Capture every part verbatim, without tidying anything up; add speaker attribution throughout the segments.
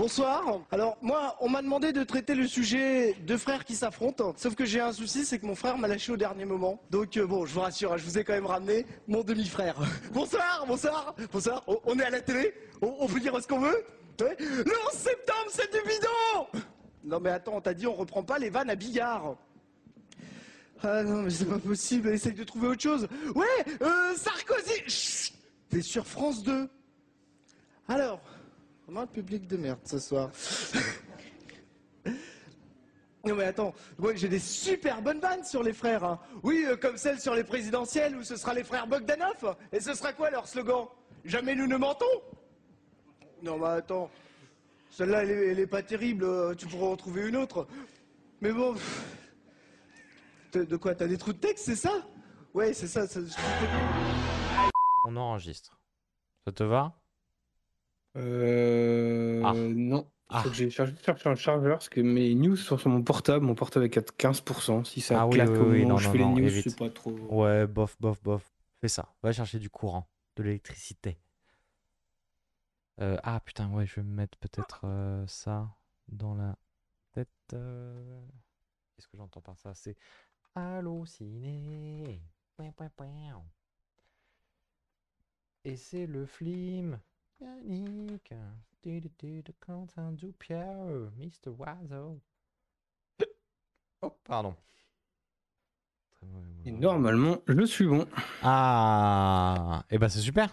Speaker 1: Bonsoir. Alors moi, on m'a demandé de traiter le sujet de frères qui s'affrontent, sauf que j'ai un souci, c'est que mon frère m'a lâché au dernier moment. Donc euh, bon, je vous rassure, je vous ai quand même ramené mon demi-frère. Bonsoir, bonsoir, bonsoir. On, on est à la télé, on, on peut dire ce qu'on veut. Ouais. Le onze septembre, c'est du bidon. Non mais attends, on t'a dit on reprend pas les vannes à Bigard. Ah non mais c'est pas possible, essaye de trouver autre chose. Ouais, euh, Sarkozy. Chut, t'es sur France deux. Alors, vraiment un public de merde ce soir. Non mais attends, moi j'ai des super bonnes vannes sur les frères. Hein. Oui, euh, comme celle sur les présidentielles où ce sera les frères Bogdanov. Et ce sera quoi leur slogan? Jamais nous ne mentons. Non mais attends, celle-là elle, est- elle est pas terrible, euh, tu pourras en trouver une autre. Mais bon, pff, t'as- de quoi, t'as des trous de texte, c'est ça? Ouais, c'est ça, ça je trouve
Speaker 2: On enregistre. Ça te va? Ah,
Speaker 3: Euh, non, il faut que
Speaker 2: ah,
Speaker 3: j'ai cherché chercher un chargeur parce que mes news sont sur mon portable. Mon portable est à quinze pour cent. Si ça
Speaker 2: ah oui, oui,
Speaker 3: claque au
Speaker 2: oui,
Speaker 3: moment où
Speaker 2: non,
Speaker 3: je
Speaker 2: non,
Speaker 3: fais les
Speaker 2: non,
Speaker 3: news, c'est
Speaker 2: évite.
Speaker 3: pas trop.
Speaker 2: Ouais, bof, bof, bof. Fais ça. Va chercher du courant, de l'électricité. Euh, ah putain, ouais, je vais me mettre peut-être euh, ça dans la tête. euh. Qu'est-ce que j'entends par ça? C'est halluciné. Pouin, pouin, pouin. Et c'est le film. Yannick. Du, du, du, du, Quentin Dupieux. mister Oiseau. Oh, pardon. Très mauvais
Speaker 3: Et
Speaker 2: moulin.
Speaker 3: normalement, je suis bon.
Speaker 2: Ah, et ben c'est super.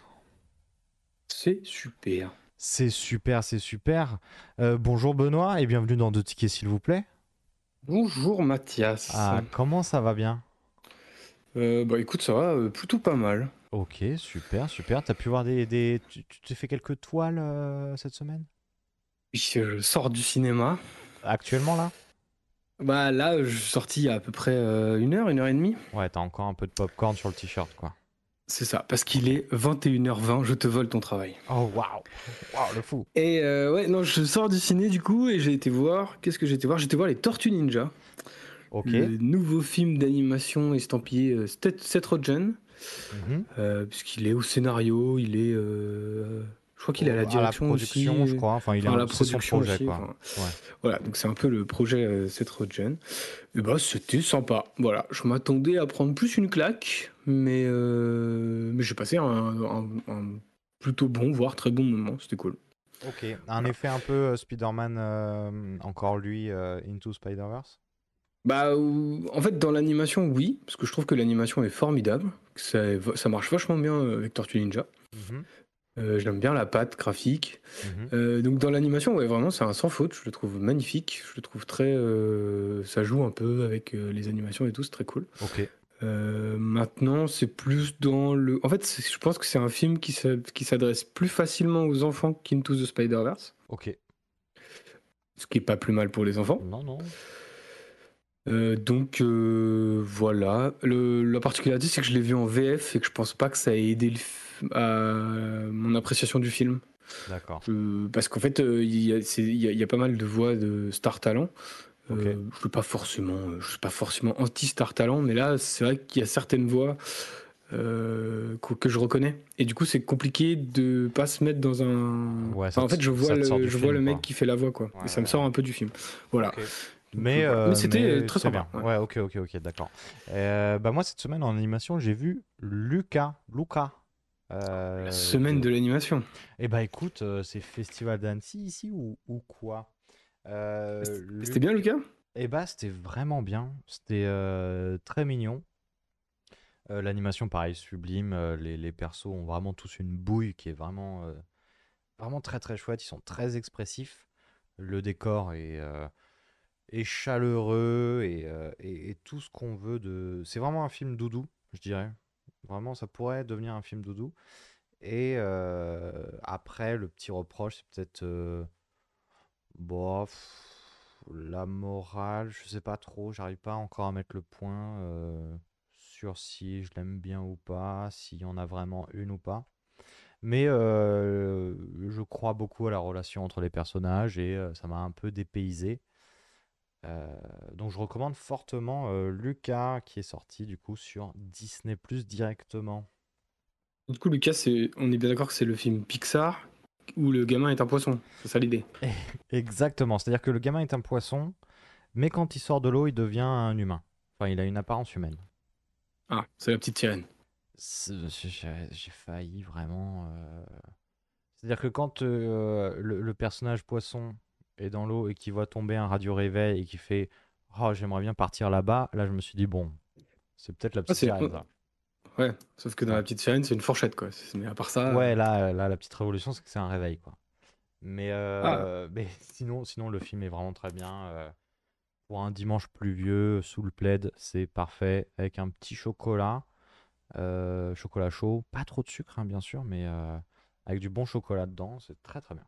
Speaker 3: C'est super.
Speaker 2: C'est super, c'est super. Euh, bonjour Benoît et bienvenue dans Deux Tickets s'il vous plaît.
Speaker 3: Bonjour Mathias.
Speaker 2: Ah, comment ça va bien?
Speaker 3: Euh, bah écoute, ça va euh, plutôt pas mal.
Speaker 2: Ok, super, super. T'as pu voir des... des... Tu tu t'es fait quelques toiles euh, cette semaine?
Speaker 3: Oui, je sors du cinéma.
Speaker 2: Actuellement là?
Speaker 3: Bah là, je suis sorti il y a à peu près euh, une heure, une heure et demie.
Speaker 2: Ouais, t'as encore un peu de popcorn sur le t-shirt quoi.
Speaker 3: C'est ça, parce qu'il
Speaker 2: Ok.
Speaker 3: est vingt et une heures vingt, je te vole ton travail.
Speaker 2: Oh waouh! Waouh, le fou!
Speaker 3: Et euh, ouais, non, je sors du ciné du coup et j'ai été voir. Qu'est-ce que j'ai été voir? J'ai été voir les Tortues Ninja,
Speaker 2: Ok.
Speaker 3: le nouveau film d'animation estampillé euh, Seth Seth Rogen,
Speaker 2: Mhm.
Speaker 3: euh, puisqu'il est au scénario, il est. euh, je crois qu'il est à
Speaker 2: Oh,
Speaker 3: la
Speaker 2: à la
Speaker 3: direction
Speaker 2: production,
Speaker 3: aussi,
Speaker 2: je
Speaker 3: euh,
Speaker 2: crois. Enfin, il est
Speaker 3: enfin à
Speaker 2: un-
Speaker 3: la
Speaker 2: c'est son
Speaker 3: production
Speaker 2: projet
Speaker 3: aussi.
Speaker 2: quoi.
Speaker 3: Enfin,
Speaker 2: Ouais.
Speaker 3: voilà, donc c'est un peu le projet euh, Seth Rogen. Et bah c'était sympa. Voilà, je m'attendais à prendre plus une claque, mais, euh, mais j'ai passé un, un- un plutôt bon, voire très bon moment. C'était cool.
Speaker 2: Ok. Un
Speaker 3: Voilà.
Speaker 2: effet un peu euh, Spider-Man, euh, encore lui, euh, Into Spider-Verse?
Speaker 3: Bah, ou- en fait, dans l'animation, oui, parce que je trouve que l'animation est formidable, que ça, ça marche vachement bien euh, avec Tortue Ninja.
Speaker 2: Mhm.
Speaker 3: Euh, j'aime bien la patte graphique.
Speaker 2: Mhm.
Speaker 3: Euh, donc dans l'animation, ouais, vraiment, c'est un sans faute. Je le trouve magnifique. Je le trouve très, euh, ça joue un peu avec euh, les animations et tout, c'est très cool.
Speaker 2: Ok.
Speaker 3: Euh, maintenant, c'est plus dans le. En fait, c'est- je pense que c'est un film qui s'a- qui s'adresse plus facilement aux enfants qu'Into the Spider-Verse,
Speaker 2: Ok.
Speaker 3: ce qui est pas plus mal pour les enfants.
Speaker 2: Non, non.
Speaker 3: Euh, donc euh, voilà. Le- la particularité, c'est que je l'ai vu en V F et que je pense pas que ça ait aidé le f- à mon appréciation du film.
Speaker 2: D'accord.
Speaker 3: Je- parce qu'en fait, euh, il y, a c'est- il y a- il y a pas mal de voix de Star Talent.
Speaker 2: Ok.
Speaker 3: Euh, je suis pas forcément, euh, je suis pas forcément anti Star Talent, mais là, c'est vrai qu'il y a certaines voix euh, que, que je reconnais. Et du coup, c'est compliqué de pas se mettre dans un.
Speaker 2: Ouais,
Speaker 3: Enfin,
Speaker 2: ça
Speaker 3: en
Speaker 2: te,
Speaker 3: fait, je vois
Speaker 2: ça te sort
Speaker 3: le,
Speaker 2: du
Speaker 3: je vois
Speaker 2: film,
Speaker 3: le mec
Speaker 2: quoi.
Speaker 3: qui fait la voix, quoi.
Speaker 2: Ouais,
Speaker 3: Et ça me
Speaker 2: ouais,
Speaker 3: sort
Speaker 2: ouais.
Speaker 3: un peu du film. Voilà.
Speaker 2: Ok.
Speaker 3: Donc, euh,
Speaker 2: Mais,
Speaker 3: voilà. Mais
Speaker 2: euh,
Speaker 3: c'était euh,
Speaker 2: mais
Speaker 3: très
Speaker 2: c'est
Speaker 3: sympa.
Speaker 2: bien.
Speaker 3: Ouais.
Speaker 2: Ouais, ok, ok, ok, d'accord. Euh, bah moi, cette semaine en animation, j'ai vu Luca. Luca.
Speaker 3: La
Speaker 2: euh,
Speaker 3: semaine
Speaker 2: de...
Speaker 3: de l'animation.
Speaker 2: Eh bah écoute, euh, c'est Festival d'Annecy ici ou, ou quoi? Euh,
Speaker 3: C'était bien,
Speaker 2: Luc...
Speaker 3: Lucas?
Speaker 2: Eh bah c'était vraiment bien. C'était euh, très mignon. Euh, l'animation, pareil, sublime. Euh, les, les persos ont vraiment tous une bouille qui est vraiment, euh, vraiment très très chouette. Ils sont très expressifs. Le décor est, euh, est chaleureux et, euh, et- et tout ce qu'on veut de. C'est vraiment un film doudou, je dirais. Vraiment, ça pourrait devenir un film doudou. Et euh, après, le petit reproche, c'est peut-être. Euh, bof, la morale, je sais pas trop. J'arrive pas encore à mettre le point euh, sur si je l'aime bien ou pas, s'il y en a vraiment une ou pas. Mais euh, je crois beaucoup à la relation entre les personnages et euh, ça m'a un peu dépaysé. Euh, donc je recommande fortement euh, Lucas qui est sorti du coup sur Disney Plus directement.
Speaker 3: Du coup, Lucas, c'est... on est bien d'accord que c'est le film Pixar où le gamin est un poisson. C'est ça l'idée.
Speaker 2: Exactement, c'est-à-dire que le gamin est un poisson, mais quand il sort de l'eau, il devient un humain. Enfin, il a une apparence humaine.
Speaker 3: Ah, c'est la petite sirène.
Speaker 2: C'est- J'ai j'ai failli vraiment. euh, C'est-à-dire que quand euh, le, le personnage poisson est dans l'eau et qu'il voit tomber un radio réveil et qu'il fait Oh, j'aimerais bien partir là-bas, là je me suis dit bon, c'est peut-être la
Speaker 3: Ah,
Speaker 2: petite
Speaker 3: c'est...
Speaker 2: sirène ça.
Speaker 3: Ouais, sauf que dans
Speaker 2: Ouais,
Speaker 3: la petite sirène, c'est une fourchette, quoi. C'est- Mais à part ça... euh,
Speaker 2: ouais là, euh, là, la petite révolution, c'est que c'est un réveil quoi. Mais,
Speaker 3: Ah,
Speaker 2: euh, mais sinon, sinon, le film est vraiment très bien. euh, pour un dimanche pluvieux, sous le plaid, c'est parfait. Avec un petit chocolat, euh, chocolat chaud, pas trop de sucre hein, bien sûr, mais euh, avec du bon chocolat dedans, c'est très très bien.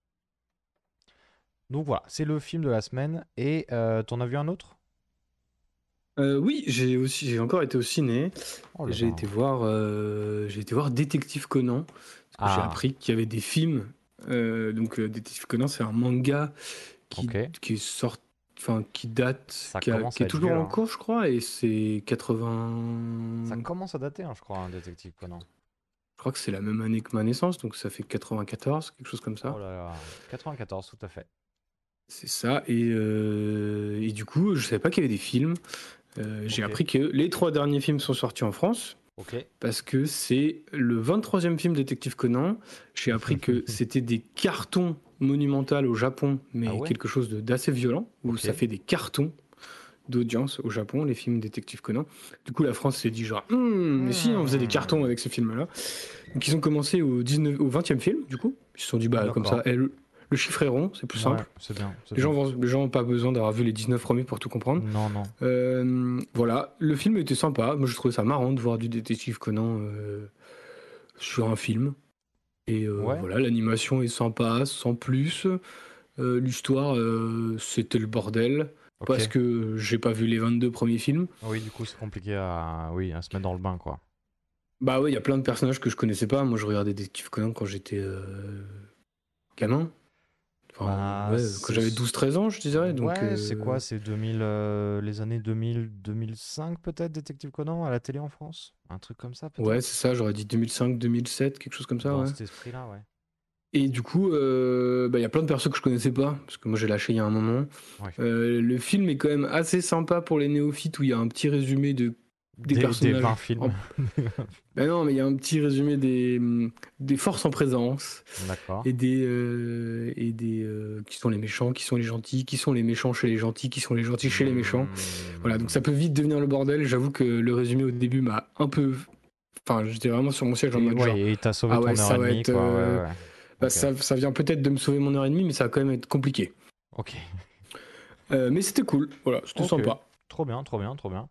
Speaker 2: Donc voilà, c'est le film de la semaine. Et euh, t'en as vu un autre?
Speaker 3: euh, oui, j'ai aussi, j'ai encore été au ciné.
Speaker 2: Oh
Speaker 3: Et
Speaker 2: là
Speaker 3: j'ai
Speaker 2: là.
Speaker 3: été voir, euh, j'ai été voir Détective Conan. Parce que j'ai
Speaker 2: Ah,
Speaker 3: appris qu'il y avait des films. Euh, donc, euh, Détective Conan, c'est un manga qui,
Speaker 2: ok.
Speaker 3: qui est sorti, enfin, qui date,
Speaker 2: Ça
Speaker 3: qui, a-
Speaker 2: commence
Speaker 3: qui
Speaker 2: à
Speaker 3: est
Speaker 2: être
Speaker 3: toujours
Speaker 2: vieux,
Speaker 3: en
Speaker 2: hein.
Speaker 3: cours, je crois. Et c'est
Speaker 2: Ça
Speaker 3: quatre-vingts.
Speaker 2: commence à dater, hein, je crois, un détective Conan.
Speaker 3: Je crois que c'est la même année que ma naissance, donc ça fait quatre-vingt-quatorze, quelque chose comme
Speaker 2: Oh
Speaker 3: ça.
Speaker 2: là là. quatre-vingt-quatorze, tout à fait.
Speaker 3: C'est ça. Et, euh, et du coup, je savais pas qu'il y avait des films. Euh, j'ai
Speaker 2: Ok.
Speaker 3: appris que les trois derniers films sont sortis en France.
Speaker 2: Ok.
Speaker 3: Parce que c'est le vingt-troisième film Détective Conan. J'ai appris que c'était des cartons monumentaux au Japon,
Speaker 2: Ah
Speaker 3: mais
Speaker 2: ouais?
Speaker 3: quelque chose de- d'assez violent, où
Speaker 2: Ok.
Speaker 3: ça fait des cartons d'audience au Japon, les films Détective Conan. Du coup, la France s'est dit genre, Hum, mais si, on faisait des cartons
Speaker 2: Hmm.
Speaker 3: avec ce film-là. Donc ils ont commencé au, dix-neuf au vingtième film, du coup. Ils se sont dit, bah comme ça,
Speaker 2: D'accord.
Speaker 3: eh, le, le chiffre est rond, c'est plus
Speaker 2: Ouais,
Speaker 3: simple.
Speaker 2: c'est bien, c'est
Speaker 3: Les gens
Speaker 2: bien.
Speaker 3: vont, les gens n'ont pas besoin d'avoir vu les dix-neuf premiers pour tout comprendre.
Speaker 2: Non, non.
Speaker 3: Euh, voilà, le film était sympa. Moi, je trouvais ça marrant de voir du Détective Conan euh, sur un film. Et euh,
Speaker 2: Ouais?
Speaker 3: voilà, l'animation est sympa, sans plus. Euh, L'histoire, euh, c'était le bordel. Parce
Speaker 2: Ok.
Speaker 3: que j'ai pas vu les vingt-deux premiers films.
Speaker 2: Oui, du coup, c'est compliqué à, oui, à se mettre dans le bain, quoi.
Speaker 3: Bah ouais, il y a plein de personnages que je connaissais pas. Moi, je regardais Détective Conan quand j'étais euh, gamin. Enfin,
Speaker 2: Bah,
Speaker 3: ouais, quand
Speaker 2: c'est...
Speaker 3: j'avais douze treize ans, je dirais. Donc,
Speaker 2: Ouais, c'est
Speaker 3: euh,
Speaker 2: quoi? C'est deux mille, euh, les années deux mille, deux mille cinq peut-être, Détective Conan, à la télé en France? Un truc comme ça,
Speaker 3: ouais,
Speaker 2: peut-être?
Speaker 3: c'est ça, j'aurais dit deux mille cinq, deux mille sept, quelque chose comme ça,
Speaker 2: Dans
Speaker 3: ouais.
Speaker 2: cet esprit-là, ouais.
Speaker 3: Et du coup, euh, bah, il y a plein de personnes que je connaissais pas, parce que moi j'ai lâché il y a un moment.
Speaker 2: Ouais.
Speaker 3: Euh, le film est quand même assez sympa pour les néophytes, où il y a un petit résumé de, des
Speaker 2: Des, des vingt
Speaker 3: personnages.
Speaker 2: films.
Speaker 3: En... Ben non, mais il y a un petit résumé des, hum, des forces en présence,
Speaker 2: D'accord.
Speaker 3: et des, euh, et des euh, qui sont les méchants, qui sont les gentils, qui sont les méchants chez les gentils, qui sont les gentils chez les méchants. Voilà, donc ça
Speaker 2: Hmm.
Speaker 3: peut vite devenir le bordel. J'avoue que le résumé au début m'a un peu... Enfin, j'étais vraiment sur mon siège en
Speaker 2: Et
Speaker 3: mode genre,
Speaker 2: ouais, et il t'a sauvé
Speaker 3: ah ouais,
Speaker 2: ton heure
Speaker 3: ça
Speaker 2: et
Speaker 3: va
Speaker 2: demie,
Speaker 3: être...
Speaker 2: quoi. Ouais,
Speaker 3: euh,
Speaker 2: ouais, ouais.
Speaker 3: bah,
Speaker 2: Ok.
Speaker 3: ça, ça vient peut-être de me sauver mon heure et demie, mais ça va quand même être compliqué.
Speaker 2: Ok.
Speaker 3: Euh, mais c'était cool, voilà, c'était
Speaker 2: Ok.
Speaker 3: sympa.
Speaker 2: Trop bien, trop bien, trop bien.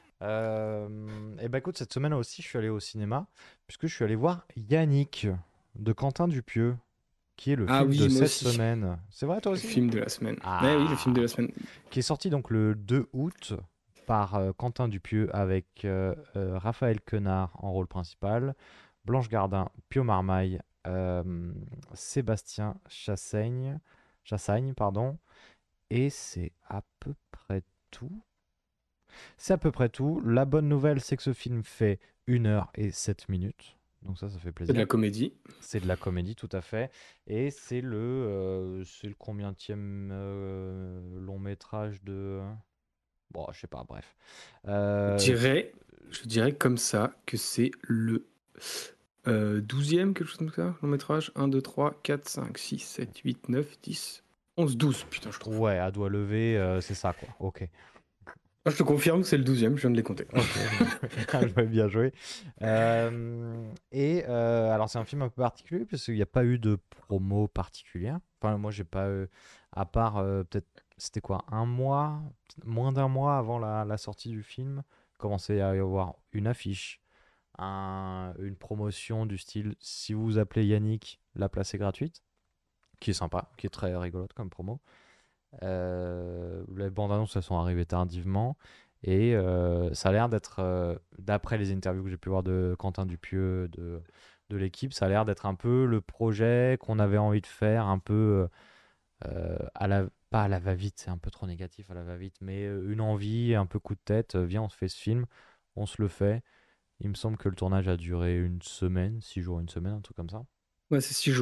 Speaker 2: Euh, et bah écoute, cette semaine aussi, je suis allé au cinéma, puisque je suis allé voir Yannick de Quentin Dupieux, qui est le
Speaker 3: Ah
Speaker 2: film de
Speaker 3: oui, moi
Speaker 2: cette
Speaker 3: aussi.
Speaker 2: semaine. C'est vrai, toi
Speaker 3: Le
Speaker 2: aussi?
Speaker 3: film de la semaine. Ouais, oui, le film de
Speaker 2: Ah!
Speaker 3: la semaine.
Speaker 2: Qui est sorti donc le deux août par euh, Quentin Dupieux avec euh, euh, Raphaël Quenard en rôle principal, Blanche Gardin, Pio Marmaille, euh, Sébastien Chassaigne, Chassagne, pardon, et c'est à peu près tout. C'est à peu près tout. La bonne nouvelle, c'est que ce film fait une heure et sept minutes. Donc ça, ça fait
Speaker 3: C'est de
Speaker 2: plaisir.
Speaker 3: la comédie.
Speaker 2: C'est de la comédie, tout à fait. Et c'est le, euh, c'est le combientième euh, long métrage de... Bon, je sais pas, bref.
Speaker 3: Je
Speaker 2: Euh,
Speaker 3: dirais, je dirais comme ça que c'est le euh, douzième, quelque chose comme ça, long métrage. un, deux, trois, quatre, cinq, six, sept, huit, neuf, dix, onze, douze. Putain, je trouve.
Speaker 2: ouais, à doigt levé, euh, c'est ça, quoi. Ok.
Speaker 3: Ah, je te confirme que c'est le douzième, je viens de les compter.
Speaker 2: Ok, bien joué, bien joué, bien joué. Euh, et euh, alors, c'est un film un peu particulier parce qu'il n'y a pas eu de promo particulière. Enfin, moi, j'ai pas eu, à part euh, peut-être, c'était quoi, un mois, moins d'un mois avant la, la sortie du film, commençait à y avoir une affiche, un- une promotion du style si vous vous appelez Yannick, la place est gratuite, qui est sympa, qui est très rigolote comme promo. Euh, les bandes annonces, elles sont arrivées tardivement. Et euh, ça a l'air d'être, euh, d'après les interviews que j'ai pu voir de Quentin Dupieux, de, de l'équipe, ça a l'air d'être un peu le projet qu'on avait envie de faire, un peu euh, à la, pas à la va-vite, c'est un peu trop négatif à la va-vite, mais euh, une envie, un peu coup de tête, euh, viens, on se fait ce film, on se le fait. Il me semble que le tournage a duré une semaine, six jours, une semaine, un truc comme ça.
Speaker 3: Ouais, c'est six jours.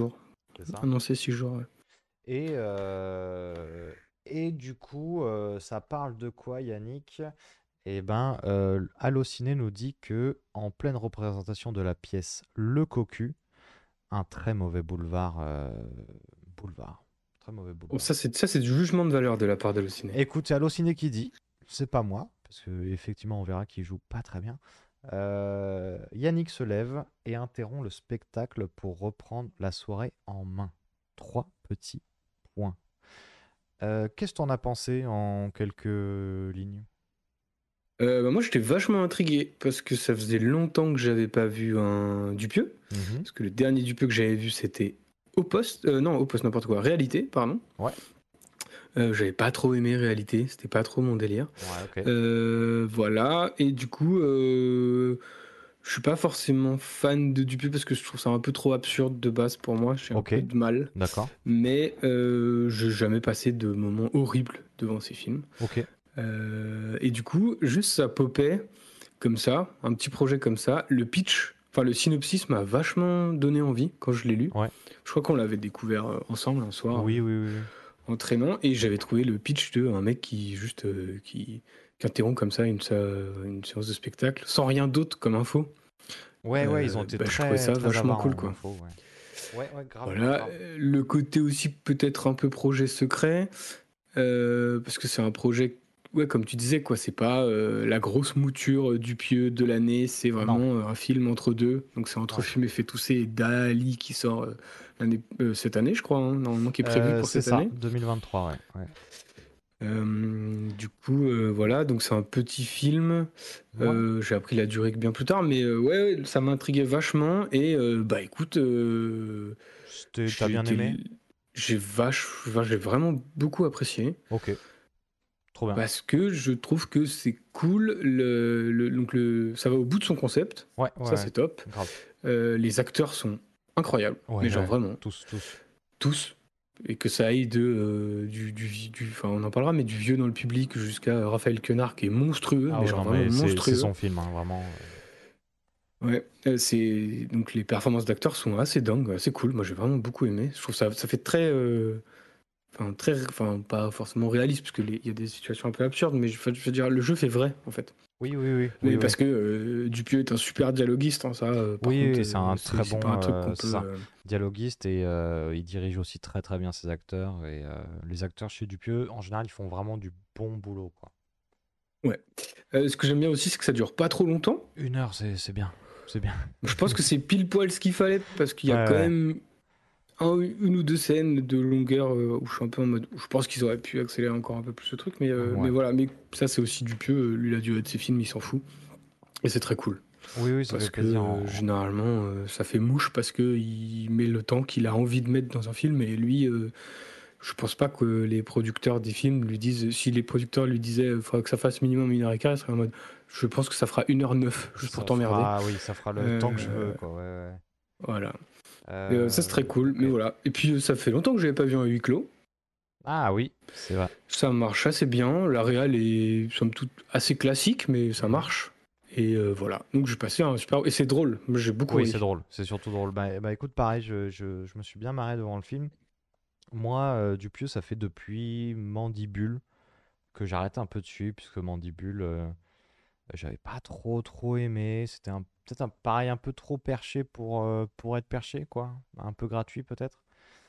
Speaker 2: c'est ça.
Speaker 3: Annoncé six jours, ouais.
Speaker 2: Et, euh, et du coup, euh, ça parle de quoi, Yannick? Eh ben, euh, Allociné nous dit que en pleine représentation de la pièce Le Cocu, un très mauvais boulevard, euh, boulevard, très mauvais
Speaker 3: Oh,
Speaker 2: boulevard.
Speaker 3: ça, c'est ça, c'est du jugement de valeur de la part d'Allociné.
Speaker 2: Écoute, c'est Allociné qui dit, c'est pas moi, parce que effectivement, on verra qu'il joue pas très bien. Euh, Yannick se lève et interrompt le spectacle pour reprendre la soirée en main. Trois petits points. Euh, Qu'est-ce que t'en as pensé en quelques lignes?
Speaker 3: Euh, bah, moi, j'étais vachement intrigué parce que ça faisait longtemps que j'avais pas vu un Dupieux.
Speaker 2: Mhm.
Speaker 3: Parce que le dernier Dupieux que j'avais vu, c'était Au Poste. Euh, non, Au Poste, n'importe quoi. Réalité, pardon.
Speaker 2: Ouais,
Speaker 3: Euh, j'avais pas trop aimé Réalité, c'était pas trop mon délire.
Speaker 2: ouais, ok.
Speaker 3: Euh, voilà, et du coup, euh, je suis pas forcément fan de Dupieux parce que je trouve ça un peu trop absurde de base pour moi. J'ai un
Speaker 2: Ok,
Speaker 3: peu de mal.
Speaker 2: d'accord.
Speaker 3: Mais euh, je n'ai jamais passé de moments horribles devant ces films.
Speaker 2: Ok,
Speaker 3: Euh, et du coup, juste ça popait comme ça, un petit projet comme ça. Le pitch, enfin le synopsis m'a vachement donné envie quand je l'ai lu.
Speaker 2: ouais.
Speaker 3: Je crois qu'on l'avait découvert euh, ensemble un soir
Speaker 2: Oui,
Speaker 3: euh,
Speaker 2: oui, oui, oui.
Speaker 3: en traînant et j'avais trouvé le pitch de un mec qui juste euh, qui, qui interrompt comme ça une, sa- une séance de spectacle sans rien d'autre comme info.
Speaker 2: Ouais, ouais, ils ont
Speaker 3: Euh,
Speaker 2: été
Speaker 3: bah, je trouvais
Speaker 2: très,
Speaker 3: ça
Speaker 2: très
Speaker 3: vachement
Speaker 2: avares
Speaker 3: cool
Speaker 2: en
Speaker 3: quoi.
Speaker 2: info, ouais. Ouais, ouais, grave, grave,
Speaker 3: Voilà,
Speaker 2: grave.
Speaker 3: euh, le côté aussi peut-être un peu projet secret, euh, parce que c'est un projet, ouais, comme tu disais, quoi, c'est pas euh, la grosse mouture du pieux de l'année, c'est
Speaker 2: Non,
Speaker 3: vraiment euh, un film entre deux. Donc c'est entre
Speaker 2: ouais.
Speaker 3: Fumer fait tousser et Dali qui sort euh, l'année- euh, cette année, je crois, hein, normalement qui est prévu
Speaker 2: Euh,
Speaker 3: pour
Speaker 2: c'est
Speaker 3: cette
Speaker 2: ça,
Speaker 3: année.
Speaker 2: deux mille vingt-trois, ouais, ouais.
Speaker 3: Euh, du coup, euh, voilà, donc c'est un petit film.
Speaker 2: Ouais,
Speaker 3: Euh, j'ai appris la durée que bien plus tard, mais euh, ouais, ouais, ça m'intriguait vachement. Et euh, bah écoute, euh,
Speaker 2: c'était- t'as
Speaker 3: j'ai
Speaker 2: bien aimé?
Speaker 3: été- j'ai vache, enfin, j'ai vraiment beaucoup apprécié
Speaker 2: Ok, trop bien.
Speaker 3: parce que je trouve que c'est cool. Le, le- donc le, ça va au bout de son concept,
Speaker 2: Ouais, ouais,
Speaker 3: ça
Speaker 2: ouais,
Speaker 3: c'est top.
Speaker 2: grave.
Speaker 3: Euh, les acteurs sont incroyables,
Speaker 2: Ouais,
Speaker 3: mais genre
Speaker 2: ouais,
Speaker 3: vraiment
Speaker 2: tous, tous.
Speaker 3: tous. Et que ça aille de euh, du, du, vi- du- enfin on en parlera, mais du vieux dans le public jusqu'à Raphaël Quenard qui est monstrueux,
Speaker 2: Ah
Speaker 3: mais
Speaker 2: ouais,
Speaker 3: genre
Speaker 2: non,
Speaker 3: vraiment
Speaker 2: mais c'est c'est
Speaker 3: monstrueux.
Speaker 2: son film, hein, vraiment.
Speaker 3: Ouais, euh, c'est donc les performances d'acteurs sont assez dingues, assez cool. Moi j'ai vraiment beaucoup aimé. Je trouve ça ça fait très euh, enfin très enfin pas forcément réaliste parce que les- il y a des situations un peu absurdes, mais je, veux je veux dire le jeu fait vrai en fait.
Speaker 2: Oui, oui, oui, oui,
Speaker 3: Mais
Speaker 2: oui.
Speaker 3: parce que euh, Dupieux est un super dialoguiste, hein, ça euh, par
Speaker 2: Oui,
Speaker 3: contre
Speaker 2: oui, c'est
Speaker 3: euh,
Speaker 2: un
Speaker 3: c'est
Speaker 2: très
Speaker 3: c'est pas un
Speaker 2: bon,
Speaker 3: truc
Speaker 2: euh,
Speaker 3: qu'on
Speaker 2: c'est
Speaker 3: peut
Speaker 2: ça,
Speaker 3: euh,
Speaker 2: dialoguiste et euh, il dirige aussi très très bien ses acteurs. Et euh, les acteurs chez Dupieux, en général, ils font vraiment du bon boulot, quoi.
Speaker 3: ouais. Euh, ce que j'aime bien aussi c'est que ça dure pas trop longtemps.
Speaker 2: Une heure, c'est c'est bien, c'est bien.
Speaker 3: Je pense que c'est pile poil ce qu'il fallait parce qu'il y
Speaker 2: Ouais,
Speaker 3: a quand
Speaker 2: ouais,
Speaker 3: même un- une ou deux scènes de longueur euh, où je suis un peu en mode. Je pense qu'ils auraient pu accélérer encore un peu plus ce truc, mais, euh, mais
Speaker 2: ouais.
Speaker 3: voilà. Mais ça, c'est aussi Dupieux. euh, Lui, la durée de ses films, il s'en fout. Et c'est très cool.
Speaker 2: Oui, oui, ça fait
Speaker 3: Parce que
Speaker 2: plaisir.
Speaker 3: euh,
Speaker 2: en-
Speaker 3: généralement, euh, ça fait mouche parce qu'il met le temps qu'il a envie de mettre dans un film. Et lui, euh, je pense pas que les producteurs des films lui disent. Si les producteurs lui disaient il faudrait que ça fasse minimum une heure et quart, il serait en mode je pense que ça fera une heure neuf juste pour
Speaker 2: Ça
Speaker 3: t'emmerder.
Speaker 2: fera, oui, ça fera le temps que je veux,
Speaker 3: Euh,
Speaker 2: quoi. Ouais, ouais.
Speaker 3: voilà. Et, euh, ça, c'est
Speaker 2: Euh,
Speaker 3: très cool.
Speaker 2: ok.
Speaker 3: Mais voilà. Et puis, euh, ça fait longtemps que j'avais pas vu un huis clos.
Speaker 2: Ah oui, c'est vrai.
Speaker 3: Ça marche assez bien. La réal est somme toute assez classique, mais ça
Speaker 2: Mhm.
Speaker 3: marche. Et euh, voilà. Donc j'ai passé un super. Et c'est drôle. Moi, j'ai beaucoup
Speaker 2: Oui, c'est
Speaker 3: ri.
Speaker 2: drôle. C'est surtout drôle. Bah, bah, écoute, pareil, je, je, je me suis bien marré devant le film. Moi, euh, Dupieux, ça fait depuis Mandibule que j'arrête un peu dessus, puisque Mandibule, euh, j'avais pas trop trop aimé. C'était un, peut-être un, pareil un peu trop perché pour, euh, pour être perché, quoi. Un peu gratuit peut-être.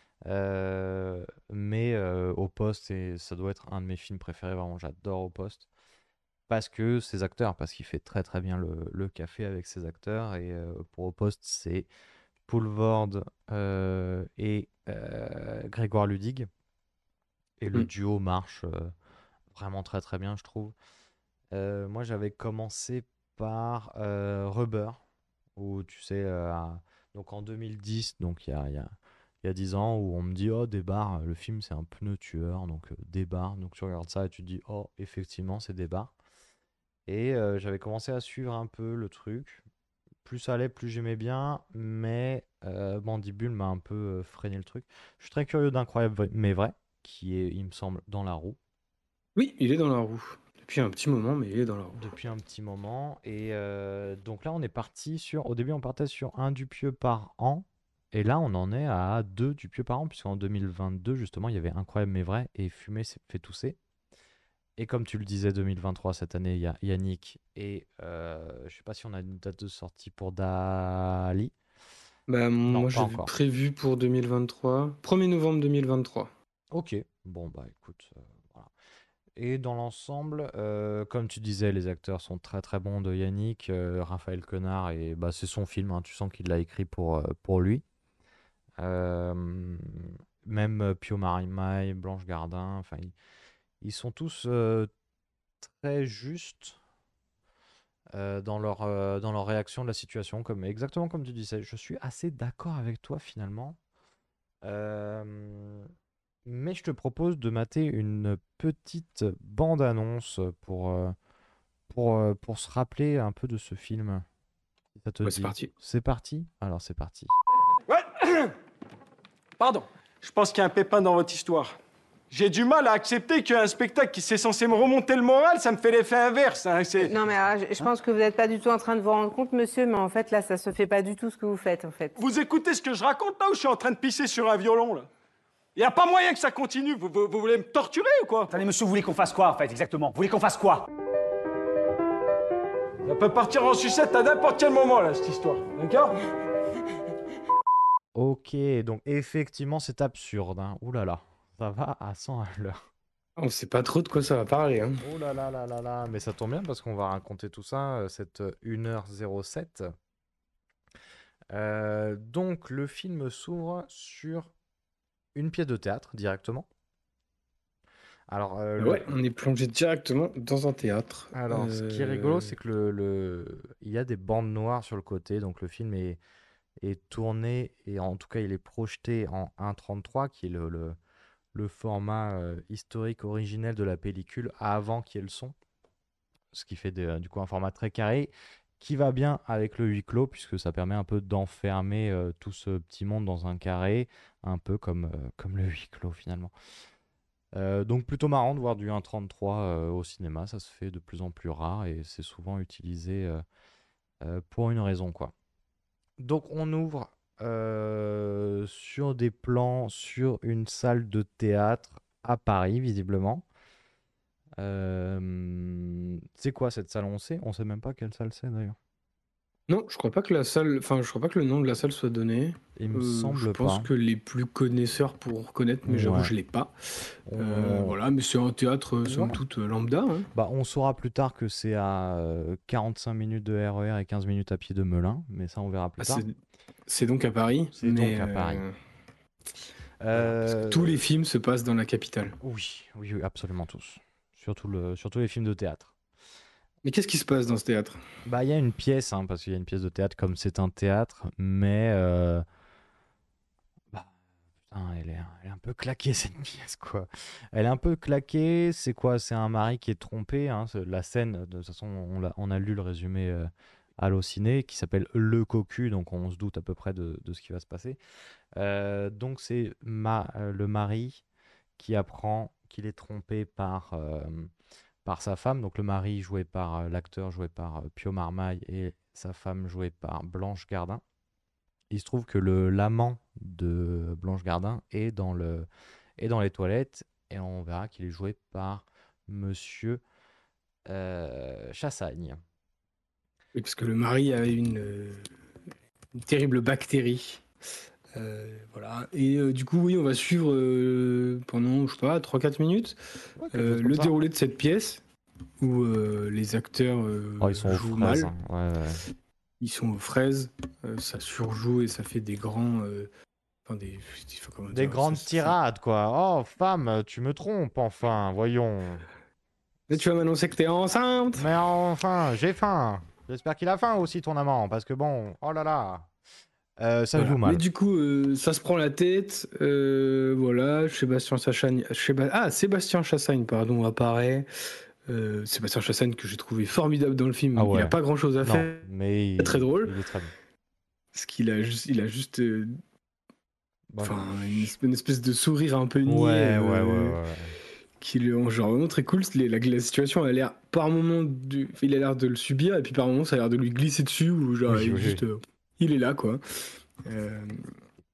Speaker 2: Euh, mais euh, Au Poste, et ça doit être un de mes films préférés, vraiment, j'adore Au Poste. Parce que ses acteurs, parce qu'il fait très très bien le, le café avec ses acteurs. Et euh, pour Au Poste, c'est Poulvord euh, et euh, Grégoire Ludig. Et le
Speaker 3: Mm.
Speaker 2: duo marche euh, vraiment très très bien, je trouve. Euh, moi, j'avais commencé par euh, Rubber, où tu sais, euh, à- donc en deux mille dix, donc il y a, il y a, il y a dix ans, où on me dit, oh, Débarre, le film c'est un pneu tueur, donc euh, Débarre. Donc tu regardes ça et tu te dis, oh, effectivement, c'est Débarre. Et euh, j'avais commencé à suivre un peu le truc. Plus ça allait, plus j'aimais bien, mais euh, Mandibule m'a un peu euh, freiné le truc. Je suis très curieux d'Incroyable mais vrai, qui est, il me semble, dans la roue
Speaker 3: Oui, il est dans la roue. Depuis un petit moment, mais il est dans la roue.
Speaker 2: depuis un petit moment. Et euh, donc là, on est parti sur. Au début, on partait sur un Dupieux par an. Et là, on en est à deux du pieux par an, puisqu'en deux mille vingt-deux, justement, il y avait Incroyable mais vrai et Fumer s'est fait tousser. Et comme tu le disais, deux mille vingt-trois, cette année, il y a Yannick et euh, je sais pas si on a une date de sortie pour Dali.
Speaker 3: Bah,
Speaker 2: Non,
Speaker 3: moi,
Speaker 2: pas
Speaker 3: j'avais
Speaker 2: encore.
Speaker 3: prévu pour deux mille vingt-trois, premier novembre deux mille vingt-trois.
Speaker 2: Ok, bon, bah écoute, euh, voilà. Et dans l'ensemble, euh, comme tu disais, les acteurs sont très très bons de Yannick, euh, Raphaël Quenard, et bah, c'est son film, hein, tu sens qu'il l'a écrit pour, euh, pour lui. Euh, Même euh, Pio Marmaille, Blanche Gardin, enfin, ils, ils sont tous euh, très justes euh, dans leur, euh, dans leur réaction de la situation, comme, exactement comme tu disais. Je suis assez d'accord avec toi finalement. Euh, mais je te propose de mater une petite bande-annonce pour, euh, pour, euh, pour se rappeler un peu de ce film. Si ça te
Speaker 3: Bah, c'est
Speaker 2: dit.
Speaker 3: parti.
Speaker 2: C'est parti? Alors c'est parti.
Speaker 4: Ouais. Pardon, je pense qu'il y a un pépin dans votre histoire. J'ai du mal à accepter qu'un spectacle qui c'est censé me remonter le moral, ça me fait l'effet inverse. Hein, c'est...
Speaker 5: Non, mais alors, je, je pense que vous n'êtes pas du tout en train de vous rendre compte, monsieur, mais en fait, là, ça se fait pas du tout ce que vous faites, en fait.
Speaker 4: Vous écoutez ce que je raconte là ou je suis en train de pisser sur un violon là? Il n'y a pas moyen que ça continue. Vous, vous, vous voulez me torturer ou quoi?
Speaker 6: Attendez, monsieur, vous voulez qu'on fasse quoi, en fait, exactement? Vous voulez qu'on fasse quoi?
Speaker 4: Ça peut partir en sucette à n'importe quel moment là, cette histoire. D'accord?
Speaker 2: Ok, donc effectivement c'est absurde. Hein. Ouh là là, ça va à cent à l'heure.
Speaker 3: On sait pas trop de quoi ça va parler. Hein.
Speaker 2: Oh là là là là là, mais ça tombe bien parce qu'on va raconter tout ça, euh, cette euh, une heure zéro sept. Euh, donc le film s'ouvre sur une pièce de théâtre directement. Alors, euh, le-
Speaker 3: Ouais, on est plongé directement dans un théâtre.
Speaker 2: Alors ce qui est rigolo, c'est que le, le- il y a des bandes noires sur le côté, donc le film est, est tourné, et en tout cas il est projeté en un trente-trois, qui est le, le, le format euh, historique originel de la pellicule avant qu'il y ait le son. Ce qui fait des- du coup un format très carré qui va bien avec le huis clos puisque ça permet un peu d'enfermer euh, tout ce petit monde dans un carré, un peu comme, euh, comme le huis clos finalement. Euh, donc plutôt marrant de voir du un trente-trois euh, au cinéma, ça se fait de plus en plus rare et c'est souvent utilisé euh, euh, pour une raison quoi. Donc on ouvre euh, sur des plans sur une salle de théâtre à Paris visiblement. Euh, c'est quoi cette salle? On sait? On sait même pas quelle salle c'est d'ailleurs.
Speaker 3: Non, je crois pas que la salle, enfin, je crois pas que le nom de la salle soit donné.
Speaker 2: Il me
Speaker 3: Euh,
Speaker 2: semble
Speaker 3: je pense
Speaker 2: pas.
Speaker 3: que les plus connaisseurs pourront reconnaître, mais j'avoue,
Speaker 2: Ouais.
Speaker 3: je l'ai pas.
Speaker 2: On...
Speaker 3: Euh, voilà, mais c'est un théâtre, euh, somme
Speaker 2: Ouais.
Speaker 3: toute, euh, lambda. Hein.
Speaker 2: Bah, on saura plus tard que c'est à euh, quarante-cinq minutes de R E R et quinze minutes à pied de Melun, mais ça on verra plus
Speaker 3: Ah,
Speaker 2: tard.
Speaker 3: c'est- c'est donc à Paris.
Speaker 2: C'est
Speaker 3: mais,
Speaker 2: donc à Paris.
Speaker 3: euh, voilà, parce que
Speaker 2: Euh,
Speaker 3: tous les films se passent dans la capitale.
Speaker 2: Oui, oui, oui, absolument tous. Surtout, le... Surtout les films de théâtre.
Speaker 3: Mais qu'est-ce qui se passe dans ce théâtre?
Speaker 2: Bah, il y a une pièce, hein, parce qu'il y a une pièce de théâtre comme c'est un théâtre, mais euh, bah, putain, elle est, elle est un peu claquée cette pièce, quoi. Elle est un peu claquée, c'est quoi? C'est un mari qui est trompé, hein, c'est- la scène, de toute façon, on, l'a- on a lu le résumé euh, Allociné, qui s'appelle Le Cocu, donc on se doute à peu près de, de ce qui va se passer. Euh, donc c'est ma- euh, le mari qui apprend qu'il est trompé par, euh, par sa femme, donc le mari joué par euh, l'acteur joué par euh, Pio Marmaille et sa femme jouée par Blanche Gardin. Il se trouve que le l'amant de Blanche Gardin est dans, le, est dans les toilettes et on verra qu'il est joué par Monsieur euh, Chassagne.
Speaker 3: Oui, parce que le mari a une, euh, une terrible bactérie. Euh, voilà. Et euh, du coup, oui, on va suivre euh, pendant, je sais pas, trois quatre minutes
Speaker 2: Ouais, quelque
Speaker 3: euh,
Speaker 2: chose comme
Speaker 3: le
Speaker 2: ça.
Speaker 3: déroulé de cette pièce où euh, les acteurs euh,
Speaker 2: Oh, ils sont aux
Speaker 3: jouent
Speaker 2: fraises.
Speaker 3: mal.
Speaker 2: Hein. Ouais, ouais.
Speaker 3: Ils sont aux fraises. Euh, ça surjoue et ça fait des grands. euh, enfin, des, enfin, comment
Speaker 2: Des
Speaker 3: dire,
Speaker 2: grandes
Speaker 3: ça- ça-
Speaker 2: tirades, quoi. Oh, femme, tu me trompes, enfin, voyons.
Speaker 3: Là, tu vas m'annoncer que t'es enceinte.
Speaker 2: Mais enfin, j'ai faim. J'espère qu'il a faim aussi, ton amant, parce que bon, oh là là. Euh, ça
Speaker 3: Voilà.
Speaker 2: joue mal.
Speaker 3: Mais du coup, euh, ça se prend la tête. euh, voilà, Sébastien Chassagne, Séba- ah, Sébastien Chassagne, pardon, apparaît. Euh, Sébastien Chassagne que j'ai trouvé formidable dans le film.
Speaker 2: Ah
Speaker 3: Il
Speaker 2: ouais.
Speaker 3: a pas grand chose à
Speaker 2: Non,
Speaker 3: faire.
Speaker 2: mais il,
Speaker 3: très drôle.
Speaker 2: il est très bon.
Speaker 3: Parce qu'il a juste, il a juste, euh,
Speaker 2: Bon.
Speaker 3: enfin, une, espèce- une espèce de sourire un peu niais.
Speaker 2: Ouais, ouais,
Speaker 3: euh,
Speaker 2: ouais, ouais.
Speaker 3: Qui le rend genre vraiment très cool. La, la, la situation a l'air par moment, de, il a l'air de le subir et puis par moment ça a l'air de lui glisser dessus ou genre
Speaker 2: Oui,
Speaker 3: il, est
Speaker 2: oui,
Speaker 3: juste,
Speaker 2: oui.
Speaker 3: euh, il est là quoi. Euh,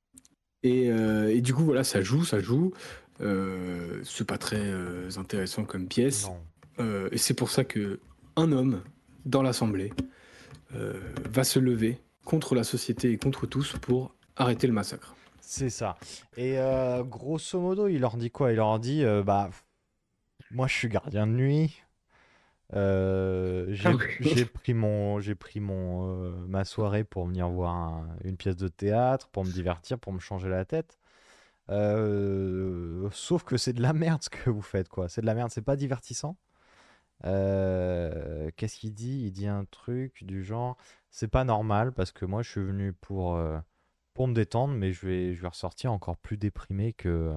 Speaker 3: Et, euh, et du coup, voilà, ça joue, ça joue. Euh, c'est pas très euh, intéressant comme pièce.
Speaker 2: Non.
Speaker 3: Euh, et c'est pour ça que un homme dans l'Assemblée euh, va se lever contre la société et contre tous pour arrêter le massacre.
Speaker 2: C'est ça. Et euh, grosso modo, il leur dit quoi? Il leur dit, euh, bah, moi je suis gardien de nuit. euh,
Speaker 3: Ah
Speaker 2: j'ai
Speaker 3: oui.
Speaker 2: j'ai pris mon, j'ai pris mon, euh, ma soirée pour venir voir un- une pièce de théâtre, pour me divertir, pour me changer la tête. Euh, sauf que c'est de la merde ce que vous faites, quoi. C'est de la merde, c'est pas divertissant. Euh, qu'est-ce qu'il dit? Il dit un truc du genre, c'est pas normal parce que moi je suis venu pour, euh, pour me détendre, mais je vais, je vais ressortir encore plus déprimé que,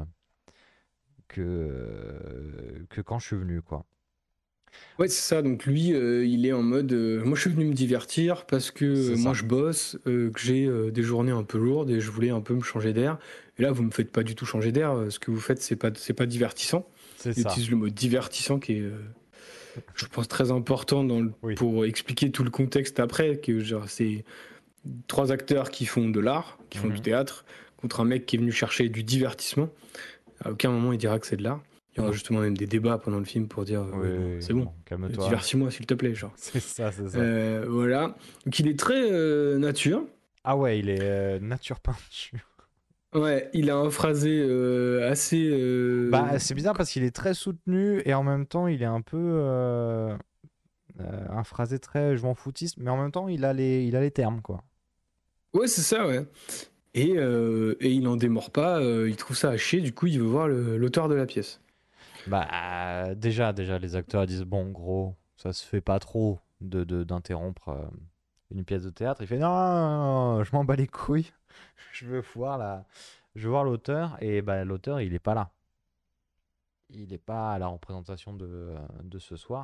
Speaker 2: que, que quand je suis venu, quoi.
Speaker 3: Ouais, c'est ça. Donc lui, euh, il est en mode, euh, moi je suis venu me divertir parce que
Speaker 2: C'est
Speaker 3: euh, moi
Speaker 2: ça.
Speaker 3: je bosse, euh, que j'ai euh, des journées un peu lourdes et je voulais un peu me changer d'air. Et là, vous me faites pas du tout changer d'air. euh, Ce que vous faites, c'est pas, c'est pas divertissant.
Speaker 2: C'est
Speaker 3: Il
Speaker 2: ça.
Speaker 3: utilise le mot divertissant qui est, euh, je pense, très important dans le-
Speaker 2: Oui.
Speaker 3: pour expliquer tout le contexte après. Que genre c'est trois acteurs qui font de l'art, qui font du
Speaker 2: Mhm.
Speaker 3: théâtre, contre un mec qui est venu chercher du divertissement. À aucun moment il dira que c'est de l'art. Il y aura
Speaker 2: Non.
Speaker 3: justement même des débats pendant le film pour dire, euh,
Speaker 2: Oui,
Speaker 3: ouais, bon,
Speaker 2: oui,
Speaker 3: c'est bon,
Speaker 2: bon,
Speaker 3: euh,
Speaker 2: calme-toi.
Speaker 3: divertis-moi s'il te plaît, genre.
Speaker 2: C'est ça, c'est ça.
Speaker 3: Euh, voilà. Donc il est très euh, nature.
Speaker 2: Ah ouais, il est euh, nature peinture.
Speaker 3: Ouais, il a un phrasé euh, assez. euh,
Speaker 2: Bah, c'est bizarre parce qu'il est très soutenu et en même temps, il est un peu euh, euh, un phrasé très je m'en foutiste, mais en même temps, il a les, il a les termes, quoi.
Speaker 3: Ouais, c'est ça, ouais. Et, euh, et il en démord pas, euh, il trouve ça à chier, du coup il veut voir le- l'auteur de la pièce.
Speaker 2: Bah, euh, déjà, déjà, les acteurs disent bon, gros, ça se fait pas trop de, de- d'interrompre euh, une pièce de théâtre. Il fait non, non, non, je m'en bats les couilles, je veux voir la, je veux voir l'auteur et bah l'auteur il est pas là, il est pas à la représentation de, euh, de ce soir.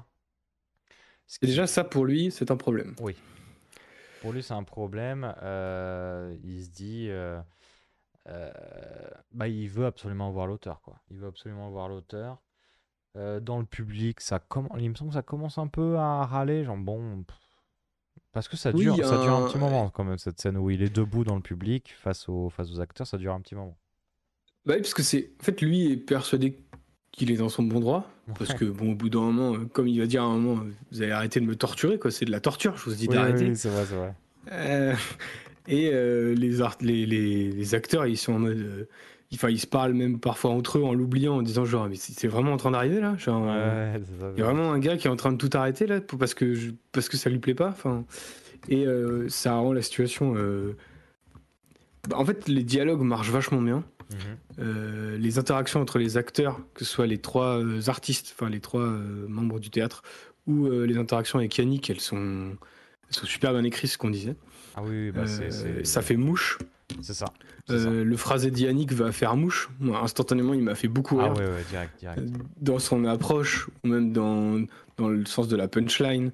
Speaker 2: Ce
Speaker 3: Et
Speaker 2: qui,
Speaker 3: déjà, ça pour lui, c'est un problème.
Speaker 2: oui, pour lui c'est un problème. euh, il se dit, euh, euh, bah il veut absolument voir l'auteur, quoi. Il veut absolument voir l'auteur. Euh, dans le public, ça commence, il me semble que ça commence un peu à râler, genre bon, pff, parce que ça
Speaker 3: Oui, il y
Speaker 2: dure,
Speaker 3: a
Speaker 2: ça dure un
Speaker 3: un.
Speaker 2: petit moment quand même cette scène où il est debout dans le public face aux, face aux acteurs, ça dure un petit moment.
Speaker 3: Bah oui, parce que c'est. En fait, lui est persuadé qu'il est dans son bon droit. Parce
Speaker 2: Ouais.
Speaker 3: que, bon, au bout d'un moment, euh, comme il va dire à un moment, euh, vous allez arrêter de me torturer, quoi. C'est de la torture, je vous dis
Speaker 2: Oui, oui,
Speaker 3: d'arrêter.
Speaker 2: oui, c'est vrai, c'est vrai.
Speaker 3: Euh, et euh, les, art- les, les, les acteurs, ils sont en mode. euh, Enfin, ils se parlent même parfois entre eux en l'oubliant, en disant genre, mais c'est c'est vraiment en train d'arriver là? Genre,
Speaker 2: Ouais,
Speaker 3: euh,
Speaker 2: ouais, c'est ça,
Speaker 3: il y
Speaker 2: c'est
Speaker 3: a
Speaker 2: ça.
Speaker 3: vraiment un gars qui est en train de tout arrêter là pour- parce que je- parce que ça lui plaît pas. Enfin, et euh, ça rend la situation. euh, bah, en fait, les dialogues marchent vachement bien.
Speaker 2: Mhm.
Speaker 3: Euh, les interactions entre les acteurs, que ce soit les trois euh, artistes, enfin les trois euh, membres du théâtre, ou euh, les interactions avec Yannick, elles sont, elles sont super bien écrites, ce qu'on disait.
Speaker 2: Ah oui, oui, bah c'est,
Speaker 3: Euh,
Speaker 2: c'est,
Speaker 3: ça fait mouche.
Speaker 2: c'est ça, c'est ça.
Speaker 3: Euh, le phrasé d'Yannick va faire mouche. Moi, instantanément, il m'a fait beaucoup
Speaker 2: Ah
Speaker 3: rire.
Speaker 2: ouais, ouais, direct, direct.
Speaker 3: Euh, Dans son approche, ou même dans, dans le sens de la punchline,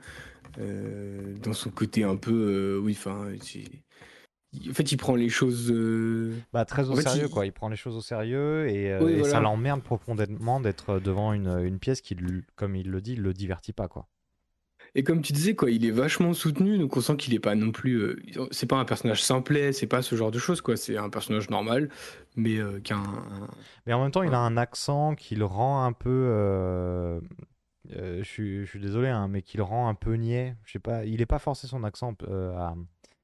Speaker 3: euh, dans son côté un peu. euh, oui, enfin. c'est- En fait, il prend les choses. euh,
Speaker 2: Bah très au
Speaker 3: En fait,
Speaker 2: sérieux,
Speaker 3: il-
Speaker 2: quoi. Il prend les choses au sérieux et, euh,
Speaker 3: Oui,
Speaker 2: et ça
Speaker 3: voilà.
Speaker 2: l'emmerde profondément d'être devant une, une pièce qui, lui- comme il le dit, le divertit pas, quoi.
Speaker 3: Et comme tu disais, quoi, il est vachement soutenu, donc on sent qu'il est pas non plus. euh, c'est pas un personnage simplet, c'est pas ce genre de choses, quoi. C'est un personnage normal, mais euh, qui a un. un-
Speaker 2: Mais en même temps, il a
Speaker 3: un-
Speaker 2: un accent qui le rend un peu. euh, euh, je suis, je suis désolé, hein, mais qui le rend un peu niais. Je sais pas, il est pas forcé son accent euh, à,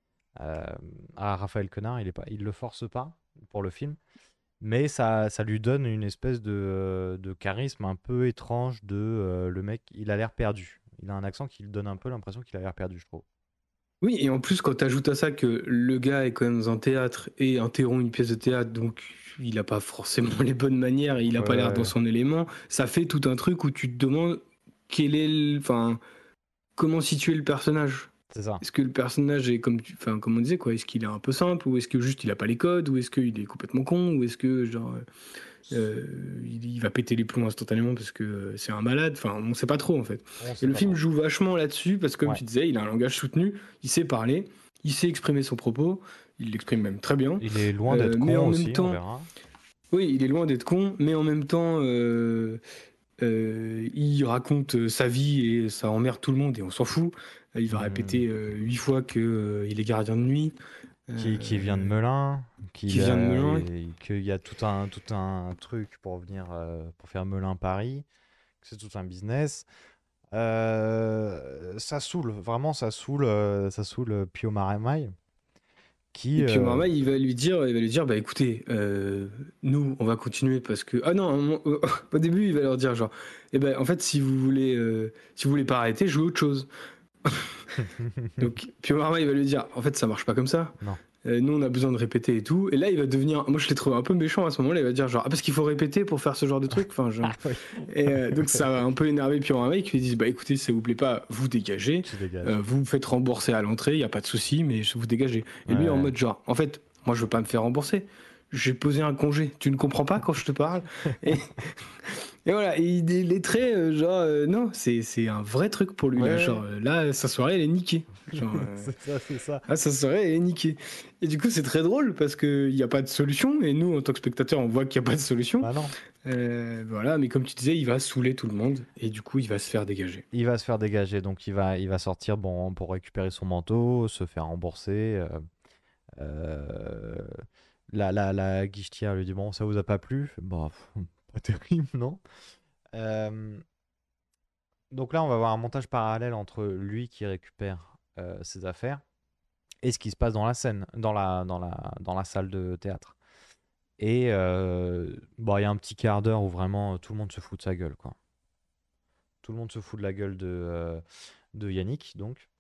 Speaker 2: à, à Raphaël Quenard. Il est pas, il le force pas pour le film, mais ça, ça lui donne une espèce de, de charisme un peu étrange de euh, le mec. Il a l'air perdu. Il a un accent qui lui donne un peu l'impression qu'il a l'air perdu, je trouve.
Speaker 3: Oui, et en plus, quand tu ajoutes à ça que le gars est quand même dans un théâtre et interrompt une pièce de théâtre, donc il a pas forcément les bonnes manières et il a pas l'air dans
Speaker 2: Ouais,
Speaker 3: son élément, ça fait tout un truc où tu te demandes quel est le. Enfin, comment situer le personnage.
Speaker 2: c'est ça.
Speaker 3: Est-ce que le personnage est comme, tu- enfin, comme on disait, quoi, est-ce qu'il est un peu simple, ou est-ce que juste il a pas les codes, ou est-ce qu'il est complètement con, ou est-ce que genre euh, il, il va péter les plombs instantanément parce que euh, c'est un malade, enfin on sait pas trop en fait.
Speaker 2: On
Speaker 3: Et
Speaker 2: sait
Speaker 3: le
Speaker 2: pas
Speaker 3: film
Speaker 2: trop.
Speaker 3: joue vachement là-dessus parce que comme
Speaker 2: Ouais.
Speaker 3: tu disais, il a un langage soutenu, il sait parler, il sait exprimer son propos, il l'exprime même très bien.
Speaker 2: Il est loin
Speaker 3: Euh,
Speaker 2: d'être
Speaker 3: mais
Speaker 2: con
Speaker 3: en même
Speaker 2: aussi, on
Speaker 3: temps,
Speaker 2: verra.
Speaker 3: oui, il est loin d'être con, mais en même temps, euh, euh, il raconte euh, sa vie et ça emmerde tout le monde et on s'en fout. Il va
Speaker 2: Mhm.
Speaker 3: répéter euh, huit fois qu'il est gardien de nuit.
Speaker 2: Qui, qui vient de
Speaker 3: Euh,
Speaker 2: Melun,
Speaker 3: qui
Speaker 2: qu'il
Speaker 3: vient de
Speaker 2: a-
Speaker 3: Melun.
Speaker 2: et qu'il y a tout un, tout un truc pour venir euh, pour faire Melun-Paris, que c'est tout un business. Euh, ça saoule, vraiment, ça saoule, euh, ça saoule euh, Pio Marmaille,
Speaker 3: Et
Speaker 2: qui,
Speaker 3: puis
Speaker 2: euh,
Speaker 3: Marmaille, il va lui dire, il va lui dire, bah écoutez, euh, nous, on va continuer parce que ah non, à un moment- au au début, il va leur dire genre, eh ben en fait, si vous voulez, euh, si vous voulez pas arrêter, jouez autre chose. Donc Pio Marmaille, il va lui dire, en fait, ça marche pas comme ça.
Speaker 2: non.
Speaker 3: Euh, nous, on a besoin de répéter et tout. Et là, il va devenir, moi, je l'ai trouvé un peu méchant à ce moment-là. Il va dire genre, ah parce qu'il faut répéter pour faire ce genre de truc. Enfin, genre.
Speaker 2: Ah oui,
Speaker 3: Et euh, donc ça va un peu énerver Pio Marmaille qui lui dit, bah écoutez, si ça vous plaît pas, vous dégagez.
Speaker 2: tu dégages.
Speaker 3: Euh, vous vous faites rembourser à l'entrée, il y a pas de souci, mais vous dégagez. Et lui en
Speaker 2: Ouais.
Speaker 3: mode genre, en fait, moi je veux pas me faire rembourser. J'ai posé un congé. Tu ne comprends pas quand je te parle. Et, et voilà, et il, il est très euh, genre, euh, non, c'est c'est un vrai truc pour lui là.
Speaker 2: Ouais.
Speaker 3: Genre euh, là, sa soirée elle est niquée. Genre, euh,
Speaker 2: C'est ça, c'est ça.
Speaker 3: ah, sa soirée elle est niquée. Et du coup, c'est très drôle parce qu'il n'y a pas de solution. Et nous, en tant que spectateurs, on voit qu'il n'y a pas de solution.
Speaker 2: Bah non.
Speaker 3: Euh, voilà, mais comme tu disais, il va saouler tout le monde. Et du coup, il va se faire dégager.
Speaker 2: Il va se faire dégager, donc il va, il va sortir bon, pour récupérer son manteau, se faire rembourser. euh, euh, la, la, la guichetière lui dit bon, ça vous a pas plu? Bon, pff, pas terrible, non? Euh, donc là, on va avoir un montage parallèle entre lui qui récupère euh, ses affaires et ce qui se passe dans la scène, dans la, dans la, dans la salle de théâtre. Et euh, bon, il y a un petit quart d'heure où vraiment euh, tout le monde se fout de sa gueule, quoi. Tout le monde se fout de la gueule de, euh, de Yannick, donc.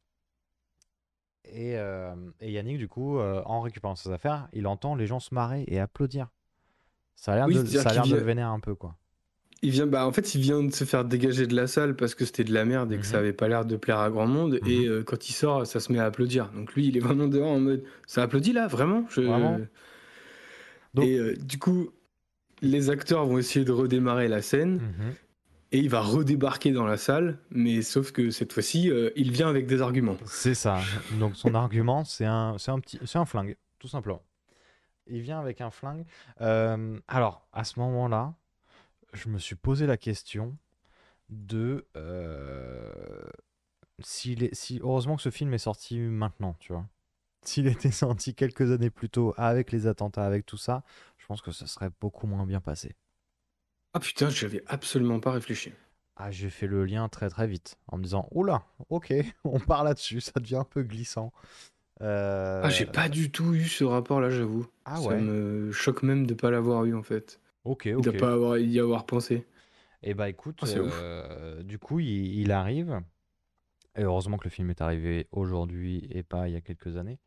Speaker 2: Et, euh, et Yannick, du coup, euh, en récupérant ses affaires, il entend les gens se marrer et applaudir. Ça a l'air
Speaker 3: Oui,
Speaker 2: de,
Speaker 3: c'est-à-dire
Speaker 2: ça a l'air
Speaker 3: qu'il
Speaker 2: de
Speaker 3: vient-
Speaker 2: le vénérer un peu, quoi.
Speaker 3: Il vient, bah, en fait, il vient de se faire dégager de la salle parce que c'était de la merde et que
Speaker 2: Mhm.
Speaker 3: ça avait pas l'air de plaire à grand monde. Et
Speaker 2: Mhm.
Speaker 3: euh, quand il sort, ça se met à applaudir. Donc lui, il est vraiment dehors en mode, ça applaudit là, vraiment? Je-
Speaker 2: Vraiment. Donc,
Speaker 3: Et euh, du coup, les acteurs vont essayer de redémarrer la scène
Speaker 2: mhm.
Speaker 3: et il va redébarquer dans la salle. Mais sauf que cette fois-ci, euh, il vient avec des arguments.
Speaker 2: C'est ça. Donc son argument, c'est un, c'est un petit, c'est un flingue, tout simplement. Il vient avec un flingue. Euh, alors, à ce moment-là, je me suis posé la question de euh, s'il est, si heureusement que ce film est sorti maintenant, tu vois. S'il était sorti quelques années plus tôt, avec les attentats, avec tout ça, je pense que ça serait beaucoup moins bien passé.
Speaker 3: Ah putain, j'avais absolument pas réfléchi.
Speaker 2: Ah, j'ai fait le lien très très vite en me disant, oula, ok, on part là-dessus, ça devient un peu glissant. Euh,
Speaker 3: Ah, j'ai pas du tout eu ce rapport-là, j'avoue.
Speaker 2: Ah
Speaker 3: Ça
Speaker 2: ouais,
Speaker 3: me choque même de pas l'avoir eu en fait.
Speaker 2: ok,
Speaker 3: De
Speaker 2: ok.
Speaker 3: pas avoir, y avoir pensé.
Speaker 2: Et bah écoute,
Speaker 3: Ah, c'est ouf.
Speaker 2: euh, du coup, il, il arrive. Et heureusement que le film est arrivé aujourd'hui et pas il y a quelques années.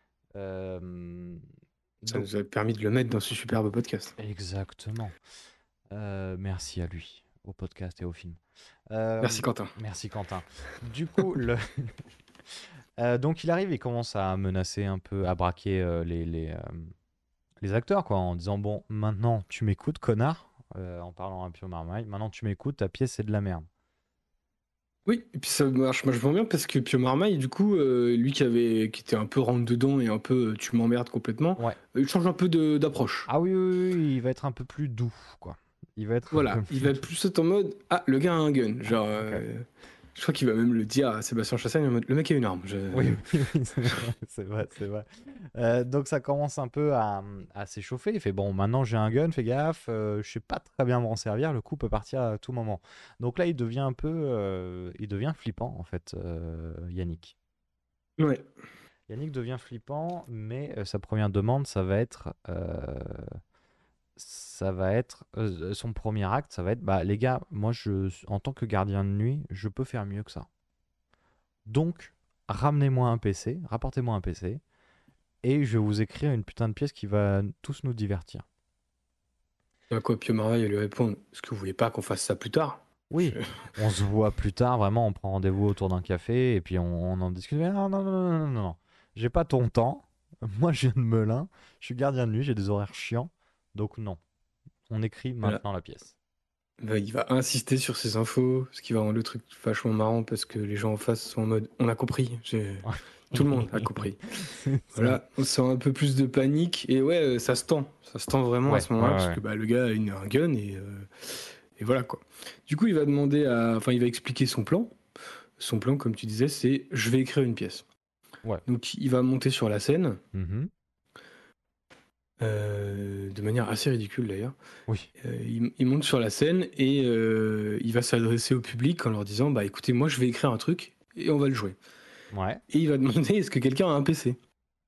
Speaker 2: Euh,
Speaker 3: Ça
Speaker 2: donc,
Speaker 3: nous a permis de le mettre dans ce superbe podcast.
Speaker 2: exactement. Euh, merci à lui, au podcast et au film. Euh,
Speaker 3: Merci Quentin.
Speaker 2: merci Quentin. Du coup, le... Euh, donc il arrive et commence à menacer un peu, à braquer euh, les, les, euh, les acteurs, quoi, en disant bon, maintenant tu m'écoutes, connard, euh, en parlant à Pio Marmaille. Maintenant tu m'écoutes, ta pièce c'est de la merde.
Speaker 3: Oui, et puis ça marche vachement bien parce que Pio Marmaille, du coup, euh, lui qui avait, qui était un peu rentre dedans et un peu euh, tu m'emmerdes complètement,
Speaker 2: Ouais.
Speaker 3: euh, il change un peu de- d'approche.
Speaker 2: Ah oui, oui, oui, oui, il va être un peu plus doux, quoi. Il va être un
Speaker 3: Voilà,
Speaker 2: peu
Speaker 3: il
Speaker 2: plus
Speaker 3: va
Speaker 2: doux.
Speaker 3: plus être en mode ah le gars a un gun, genre.
Speaker 2: Ok.
Speaker 3: euh, je crois qu'il va même le dire à Sébastien Chassagne en mode le mec a une arme. je-
Speaker 2: Oui, oui, oui, c'est vrai, c'est vrai, c'est vrai. Euh, donc ça commence un peu à, à s'échauffer. Il fait bon, maintenant j'ai un gun, fais gaffe, euh, je sais pas très bien m'en servir, le coup peut partir à tout moment. Donc là, il devient un peu, euh, il devient flippant en fait, euh, Yannick.
Speaker 3: Ouais.
Speaker 2: Yannick devient flippant, mais euh, sa première demande, ça va être, euh, ça va être euh, son premier acte, ça va être, bah les gars, moi je, en tant que gardien de nuit, je peux faire mieux que ça. Donc, ramenez-moi un P C, rapportez-moi un P C, et je vais vous écrire une putain de pièce qui va tous nous divertir.
Speaker 3: À quoi Pio Marmaille lui répond est-ce que vous voulez pas qu'on fasse ça plus tard?
Speaker 2: Oui,
Speaker 3: Je-
Speaker 2: on se voit plus tard, vraiment, on prend rendez-vous autour d'un café, et puis on, on en discute. Mais non, non, non, non, non, non, non. J'ai pas ton temps. Moi, je viens de Melun, je suis gardien de nuit, j'ai des horaires chiants, donc non. On écrit
Speaker 3: Voilà.
Speaker 2: maintenant la pièce.
Speaker 3: Bah, il va insister sur ces infos, ce qui va rendre le truc vachement marrant parce que les gens en face sont en mode on a compris, j'ai- tout le monde a compris.
Speaker 2: C'est ça.
Speaker 3: Voilà, on sent un peu plus de panique et ouais, euh, ça se tend, ça se tend vraiment
Speaker 2: Ouais,
Speaker 3: à ce moment-là
Speaker 2: ouais,
Speaker 3: parce
Speaker 2: ouais.
Speaker 3: que bah, le gars a une, un gun et, euh, et voilà quoi. Du coup, il va demander à, enfin, il va expliquer son plan. Son plan, comme tu disais, c'est je vais écrire une pièce.
Speaker 2: Ouais.
Speaker 3: Donc il va monter sur la scène,
Speaker 2: Mhm.
Speaker 3: euh, de manière assez ridicule d'ailleurs.
Speaker 2: Oui.
Speaker 3: Euh, il, il monte sur la scène et euh, il va s'adresser au public en leur disant bah écoutez, moi je vais écrire un truc et on va le jouer.
Speaker 2: Ouais.
Speaker 3: Et il va demander est-ce que quelqu'un a un P C?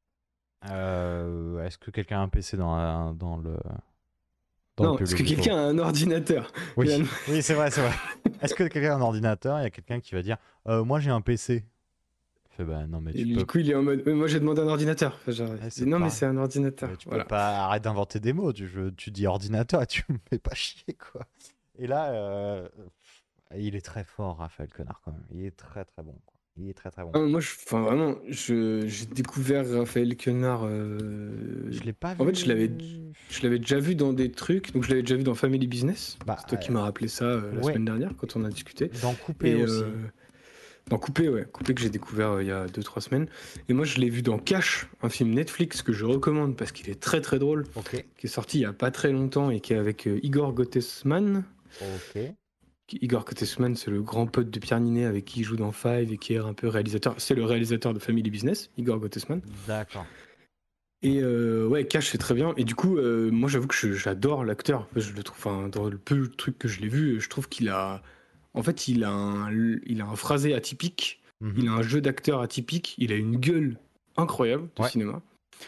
Speaker 2: Euh, est-ce que quelqu'un a un P C dans, la- dans le dans le
Speaker 3: Non, est-ce
Speaker 2: public
Speaker 3: que
Speaker 2: du coup?
Speaker 3: quelqu'un a un ordinateur?
Speaker 2: Oui,
Speaker 3: Finalement.
Speaker 2: oui, c'est vrai, c'est vrai. Est-ce que quelqu'un a un ordinateur? Il y a quelqu'un qui va dire euh, moi j'ai un P C. Il fait bah non mais
Speaker 3: Et
Speaker 2: tu
Speaker 3: du
Speaker 2: peux,
Speaker 3: coup, il est en mode, Euh, moi j'ai demandé un ordinateur. Enfin, genre, il
Speaker 2: ouais,
Speaker 3: dit,
Speaker 2: c'est
Speaker 3: non, mais
Speaker 2: pas,
Speaker 3: c'est un ordinateur.
Speaker 2: mais tu peux
Speaker 3: Voilà.
Speaker 2: pas arrêter d'inventer des mots. Tu, je- tu dis ordinateur et tu me fais pas chier quoi. Et là, euh, il est très fort, Raphaël Quenard quand même. Il est très très bon, quoi. Il est très très bon.
Speaker 3: Ah, moi, je, enfin, vraiment, je, j'ai découvert Raphaël Quenard. euh,
Speaker 2: Je l'ai pas
Speaker 3: En
Speaker 2: vu.
Speaker 3: fait, je l'avais, je l'avais déjà vu dans des trucs. Donc, je l'avais déjà vu dans Family Business.
Speaker 2: Bah,
Speaker 3: C'est toi qui
Speaker 2: euh,
Speaker 3: m'as rappelé ça euh, la
Speaker 2: ouais.
Speaker 3: semaine dernière quand on a discuté.
Speaker 2: Dans Coupé
Speaker 3: Et
Speaker 2: aussi.
Speaker 3: euh, dans Coupé, ouais, Coupé que j'ai découvert euh, il y a deux trois semaines. Et moi, je l'ai vu dans Cash, un film Netflix que je recommande parce qu'il est très très drôle,
Speaker 2: Ok.
Speaker 3: qui est sorti il y a pas très longtemps et qui est avec euh, Igor Gottesman.
Speaker 2: Ok.
Speaker 3: Igor Gottesman, c'est le grand pote de Pierre Ninet avec qui il joue dans Five et qui est un peu réalisateur. C'est le réalisateur de Family Business, Igor Gottesman.
Speaker 2: D'accord.
Speaker 3: Et euh, ouais, Cash, c'est très bien. Et du coup, euh, moi, j'avoue que je- j'adore l'acteur. Je le trouve, enfin, dans le peu de trucs que je l'ai vu, je trouve qu'il a, en fait, il a un, il a un phrasé atypique.
Speaker 2: Mhm.
Speaker 3: Il a un jeu d'acteur atypique. Il a une gueule incroyable de
Speaker 2: Ouais.
Speaker 3: cinéma.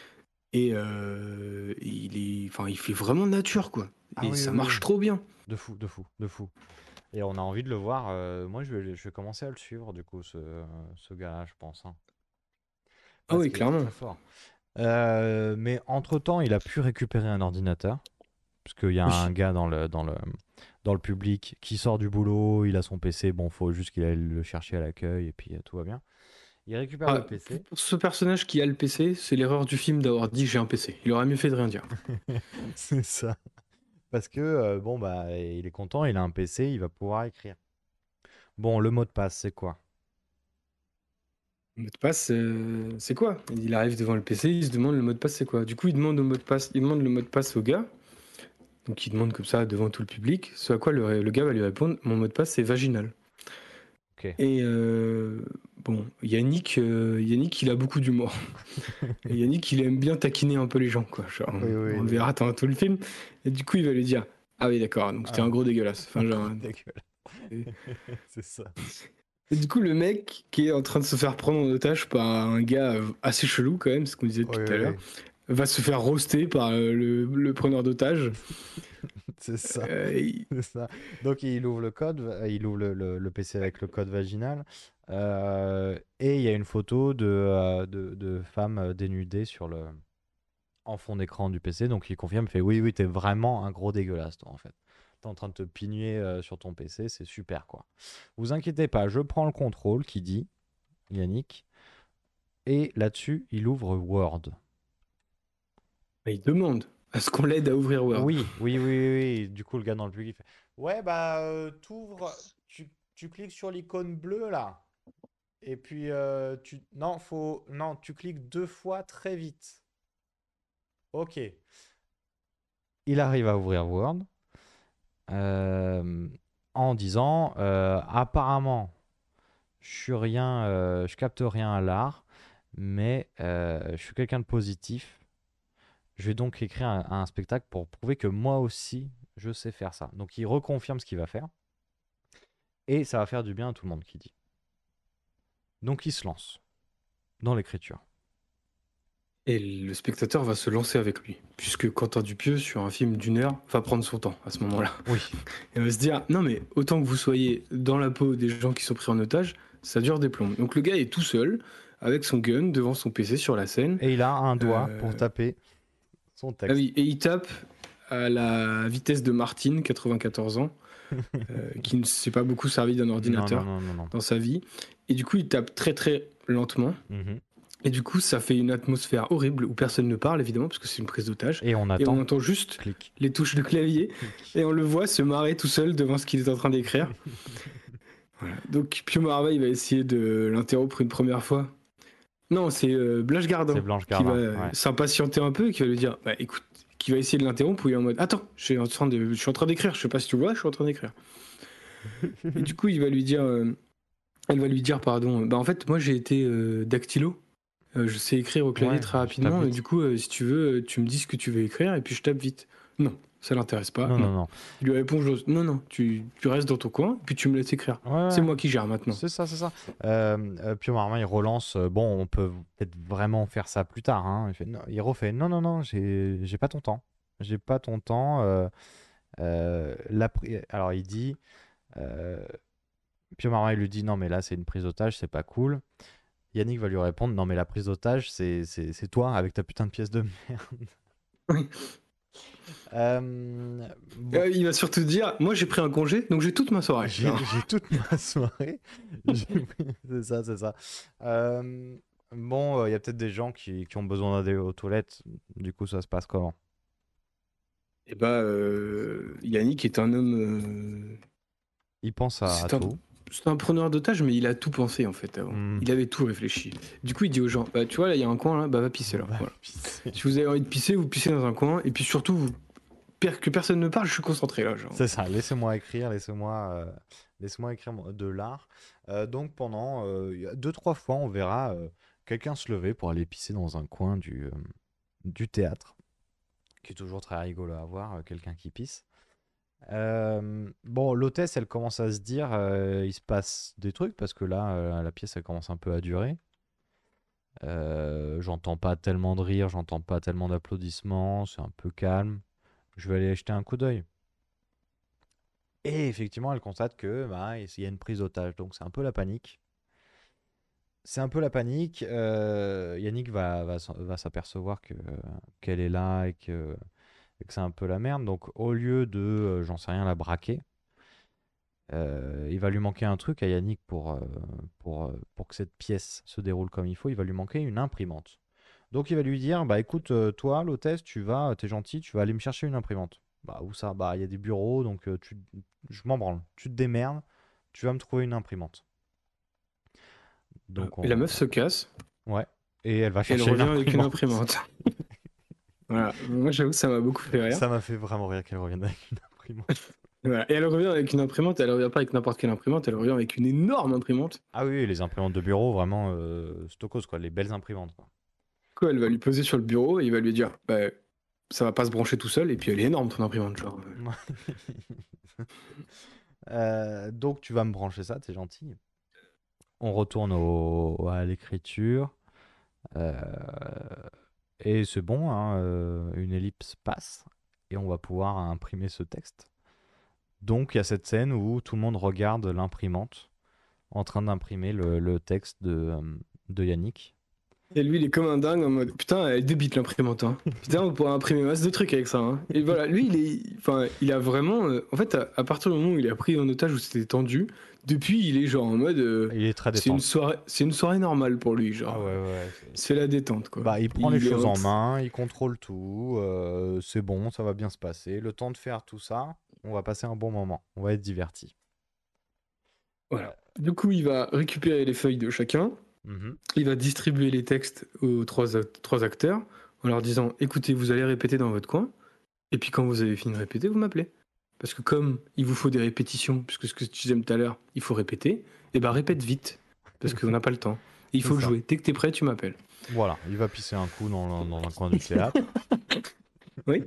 Speaker 3: Et euh, il est, enfin, il fait vraiment nature, quoi.
Speaker 2: Ah
Speaker 3: et
Speaker 2: oui,
Speaker 3: ça
Speaker 2: oui,
Speaker 3: marche
Speaker 2: oui.
Speaker 3: trop bien.
Speaker 2: De fou, de fou, de fou. Et on a envie de le voir. euh, moi, je vais, je vais commencer à le suivre, du coup, ce, ce gars-là, je pense, hein.
Speaker 3: Ah
Speaker 2: Parce
Speaker 3: oui,
Speaker 2: qu'il est
Speaker 3: clairement.
Speaker 2: très fort. Euh, mais entre-temps, il a pu récupérer un ordinateur. Parce qu'il y a
Speaker 3: Oui.
Speaker 2: un gars dans le, dans, le, dans le public qui sort du boulot, il a son P C. Bon, faut juste qu'il aille le chercher à l'accueil et puis euh, tout va bien. Il récupère
Speaker 3: Ah,
Speaker 2: le P C.
Speaker 3: pour ce personnage qui a le P C, c'est l'erreur du film d'avoir dit j'ai un P C. Il aurait mieux fait de rien dire.
Speaker 2: C'est ça. Parce que, euh, bon, bah, il est content, il a un P C, il va pouvoir écrire. Bon, le mot de passe, c'est quoi?
Speaker 3: Le mot de passe, euh, c'est quoi? Il arrive devant le P C, il se demande le mot de passe, c'est quoi? Du coup, il demande, au mot de passe, il demande le mot de passe au gars. Donc, il demande comme ça devant tout le public. Ce à quoi le, le gars va lui répondre mon mot de passe, c'est vaginal.
Speaker 2: Ok.
Speaker 3: Et euh, bon, Yannick, euh, Yannick, il a beaucoup d'humour. Et Yannick, il aime bien taquiner un peu les gens, quoi. Genre,
Speaker 2: Oui, oui,
Speaker 3: on le
Speaker 2: oui.
Speaker 3: verra dans tout le film. Et du coup, il va lui dire ah oui, d'accord, donc c'était
Speaker 2: Ah.
Speaker 3: un gros dégueulasse. Enfin, genre,
Speaker 2: Dégueulasse. C'est ça.
Speaker 3: Et du coup, le mec qui est en train de se faire prendre en otage par un gars euh, assez chelou, quand même, ce qu'on disait depuis
Speaker 2: Oui,
Speaker 3: tout à
Speaker 2: oui,
Speaker 3: l'heure,
Speaker 2: oui.
Speaker 3: va se faire roaster par euh, le, le preneur d'otage.
Speaker 2: C'est ça.
Speaker 3: Euh, il-
Speaker 2: C'est ça. Donc il ouvre le code, euh, il ouvre le, le- le P C avec le code vaginal, euh, et il y a une photo de, euh, de, de femme euh, dénudée sur le, en fond d'écran du P C. Donc il confirme, il fait oui, oui, t'es vraiment un gros dégueulasse, toi, en fait. T'es en train de te pigner euh, sur ton P C, c'est super, quoi. Vous inquiétez pas, je prends le contrôle, qui dit Yannick, et là-dessus, il ouvre Word.
Speaker 3: il demande à ce qu'on l'aide à ouvrir Word.
Speaker 2: Oui, oui, oui, oui, oui. Du coup, le gars dans le public, il fait ouais, bah, euh, t'ouvres, tu, tu cliques sur l'icône bleue là. Et puis, euh, tu. Non, faut. Non, tu cliques deux fois très vite. Ok. Il arrive à ouvrir Word euh, en disant euh, apparemment, je suis rien, euh, je capte rien à l'art, mais euh, je suis quelqu'un de positif. Je vais donc écrire un, un spectacle pour prouver que moi aussi, je sais faire ça. Donc il reconfirme ce qu'il va faire. Et ça va faire du bien à tout le monde, qui dit. Donc il se lance dans l'écriture.
Speaker 3: Et le spectateur va se lancer avec lui, puisque Quentin Dupieux, sur un film d'une heure, va prendre son temps à ce moment-là.
Speaker 2: Oui.
Speaker 3: Et va se dire non, mais autant que vous soyez dans la peau des gens qui sont pris en otage, ça dure des plombs. Donc le gars est tout seul, avec son gun, devant son P C sur la scène.
Speaker 2: Et il a un doigt
Speaker 3: Euh,
Speaker 2: pour taper son texte.
Speaker 3: Ah oui, et il tape à la vitesse de Martine, quatre-vingt-quatorze ans, euh, qui ne s'est pas beaucoup servi d'un ordinateur
Speaker 2: Non, non, non, non, non.
Speaker 3: dans sa vie. Et du coup, il tape très très lentement.
Speaker 2: Mhm.
Speaker 3: Et du coup, ça fait une atmosphère horrible où personne ne parle, évidemment, parce que c'est une prise d'otage.
Speaker 2: Et on
Speaker 3: Et
Speaker 2: attend.
Speaker 3: on entend juste
Speaker 2: Clic.
Speaker 3: les touches de clavier. Et on le voit se marrer tout seul devant ce qu'il est en train d'écrire. Voilà. Donc, Pio Marava, il va essayer de l'interrompre une première fois. Non, c'est euh, Blanche Gardin
Speaker 2: C'est Blanche
Speaker 3: qui
Speaker 2: Gardin.
Speaker 3: va euh,
Speaker 2: Ouais.
Speaker 3: s'impatienter un peu et qui va lui dire bah, écoute, qui va essayer de l'interrompre, où il est en mode attends, je suis en train de, je suis en train d'écrire, je sais pas si tu vois, je suis en train d'écrire. Et du coup, il va lui dire, euh, elle va lui dire, pardon, bah en fait, moi j'ai été euh, dactylo. Euh, je sais écrire au clavier
Speaker 2: Ouais,
Speaker 3: très
Speaker 2: je tape
Speaker 3: rapidement, et
Speaker 2: vite.
Speaker 3: du coup, euh, si tu veux, euh, tu me dis ce que tu veux écrire, et puis je tape vite. Non, ça l'intéresse pas.
Speaker 2: Non, non,
Speaker 3: Non.
Speaker 2: non.
Speaker 3: Il lui répond j'ose. Non, non, tu, tu restes dans ton coin, et puis tu me laisses écrire.
Speaker 2: Ouais,
Speaker 3: C'est
Speaker 2: ouais,
Speaker 3: moi qui gère maintenant.
Speaker 2: c'est ça, c'est ça. Euh, euh, Pio Marmaille il relance. euh, bon, on peut peut-être vraiment faire ça plus tard. Hein. Il fait, non, il refait. Non, non, non, j'ai j'ai pas ton temps. J'ai pas ton temps. euh, euh, la pri- Alors, il dit. Euh, Pio Marmaille lui dit non, mais là, c'est une prise d'otage, c'est pas cool. Yannick va lui répondre non, mais la prise d'otage, c'est c'est- c'est toi avec ta putain de pièce de merde.
Speaker 3: Oui.
Speaker 2: Euh, bon,
Speaker 3: Euh, il va surtout dire moi j'ai pris un congé, donc j'ai toute ma soirée.
Speaker 2: j'ai j'ai toute ma soirée. J'ai pris- C'est ça, c'est ça. Euh, bon, il y a peut-être des gens qui, qui ont besoin d'aller aux toilettes. Du coup, ça se passe comment?
Speaker 3: Et bah, euh, Yannick est un homme. euh,
Speaker 2: Il pense à, à
Speaker 3: c'est un,
Speaker 2: tout.
Speaker 3: c'est un preneur d'otage, mais il a tout pensé en fait avant.
Speaker 2: Hmm.
Speaker 3: Il avait tout réfléchi. Du coup, il dit aux gens bah, tu vois, là, il y a un coin là, bah, va pisser là.
Speaker 2: Va
Speaker 3: Voilà.
Speaker 2: pisser.
Speaker 3: Si vous avez envie de pisser, vous pissez dans un coin, et puis surtout, vous- per- que personne ne parle, je suis concentré là. Genre.
Speaker 2: C'est ça, laissez-moi écrire, laissez-moi euh, laissez-moi écrire mon- de l'art. Euh, donc pendant euh, y a deux, trois fois, on verra euh, quelqu'un se lever pour aller pisser dans un coin du, euh, du théâtre, qui est toujours très rigolo à voir, euh, quelqu'un qui pisse. Euh, bon, l'hôtesse, elle commence à se dire, euh, il se passe des trucs, parce que là, euh, la pièce, elle commence un peu à durer. Euh, j'entends pas tellement de rire, j'entends pas tellement d'applaudissements, c'est un peu calme. Je vais aller jeter un coup d'œil. Et effectivement, elle constate que bah, il y a une prise d'otage, donc c'est un peu la panique. C'est un peu la panique. euh, Yannick va, va, s'en- va s'apercevoir que, qu'elle est là et que, et que c'est un peu la merde. Donc au lieu de, euh, j'en sais rien, la braquer, euh, il va lui manquer un truc à Yannick pour, euh, pour, euh, pour que cette pièce se déroule comme il faut. Il va lui manquer une imprimante. Donc il va lui dire, bah écoute, euh, toi, l'hôtesse, tu vas, t'es gentil, tu vas aller me chercher une imprimante. Bah où ça? Bah il y a des bureaux, donc euh, tu, je m'en branle. Tu te démerdes, tu vas me trouver une imprimante. Donc
Speaker 3: Et la
Speaker 2: on,
Speaker 3: meuf se casse,
Speaker 2: ouais. Et elle va
Speaker 3: et elle
Speaker 2: chercher une
Speaker 3: revient avec une
Speaker 2: imprimante.
Speaker 3: imprimante. Voilà. Moi, j'avoue que ça m'a beaucoup fait rire.
Speaker 2: Ça m'a fait vraiment rire qu'elle revienne avec une imprimante.
Speaker 3: Voilà. Et elle revient avec une imprimante, elle revient pas avec n'importe quelle imprimante, elle revient avec une énorme imprimante.
Speaker 2: Ah oui, les imprimantes de bureau, vraiment euh, stokos, quoi, les belles imprimantes, quoi.
Speaker 3: Quoi, elle va lui poser sur le bureau et il va lui dire bah, ça va pas se brancher tout seul, et puis elle est énorme ton imprimante. Genre.
Speaker 2: Euh, donc tu vas me brancher ça, t'es gentil. On retourne au, à l'écriture. Euh, et c'est bon, hein, euh, une ellipse passe et on va pouvoir imprimer ce texte. Donc il y a cette scène où tout le monde regarde l'imprimante en train d'imprimer le, le texte de, euh, de Yannick.
Speaker 3: Et lui, il est comme un dingue en mode putain, elle débite l'imprimante. Hein. Putain, on pourrait imprimer masse de trucs avec ça. Hein. Et voilà, lui, il est, enfin, il a vraiment, euh, en fait, à, à partir du moment où il a pris en otage où c'était tendu, depuis, il est genre en mode, euh,
Speaker 2: Il est très
Speaker 3: c'est une
Speaker 2: détendu.
Speaker 3: soirée, c'est une soirée normale pour lui, genre.
Speaker 2: Ah ouais, ouais. c'est-
Speaker 3: C'est la détente, quoi.
Speaker 2: Bah, il prend les
Speaker 3: est
Speaker 2: choses en
Speaker 3: t-
Speaker 2: main, il contrôle tout, euh, c'est bon, ça va bien se passer. Le temps de faire tout ça, on va passer un bon moment, on va être diverti.
Speaker 3: Voilà. Du coup, il va récupérer les feuilles de chacun.
Speaker 2: Mhm.
Speaker 3: Il va distribuer les textes aux trois, act- trois acteurs en leur disant écoutez, vous allez répéter dans votre coin, et puis quand vous avez fini de répéter, vous m'appelez. Parce que comme il vous faut des répétitions, puisque ce que tu disais tout à l'heure, il faut répéter, et ben répète vite, parce qu'on n'a pas le temps. Et il
Speaker 2: C'est
Speaker 3: faut le
Speaker 2: ça.
Speaker 3: jouer. Dès que t'es prêt, tu m'appelles.
Speaker 2: Voilà, il va pisser un coup dans, dans un coin du théâtre.
Speaker 3: Oui.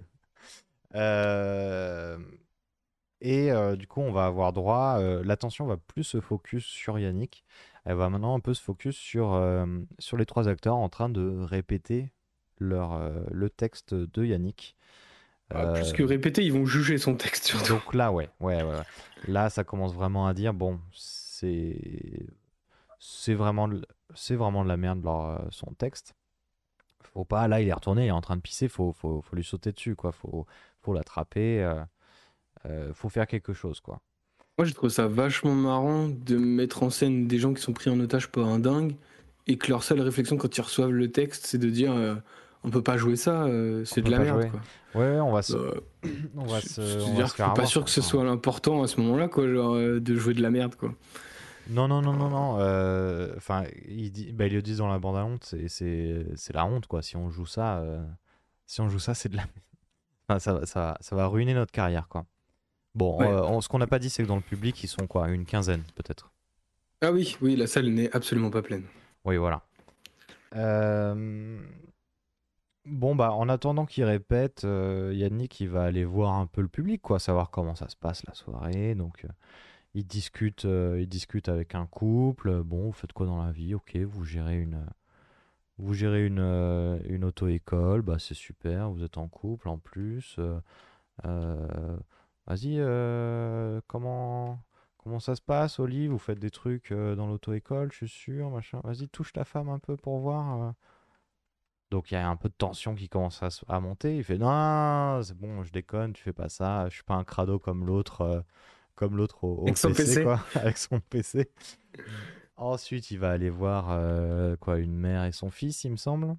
Speaker 2: Euh, Et euh, du coup, on va avoir droit. euh, L'attention va plus se focus sur Yannick. Elle va maintenant un peu se focus sur, euh, sur les trois acteurs en train de répéter leur, euh, le texte de Yannick.
Speaker 3: Ah,
Speaker 2: Euh,
Speaker 3: plus que répéter, ils vont juger son texte surtout.
Speaker 2: donc là, ouais, ouais, ouais, ouais. Là, ça commence vraiment à dire bon, c'est c'est vraiment, de- c'est vraiment de la merde leur, euh, son texte. Faut pas, là, il est retourné, il est en train de pisser, faut, faut, faut lui sauter dessus, quoi. Faut, faut l'attraper, euh, euh, faut faire quelque chose, quoi.
Speaker 3: Moi, je trouve ça vachement marrant de mettre en scène des gens qui sont pris en otage par un dingue et que leur seule réflexion quand ils reçoivent le texte, c'est de dire euh, on peut pas jouer ça, euh, c'est
Speaker 2: On
Speaker 3: de
Speaker 2: peut
Speaker 3: la
Speaker 2: pas
Speaker 3: merde.
Speaker 2: jouer.
Speaker 3: Quoi.
Speaker 2: Ouais, ouais, on va se,
Speaker 3: Bah,
Speaker 2: on va
Speaker 3: c'est-
Speaker 2: se, on va
Speaker 3: C'est-à-dire
Speaker 2: se
Speaker 3: que
Speaker 2: faire
Speaker 3: je suis pas
Speaker 2: avoir,
Speaker 3: sûr
Speaker 2: quoi.
Speaker 3: que ce
Speaker 2: Enfin,
Speaker 3: soit l'important à ce moment-là, quoi, genre euh, de jouer de la merde, quoi.
Speaker 2: Non, non, non, non, non. euh, Enfin, il dit, bah, ils le disent dans la bande-annonce, c'est, c'est, c'est la honte, quoi. Si on joue ça, euh, si on joue ça, c'est de la. Enfin, ça, va- ça, va- ça va ruiner notre carrière, quoi. Bon,
Speaker 3: Ouais.
Speaker 2: euh, on- ce qu'on n'a pas dit, c'est que dans le public, ils sont quoi, une quinzaine, peut-être.
Speaker 3: Ah oui, oui, la salle n'est absolument pas pleine.
Speaker 2: Oui, voilà. Euh, Bon, bah, en attendant qu'il répète, euh, Yannick, il va aller voir un peu le public, quoi, savoir comment ça se passe la soirée. Donc, euh, il discute, euh, il discute avec un couple. Bon, vous faites quoi dans la vie? Ok, vous gérez une, vous gérez une, euh, une auto-école. Bah, c'est super. Vous êtes en couple en plus. Euh, euh, vas-y, euh, comment, comment ça se passe, Oli? Vous faites des trucs euh, dans l'auto-école, je suis sûr, machin. Vas-y, touche ta femme un peu pour voir. euh. Donc il y a un peu de tension qui commence à, se- à monter. Il fait non, c'est bon, je déconne, tu fais pas ça. Je suis pas un crado comme l'autre, euh, comme l'autre au, au
Speaker 3: Avec son
Speaker 2: P C
Speaker 3: P C.
Speaker 2: quoi, avec son P C. Ensuite, il va aller voir euh, quoi, une mère et son fils, il me semble.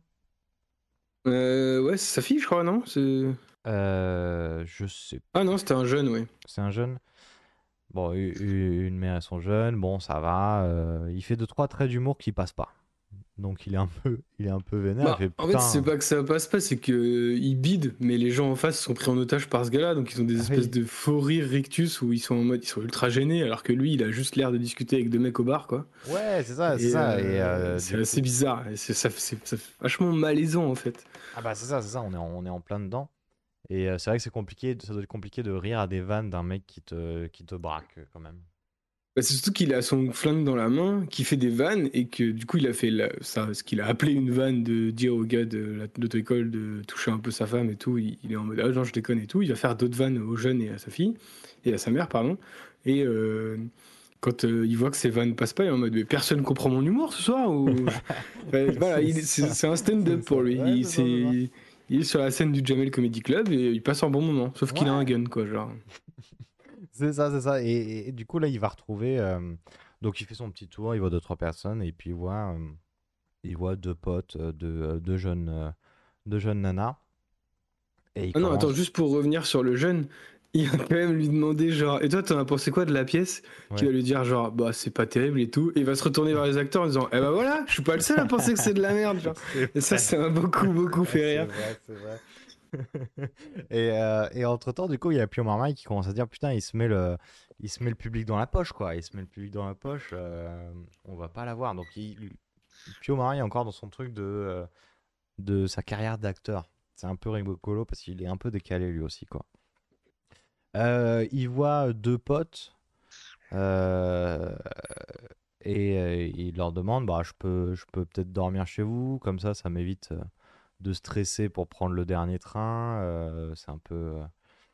Speaker 3: Euh, ouais, c'est sa fille, je crois, non? C'est...
Speaker 2: Euh, je sais,
Speaker 3: Ah non, c'était un jeune, ouais.
Speaker 2: c'est un jeune. Bon, u- u- une mère et son jeune, bon, ça va. euh, il fait deux trois traits d'humour qui passent pas. Donc il est un peu, il est un peu vénère. Il
Speaker 3: Bah,
Speaker 2: fait
Speaker 3: en fait, c'est
Speaker 2: putain.
Speaker 3: pas que ça passe pas, c'est que euh, ils bident, mais les gens en face sont pris en otage par ce gars-là, donc ils ont des
Speaker 2: Ah
Speaker 3: espèces
Speaker 2: oui.
Speaker 3: de faux rires rictus où ils sont en mode, ils sont ultra gênés, alors que lui, il a juste l'air de discuter avec deux mecs au bar, quoi.
Speaker 2: Ouais, c'est ça, c'est
Speaker 3: Et
Speaker 2: ça. Et
Speaker 3: euh,
Speaker 2: euh,
Speaker 3: c'est
Speaker 2: du
Speaker 3: assez
Speaker 2: coup,
Speaker 3: bizarre, et c'est ça, c'est c'est vachement malaisant en fait.
Speaker 2: ah bah c'est ça, c'est ça. On est en, on est en plein dedans. Et euh, c'est vrai que c'est compliqué, ça doit être compliqué de rire à des vannes d'un mec qui te, qui te braque euh, quand même.
Speaker 3: Bah, c'est surtout qu'il a son flingue dans la main, qui fait des vannes, et que du coup, il a fait la- ça, ce qu'il a appelé une vanne de dire au gars de la- de l'auto-école de toucher un peu sa femme et tout. Il, il est en mode ah, non, je déconne et tout. Il va faire d'autres vannes aux jeunes et à sa fille, et à sa mère, pardon. Et euh, quand euh, il voit que ces vannes passent pas, il est en mode mais personne comprend mon humour ce soir ou... Ouais, voilà,
Speaker 2: C'est
Speaker 3: il est- c'est
Speaker 2: ça,
Speaker 3: c'est un stand-up
Speaker 2: c'est ça.
Speaker 3: pour lui.
Speaker 2: Ouais,
Speaker 3: Il,
Speaker 2: c'est ça, c'est ça.
Speaker 3: c'est- il est sur la scène du Jamel Comedy Club et il passe un bon moment, sauf qu'il a un
Speaker 2: Ouais,
Speaker 3: gun, quoi, genre.
Speaker 2: c'est ça, c'est ça. Et, et- et du coup, là, il va retrouver. euh, donc, il fait son petit tour, il voit deux, trois personnes, et puis il voit, euh, il voit deux potes, euh, deux, euh, deux jeunes, euh, deux jeunes nanas, et il
Speaker 3: Ah non, attends,
Speaker 2: commence.
Speaker 3: juste pour revenir sur le jeune, il va quand même lui demander genre, et toi t'en as pensé quoi de la pièce? Qui
Speaker 2: Ouais.
Speaker 3: va lui dire genre, bah c'est pas terrible et tout, et il va se retourner vers les acteurs en disant, eh ben voilà, je suis pas le seul à penser que c'est de la merde, genre.
Speaker 2: C'est
Speaker 3: Et ça,
Speaker 2: vrai.
Speaker 3: ça m'a beaucoup, beaucoup
Speaker 2: Ouais,
Speaker 3: fait
Speaker 2: c'est
Speaker 3: rire.
Speaker 2: vrai, c'est vrai. Et, euh, et entre-temps, du coup, il y a Pio Marmaille qui commence à dire, putain, il se met le, il se met le public dans la poche, quoi. Il se met le public dans la poche, euh, on va pas l'avoir. Donc, il, Pio Marmaille est encore dans son truc de, euh, de sa carrière d'acteur. C'est un peu rigolo parce qu'il est un peu décalé lui aussi, quoi. Euh, il voit deux potes euh, et euh, il leur demande, bah, je peux, je peux peut-être dormir chez vous, comme ça, ça m'évite euh, de stresser pour prendre le dernier train. euh, c'est un peu, euh,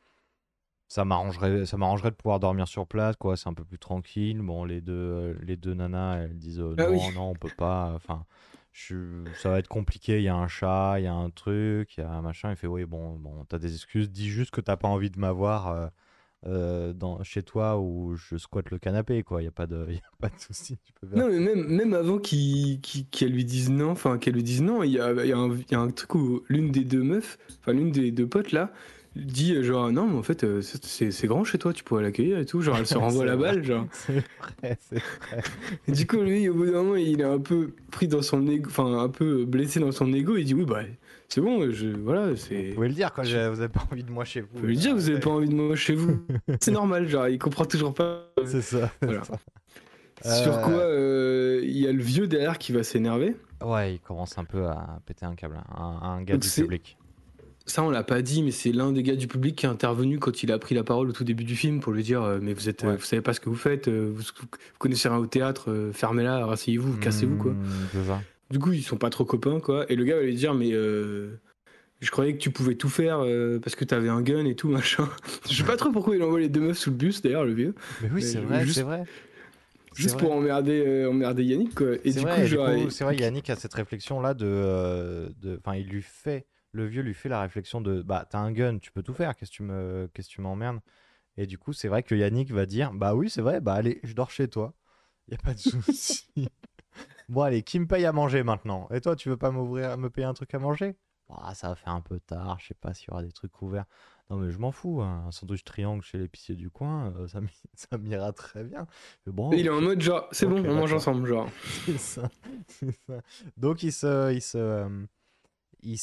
Speaker 2: ça m'arrangerait, ça m'arrangerait de pouvoir dormir sur place, quoi. C'est un peu plus tranquille. Bon, les deux, euh, les deux nanas, elles disent euh,
Speaker 3: Ah oui.
Speaker 2: non, non, on peut pas. Enfin, je, ça va être compliqué. Il y a un chat, il y a un truc, il y a un machin. Il fait oui, bon, bon, t'as des excuses. Dis juste que t'as pas envie de m'avoir euh, euh, dans, chez toi où je squatte le canapé, quoi. Il y a pas de, y a pas de souci. Tu peux faire.
Speaker 3: Non, mais même, même avant qu'il- qu'il- qu'elle lui dise non, enfin qu'elle lui dise non, il y a, il y a un, il y a un truc où l'une des deux meufs, enfin l'une des deux potes là, dit euh, genre non, mais en fait euh, c'est c'est- c'est grand chez toi, tu pourrais l'accueillir et tout, genre elle se renvoie
Speaker 2: C'est
Speaker 3: la
Speaker 2: vrai,
Speaker 3: balle, genre.
Speaker 2: c'est vrai, c'est vrai.
Speaker 3: Et du coup, lui, au bout d'un moment, il est un peu pris dans son ego, enfin un peu blessé dans son ego, il dit oui, bah c'est bon, je, voilà,
Speaker 2: Vous
Speaker 3: c'est.
Speaker 2: pouvez le dire quand
Speaker 3: Je
Speaker 2: j'ai- vous avez pas envie de moi chez
Speaker 3: peux
Speaker 2: vous.
Speaker 3: lui dire, vous avez pas
Speaker 2: Ouais.
Speaker 3: envie de moi chez vous. C'est normal, genre, il comprend toujours pas.
Speaker 2: C'est ça. c'est
Speaker 3: Voilà.
Speaker 2: ça.
Speaker 3: Sur quoi
Speaker 2: Euh,
Speaker 3: euh, il y a le vieux derrière qui va s'énerver.
Speaker 2: Ouais, il commence un peu à péter un câble. Un, un gars
Speaker 3: Donc
Speaker 2: du
Speaker 3: c'est
Speaker 2: public.
Speaker 3: ça, on l'a pas dit, mais c'est l'un des gars du public qui est intervenu quand il a pris la parole au tout début du film pour lui dire euh, mais vous êtes, euh,
Speaker 2: Ouais.
Speaker 3: vous savez pas ce que vous faites, euh, vous, vous connaissez rien au théâtre, euh, fermez-la, rasseyez-vous, cassez-vous quoi.
Speaker 2: Hmm, c'est ça.
Speaker 3: Du coup, ils sont pas trop copains quoi. Et le gars va lui dire mais euh, je croyais que tu pouvais tout faire euh, parce que t'avais un gun et tout machin. Je sais pas trop pourquoi il envoie les deux meufs sous le bus d'ailleurs le vieux.
Speaker 2: Mais oui,
Speaker 3: Mais
Speaker 2: c'est
Speaker 3: je-
Speaker 2: vrai,
Speaker 3: juste-
Speaker 2: c'est vrai. C'est
Speaker 3: Juste
Speaker 2: vrai.
Speaker 3: pour emmerder, euh, emmerder Yannick quoi. Et
Speaker 2: C'est
Speaker 3: du
Speaker 2: vrai,
Speaker 3: coup
Speaker 2: et du
Speaker 3: genre
Speaker 2: coup,
Speaker 3: il-
Speaker 2: c'est vrai, Yannick a cette réflexion-là de, euh, de, enfin, il lui fait, le vieux lui fait la réflexion de, bah, t'as un gun, tu peux tout faire, qu'est-ce que tu me, qu'est-ce que tu m'emmerdes? Et du coup, c'est vrai que Yannick va dire, bah oui, c'est vrai, bah allez, je dors chez toi, y a pas de souci. Bon, allez, qui me paye à manger maintenant? Et toi, tu veux pas m'ouvrir, me payer un truc à manger? Ah, ça va faire un peu tard, je sais pas s'il y aura des trucs ouverts. Non, mais je m'en fous, hein, un sandwich triangle chez l'épicier du coin, euh, ça m'y- ça m'ira très bien. Mais bon,
Speaker 3: il est en
Speaker 2: ok,
Speaker 3: mode genre c'est
Speaker 2: ok,
Speaker 3: bon, on mange
Speaker 2: d'accord.
Speaker 3: ensemble genre.
Speaker 2: C'est ça, c'est ça. Donc il se, il se, euh, il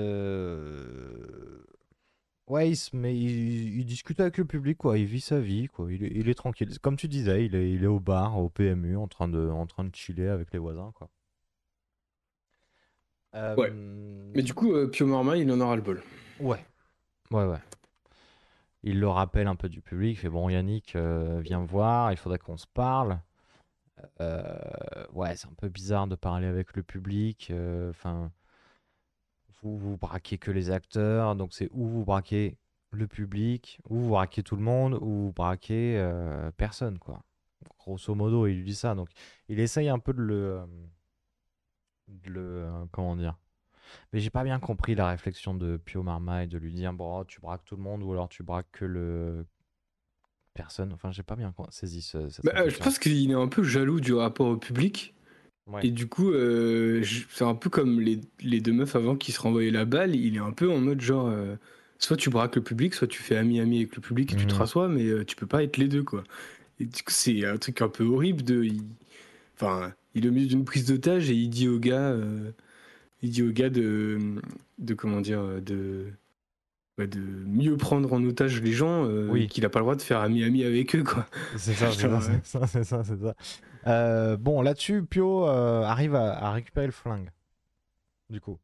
Speaker 2: se, ouais, il se met, il, il discute avec le public quoi. Il vit sa vie quoi. Il est, il est tranquille. Comme tu disais, il est, il est au bar, au P M U, en train de, en train de chiller avec les voisins quoi.
Speaker 3: Ouais.
Speaker 2: Euh,
Speaker 3: Mais du coup, euh, Pio Marmaille, il en aura le bol.
Speaker 2: Ouais, ouais, ouais. Il le rappelle un peu du public. Il fait bon, Yannick, euh, viens me voir, il faudrait qu'on se parle. Euh, ouais, c'est un peu bizarre de parler avec le public. euh, Enfin, vous, vous braquez que les acteurs, donc c'est ou vous braquez le public, ou vous braquez tout le monde, ou vous braquez euh, personne, quoi. Grosso modo, il lui dit ça. Donc, il essaye un peu de le, euh, de le, euh, comment dire. Mais j'ai pas bien compris la réflexion de Pio Marmaille de lui dire bon, tu braques tout le monde ou alors tu braques que le personne. Enfin, j'ai pas bien co- saisi ce- cette
Speaker 3: Bah, euh, je
Speaker 2: réflexion.
Speaker 3: pense qu'il est un peu jaloux du rapport au public.
Speaker 2: Ouais.
Speaker 3: Et du coup, euh, je- c'est un peu comme les, les deux meufs avant qui se renvoyaient la balle. Il est un peu en mode genre, euh, soit tu braques le public, soit tu fais ami-ami avec le public et tu te
Speaker 2: Mhm.
Speaker 3: rassois, mais euh, tu peux pas être les deux, quoi. Et du coup, c'est un truc un peu horrible de. il- Enfin, il est au milieu d'une prise d'otage et il dit au gars, euh, il dit au gars de, de comment dire, de, bah, de mieux prendre en otage les gens, euh,
Speaker 2: Oui,
Speaker 3: qu'il a pas le droit de faire ami-ami avec eux, quoi.
Speaker 2: c'est ça, c'est ça,
Speaker 3: Genre, euh,
Speaker 2: c'est ça, c'est ça, c'est ça. Euh, bon, là-dessus, Pio euh, arrive à, à récupérer le flingue, du coup.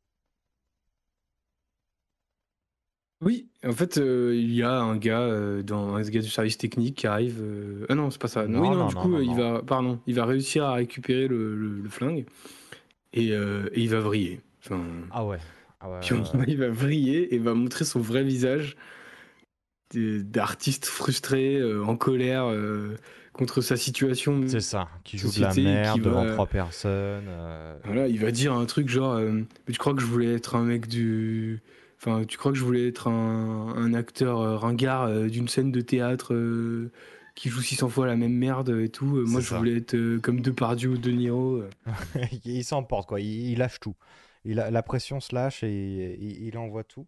Speaker 3: Oui, en fait, euh, il y a un gars, euh, dans un gars du service technique qui arrive. euh, Ah non, c'est pas ça. Oui,
Speaker 2: Non,
Speaker 3: non,
Speaker 2: non,
Speaker 3: du
Speaker 2: non,
Speaker 3: coup,
Speaker 2: non,
Speaker 3: euh, il
Speaker 2: non.
Speaker 3: va, pardon, il va réussir à récupérer le, le- le flingue et, euh, et il va vriller. Enfin,
Speaker 2: Ah ouais. Ah ouais,
Speaker 3: puis
Speaker 2: ouais, ouais.
Speaker 3: il va vriller et va montrer son vrai visage de- d'artiste frustré, euh, en colère, euh, contre sa situation
Speaker 2: C'est
Speaker 3: de
Speaker 2: ça, qui joue de la
Speaker 3: société et qui
Speaker 2: merde devant
Speaker 3: va,
Speaker 2: trois personnes. euh,
Speaker 3: voilà, il va dire un truc genre, euh, mais tu crois que je voulais être un mec du, enfin, tu crois que je voulais être un, un acteur euh, ringard euh, d'une scène de théâtre euh, qui joue six cents fois la même merde et tout. Euh, moi,
Speaker 2: C'est
Speaker 3: je
Speaker 2: ça.
Speaker 3: voulais être euh, comme Depardieu ou De Niro. euh.
Speaker 2: Il il s'emporte, quoi. Il, il lâche tout. Il a- la pression se lâche et il, il envoie tout.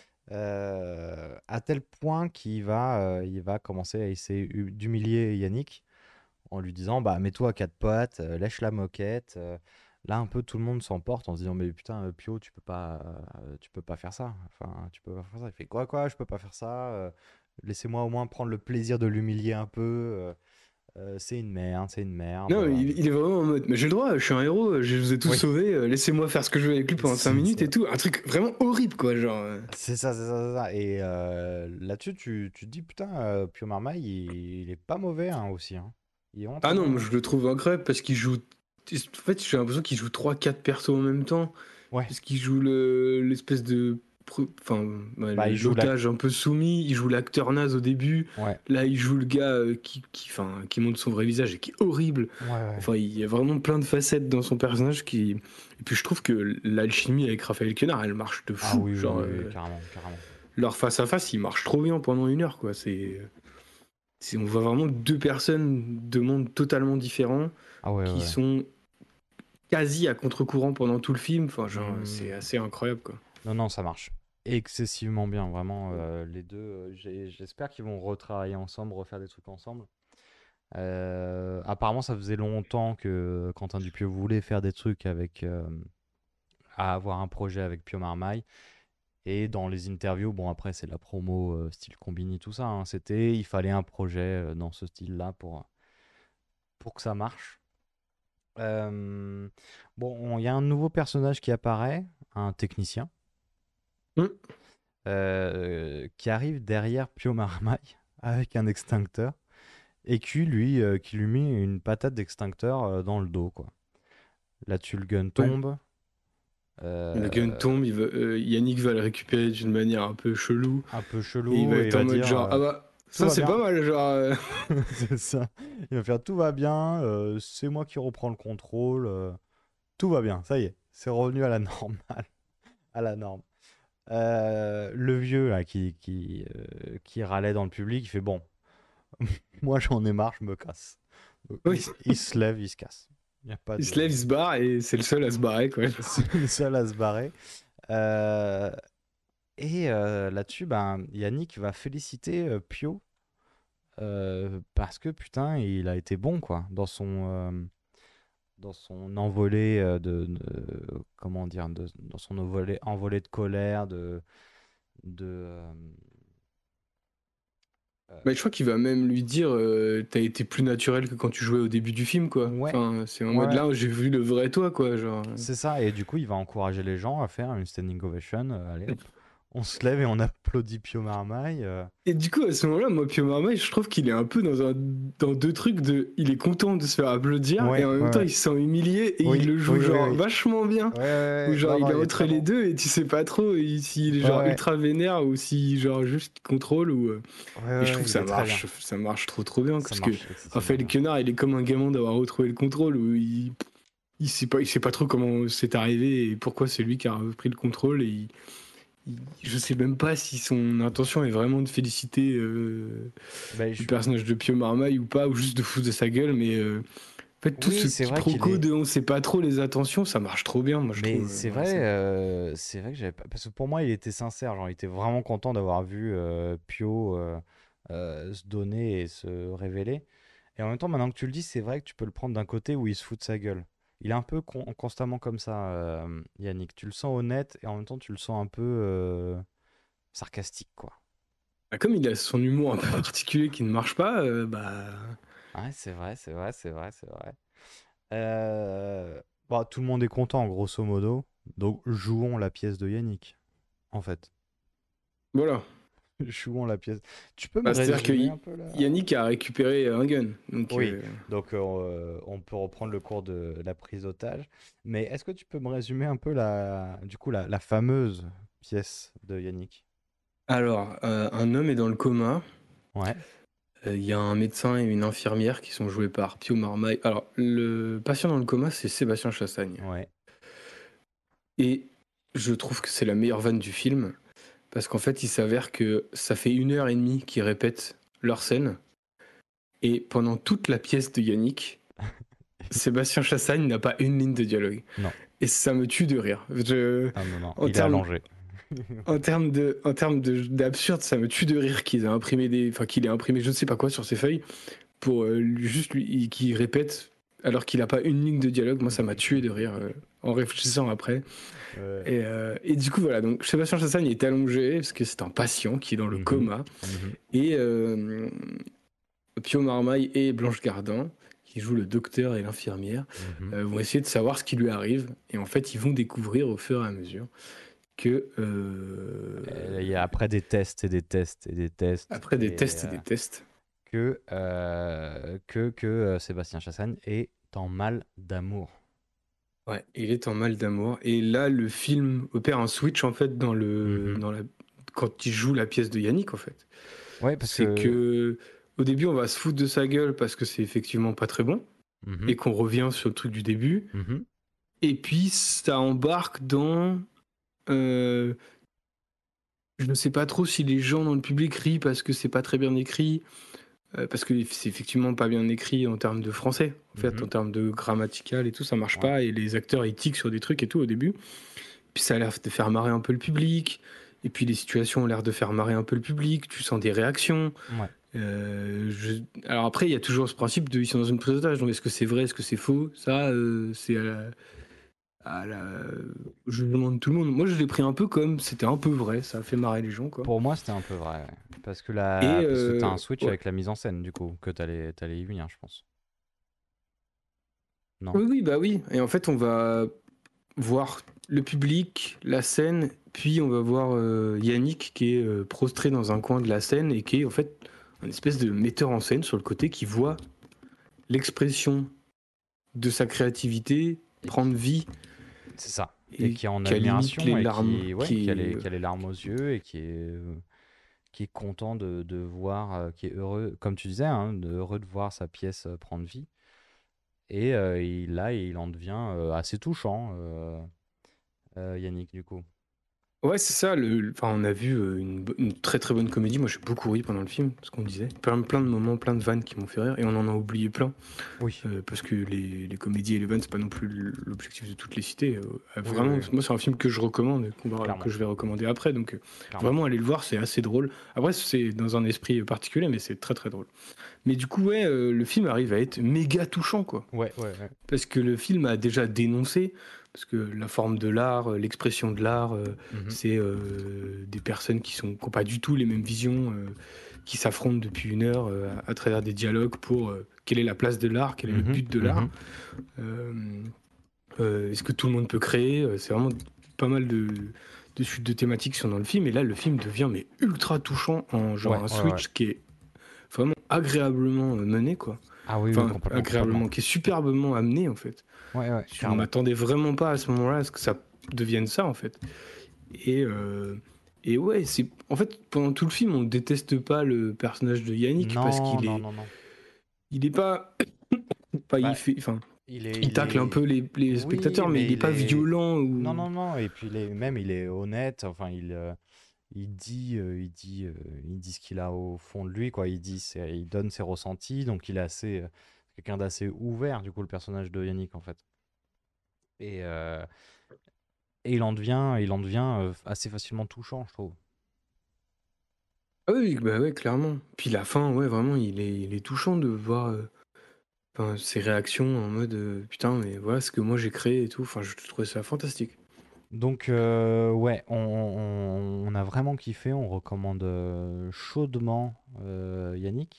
Speaker 2: Euh, à tel point qu'il va, euh, il va commencer à essayer hu- d'humilier Yannick en lui disant bah mets-toi à quatre pattes, euh, lèche la moquette. euh. Là un peu tout le monde s'emporte en se disant mais putain euh, Pio tu peux pas, euh, tu peux pas faire ça. Enfin tu peux pas faire ça. Il fait quoi quoi, je peux pas faire ça. euh, Laissez-moi au moins prendre le plaisir de l'humilier un peu. euh, euh, c'est une merde, c'est une merde.
Speaker 3: Non,
Speaker 2: euh.
Speaker 3: il, il est vraiment en mode, mais j'ai le droit, je suis un héros, je vous ai tous
Speaker 2: Oui,
Speaker 3: sauvés, euh, laissez-moi faire ce que je veux avec lui pendant cinq
Speaker 2: c'est
Speaker 3: minutes
Speaker 2: ça.
Speaker 3: et tout. Un truc vraiment horrible, quoi, genre. euh.
Speaker 2: C'est ça, c'est ça, c'est ça. Et euh, là-dessus, tu, tu te dis, putain, euh, Pio Marmaille, il, il est pas mauvais hein, aussi. Hein. Il est vraiment
Speaker 3: Ah
Speaker 2: très
Speaker 3: non,
Speaker 2: bon.
Speaker 3: moi,
Speaker 2: Hein.
Speaker 3: je le trouve incroyable parce qu'il joue. En fait, j'ai l'impression qu'il joue trois quatre persos en même temps.
Speaker 2: Ouais,
Speaker 3: Parce qu'il joue le- l'espèce de. pro- Enfin, ouais,
Speaker 2: bah il joue la...
Speaker 3: l'otage un peu soumis, il joue l'acteur naze au début.
Speaker 2: Ouais,
Speaker 3: Là, il joue le gars euh, qui, qui, enfin, qui montre son vrai visage et qui est horrible.
Speaker 2: ouais, ouais.
Speaker 3: Enfin, il y a vraiment plein de facettes dans son personnage qui. Et puis, je trouve que l'alchimie avec Raphaël Quenard, elle marche de
Speaker 2: Ah
Speaker 3: fou.
Speaker 2: oui, oui,
Speaker 3: Genre,
Speaker 2: oui, oui,
Speaker 3: euh,
Speaker 2: carrément, carrément.
Speaker 3: leur face à face, il marche trop bien pendant une heure, quoi. C'est. c'est- On voit vraiment deux personnes de mondes totalement différents
Speaker 2: Ah ouais,
Speaker 3: qui
Speaker 2: ouais.
Speaker 3: sont quasi à contre-courant pendant tout le film. Enfin, genre, c'est
Speaker 2: Hmm.
Speaker 3: assez incroyable, quoi.
Speaker 2: Non, non, ça marche excessivement bien, vraiment. euh, les deux, euh, j'ai- j'espère qu'ils vont retravailler ensemble, refaire des trucs ensemble. Euh, apparemment, ça faisait longtemps que Quentin Dupieux voulait faire des trucs avec... euh, à avoir un projet avec Pio Marmaille. Et dans les interviews, bon après c'est la promo euh, style Combini, tout ça, hein, c'était, il fallait un projet euh, dans ce style-là pour, pour que ça marche. Euh, bon, il y a un nouveau personnage qui apparaît, un technicien,
Speaker 3: Hmm.
Speaker 2: euh, qui arrive derrière Pio Marmaille avec un extincteur et qui lui, euh, qui lui met une patate d'extincteur euh, dans le dos, quoi. Là-dessus, le gun
Speaker 3: Ouais.
Speaker 2: tombe.
Speaker 3: Le gun
Speaker 2: euh,
Speaker 3: tombe, il va- euh, Yannick va le récupérer d'une manière un peu chelou.
Speaker 2: un peu
Speaker 3: Et il
Speaker 2: chelou,
Speaker 3: va
Speaker 2: et il
Speaker 3: être en
Speaker 2: va
Speaker 3: mode
Speaker 2: dire
Speaker 3: genre,
Speaker 2: euh,
Speaker 3: ah bah,
Speaker 2: tout
Speaker 3: ça
Speaker 2: va
Speaker 3: c'est
Speaker 2: bien.
Speaker 3: pas mal, genre. euh.
Speaker 2: C'est ça. Il va faire tout va bien, euh, c'est moi qui reprends le contrôle, euh, tout va bien, ça y est, c'est revenu à la normale, à la norme. Euh, le vieux là qui, qui, euh, qui râlait dans le public, il fait bon, moi j'en ai marre, je me casse. Donc, il,
Speaker 3: Oui.
Speaker 2: s- il se lève, il se casse. Il n'y a pas
Speaker 3: Il
Speaker 2: de.
Speaker 3: se lève, il se barre et c'est le seul à se barrer, quoi.
Speaker 2: C'est le seul à se barrer. Euh, et euh, là-dessus, ben, Yannick va féliciter euh, Pio euh, parce que putain, il a été bon quoi dans son. euh, dans son envolée euh, de, de- comment dire de- dans son envolée, envolée de colère de de euh,
Speaker 3: Bah, je crois qu'il va même lui dire euh, t'as été plus naturel que quand tu jouais au début du film, quoi.
Speaker 2: Ouais,
Speaker 3: Enfin, c'est en mode
Speaker 2: ouais,
Speaker 3: là où j'ai vu le vrai toi, quoi. Genre.
Speaker 2: c'est ça. Et du coup, il va encourager les gens à faire une standing ovation. euh, allez, hop. On se lève et on applaudit Pio Marmaille. euh.
Speaker 3: Et du coup, à ce moment-là, moi, Pio Marmaille, je trouve qu'il est un peu dans, un, dans deux trucs de. Il est content de se faire applaudir
Speaker 2: Ouais,
Speaker 3: et en même
Speaker 2: ouais,
Speaker 3: temps,
Speaker 2: ouais.
Speaker 3: il se sent humilié et
Speaker 2: Oui,
Speaker 3: il le joue
Speaker 2: oui, oui,
Speaker 3: genre
Speaker 2: oui.
Speaker 3: vachement bien.
Speaker 2: Ouais, ouais,
Speaker 3: Ou
Speaker 2: ouais.
Speaker 3: genre,
Speaker 2: Non,
Speaker 3: il
Speaker 2: non,
Speaker 3: est
Speaker 2: il est
Speaker 3: entre
Speaker 2: très
Speaker 3: les
Speaker 2: bon.
Speaker 3: deux et tu sais pas trop il- s'il est
Speaker 2: Ouais,
Speaker 3: genre
Speaker 2: ouais.
Speaker 3: ultra vénère ou si genre juste il contrôle ou. euh,
Speaker 2: Ouais,
Speaker 3: Et je
Speaker 2: ouais,
Speaker 3: trouve que
Speaker 2: il
Speaker 3: ça
Speaker 2: est très bien.
Speaker 3: marche, ça marche trop trop bien
Speaker 2: Ça
Speaker 3: parce que
Speaker 2: marche excessivement
Speaker 3: Raphaël
Speaker 2: bien.
Speaker 3: Quenard, il est comme un gamin d'avoir retrouvé le contrôle où il, il sait pas, il sait pas trop comment c'est arrivé et pourquoi c'est lui qui a repris le contrôle et il, il- je sais même pas si son intention est vraiment de féliciter euh,
Speaker 2: Bah,
Speaker 3: le
Speaker 2: je-
Speaker 3: personnage de Pio Marmaille ou pas ou juste de foutre de sa gueule, mais euh, en fait tout ce
Speaker 2: Oui, c'est vrai qu'il
Speaker 3: quiproquo
Speaker 2: est.
Speaker 3: de on sait pas trop les intentions, ça marche trop bien, moi je
Speaker 2: Mais
Speaker 3: trouve. euh,
Speaker 2: c'est
Speaker 3: dans la
Speaker 2: vrai,
Speaker 3: scène.
Speaker 2: euh, c'est vrai que j'avais pas. Parce que pour moi, il était sincère. Genre, il était vraiment content d'avoir vu euh, Pio euh, euh, se donner et se révéler. Et en même temps, maintenant que tu le dis, c'est vrai que tu peux le prendre d'un côté où il se fout de sa gueule. Il est un peu con- constamment comme ça, euh, Yannick. Tu le sens honnête et en même temps, tu le sens un peu euh, sarcastique, quoi.
Speaker 3: Bah, comme il a son humour un peu particulier qui ne marche pas, euh, bah
Speaker 2: Ouais, c'est vrai, c'est vrai, c'est vrai, c'est vrai. Euh, Bon, tout le monde est content, grosso modo. Donc, jouons la pièce de Yannick, en fait.
Speaker 3: voilà.
Speaker 2: Jouons la pièce. Tu peux me
Speaker 3: Bah, c'est-à-dire que
Speaker 2: résumer
Speaker 3: Y-
Speaker 2: un peu là?
Speaker 3: Yannick a récupéré un gun. Donc,
Speaker 2: Oui,
Speaker 3: euh,
Speaker 2: donc euh, on peut reprendre le cours de la prise d'otage. Mais est-ce que tu peux me résumer un peu la, du coup, la, la fameuse pièce de Yannick?
Speaker 3: Alors, euh, un homme est dans le coma.
Speaker 2: Ouais,
Speaker 3: Euh, Il y a un médecin et une infirmière qui sont joués par Pio Marmaille. Alors, le patient dans le coma, c'est Sébastien Chassagne.
Speaker 2: ouais.
Speaker 3: Et je trouve que c'est la meilleure vanne du film. Parce qu'en fait, il s'avère que ça fait une heure et demie qu'ils répètent leur scène. Et pendant toute la pièce de Yannick, Sébastien Chassagne n'a pas une ligne de dialogue.
Speaker 2: Non,
Speaker 3: Et ça me tue de rire. Je...
Speaker 2: non, non, non.
Speaker 3: En
Speaker 2: Il est
Speaker 3: termes
Speaker 2: allongé.
Speaker 3: En termes de, en termes de, d'absurde, ça me tue de rire qu'ils aient imprimé des, enfin qu'il ait imprimé je ne sais pas quoi sur ses feuilles pour euh, lui- juste lui, qu'il répète alors qu'il n'a pas une ligne de dialogue. Moi, ça m'a tué de rire euh, en réfléchissant après.
Speaker 2: Ouais.
Speaker 3: Et, euh, et du coup, voilà. Donc, Sébastien Chassagne est allongé parce que c'est un patient qui est dans le
Speaker 2: Mhm,
Speaker 3: coma
Speaker 2: mhm,
Speaker 3: et euh, Pio Marmaille et Blanche Gardin, qui jouent le docteur et l'infirmière,
Speaker 2: mhm.
Speaker 3: euh, vont essayer de savoir ce qui lui arrive. Et en fait, ils vont découvrir au fur et à mesure que euh,
Speaker 2: Et il y a après des tests et des tests et des tests
Speaker 3: après des
Speaker 2: et,
Speaker 3: tests et
Speaker 2: euh,
Speaker 3: des tests.
Speaker 2: que, euh, que, que euh, Sébastien Chassagne est en mal d'amour.
Speaker 3: Ouais, il est en mal d'amour. Et là, le film opère un switch en fait dans le,
Speaker 2: Mhm.
Speaker 3: dans la, quand il joue la pièce de Yannick en fait.
Speaker 2: Ouais, parce
Speaker 3: C'est
Speaker 2: que.
Speaker 3: que au début, on va se foutre de sa gueule parce que c'est effectivement pas très bon
Speaker 2: Mhm,
Speaker 3: et qu'on revient sur le truc du début.
Speaker 2: mhm.
Speaker 3: Et puis ça embarque dans, euh, je ne sais pas trop si les gens dans le public rient parce que c'est pas très bien écrit. Euh, parce que c'est effectivement pas bien écrit en termes de français, en fait,
Speaker 2: Mhm.
Speaker 3: en termes de grammatical et tout, ça marche
Speaker 2: Ouais.
Speaker 3: pas, et les acteurs ils tiquent sur des trucs et tout au début. Puis ça a l'air de faire marrer un peu le public, et puis les situations ont l'air de faire marrer un peu le public, tu sens des réactions.
Speaker 2: Ouais.
Speaker 3: Euh, je- Alors après, il y a toujours ce principe de ils sont dans une prise d'otage, donc est-ce que c'est vrai, est-ce que c'est faux? Ça, euh, c'est à la... à la- je demande tout le monde. Moi, je l'ai pris un peu comme c'était un peu vrai, ça a fait marrer les gens, quoi.
Speaker 2: Pour moi, c'était un peu vrai. Ouais. Parce que, la...
Speaker 3: Et
Speaker 2: Parce que t'as un
Speaker 3: euh,
Speaker 2: switch
Speaker 3: ouais.
Speaker 2: avec la mise en scène, du coup, que t'allais t'allais y venir, je pense. Non?
Speaker 3: Oui, oui, bah oui. Et en fait, on va voir le public, la scène, puis on va voir euh, Yannick qui est euh, prostré dans un coin de la scène et qui est en fait un espèce de metteur en scène sur le côté qui voit l'expression de sa créativité
Speaker 2: Et
Speaker 3: prendre vie
Speaker 2: C'est ça. Et
Speaker 3: et
Speaker 2: qui est en
Speaker 3: qui a limite
Speaker 2: admiration
Speaker 3: les
Speaker 2: et
Speaker 3: larmes.
Speaker 2: qui, ouais,
Speaker 3: Qui
Speaker 2: qui, a
Speaker 3: est,
Speaker 2: les,
Speaker 3: euh,
Speaker 2: qui a les larmes aux yeux et qui est, euh, qui est content de, de voir, euh, qui est heureux, comme tu disais, hein, de- heureux de voir sa pièce euh, prendre vie. Et euh, il, là, il en devient euh, assez touchant, euh, euh, Yannick, du coup.
Speaker 3: Ouais, c'est ça. Le... Enfin, on a vu euh, une, bo- une très très bonne comédie. Moi, j'ai beaucoup ri pendant le film, ce qu'on disait. Plein, plein de moments, plein de vannes qui m'ont fait rire. Et on en a oublié plein.
Speaker 2: Oui.
Speaker 3: Euh, parce que les, les comédies et les vannes, c'est pas non plus l'objectif de toutes les citer. Euh,
Speaker 2: Oui,
Speaker 3: vraiment,
Speaker 2: oui, oui.
Speaker 3: moi, c'est un film que je recommande, qu'on va-
Speaker 2: Clairement.
Speaker 3: que je vais recommander après. Donc, euh,
Speaker 2: Clairement.
Speaker 3: vraiment, allez le voir, c'est assez drôle. Après, c'est dans un esprit particulier, mais c'est très très drôle. Mais du coup, ouais, euh, le film arrive à être méga touchant, quoi.
Speaker 2: Ouais, ouais, ouais.
Speaker 3: Parce que le film a déjà dénoncé. Parce que la forme de l'art, euh, l'expression de l'art, euh,
Speaker 2: Mhm.
Speaker 3: c'est euh, des personnes qui sont qui ont pas du tout les mêmes visions, euh, qui s'affrontent depuis une heure euh, à, à travers des dialogues pour euh, quelle est la place de l'art, quel est le
Speaker 2: Mhm.
Speaker 3: but de l'art,
Speaker 2: Mhm.
Speaker 3: euh, euh, est-ce que tout le monde peut créer. euh, C'est vraiment pas mal de, de suites de thématiques qui sont dans le film. Et là, le film devient mais ultra touchant en genre
Speaker 2: Ouais,
Speaker 3: un
Speaker 2: ouais,
Speaker 3: switch
Speaker 2: ouais.
Speaker 3: qui est vraiment agréablement euh, mené, quoi.
Speaker 2: Ah oui, oui,
Speaker 3: Enfin,
Speaker 2: complètement,
Speaker 3: agréablement,
Speaker 2: complètement.
Speaker 3: qui est superbement amené, en fait.
Speaker 2: Ouais, ouais,
Speaker 3: Je
Speaker 2: carrément.
Speaker 3: m'attendais vraiment pas à ce moment-là à ce que ça devienne ça, en fait. Et, euh, et ouais, c'est en fait pendant tout le film, on déteste pas le personnage de Yannick parce
Speaker 2: Non,
Speaker 3: qu'il
Speaker 2: non,
Speaker 3: est,
Speaker 2: non, non.
Speaker 3: il est pas, pas il
Speaker 2: Bah,
Speaker 3: fait, enfin,
Speaker 2: il est,
Speaker 3: il
Speaker 2: il
Speaker 3: tacle un peu
Speaker 2: est,
Speaker 3: les, les
Speaker 2: oui,
Speaker 3: spectateurs, mais il
Speaker 2: mais
Speaker 3: est
Speaker 2: il
Speaker 3: pas
Speaker 2: est,
Speaker 3: violent
Speaker 2: non,
Speaker 3: ou.
Speaker 2: non, non. Et puis il est, même, il est honnête. Enfin, il, euh, il dit, euh, il dit, euh, il dit ce qu'il a au fond de lui, quoi. Il dit, c'est- il donne ses ressentis, donc il est assez, euh, quelqu'un d'assez ouvert, du coup, le personnage de Yannick, en fait. Et, euh, et il en devient, il en devient euh, assez facilement touchant, je trouve.
Speaker 3: Ah oui, bah ouais, clairement. Puis la fin, ouais, vraiment, il est, il est touchant de voir euh, enfin, ses réactions en mode euh, putain, mais voilà ce que moi j'ai créé et tout. Enfin, je trouvais ça fantastique.
Speaker 2: Donc, euh, ouais, on, on- on a vraiment kiffé. On recommande euh, chaudement euh, Yannick.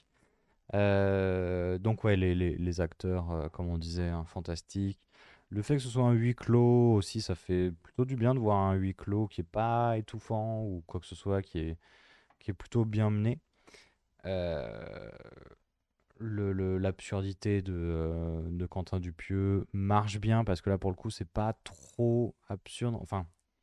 Speaker 2: Euh, donc, ouais, les, les- les acteurs, euh, comme on disait, hein, fantastiques. Le fait que ce soit un huis clos aussi, ça fait plutôt du bien de voir un huis clos qui est pas étouffant ou quoi que ce soit, qui est, qui est plutôt bien mené. Euh, le, le- l'absurdité de, euh, de Quentin Dupieux marche bien parce que là, pour le coup, c'est pas trop absurde. Enfin,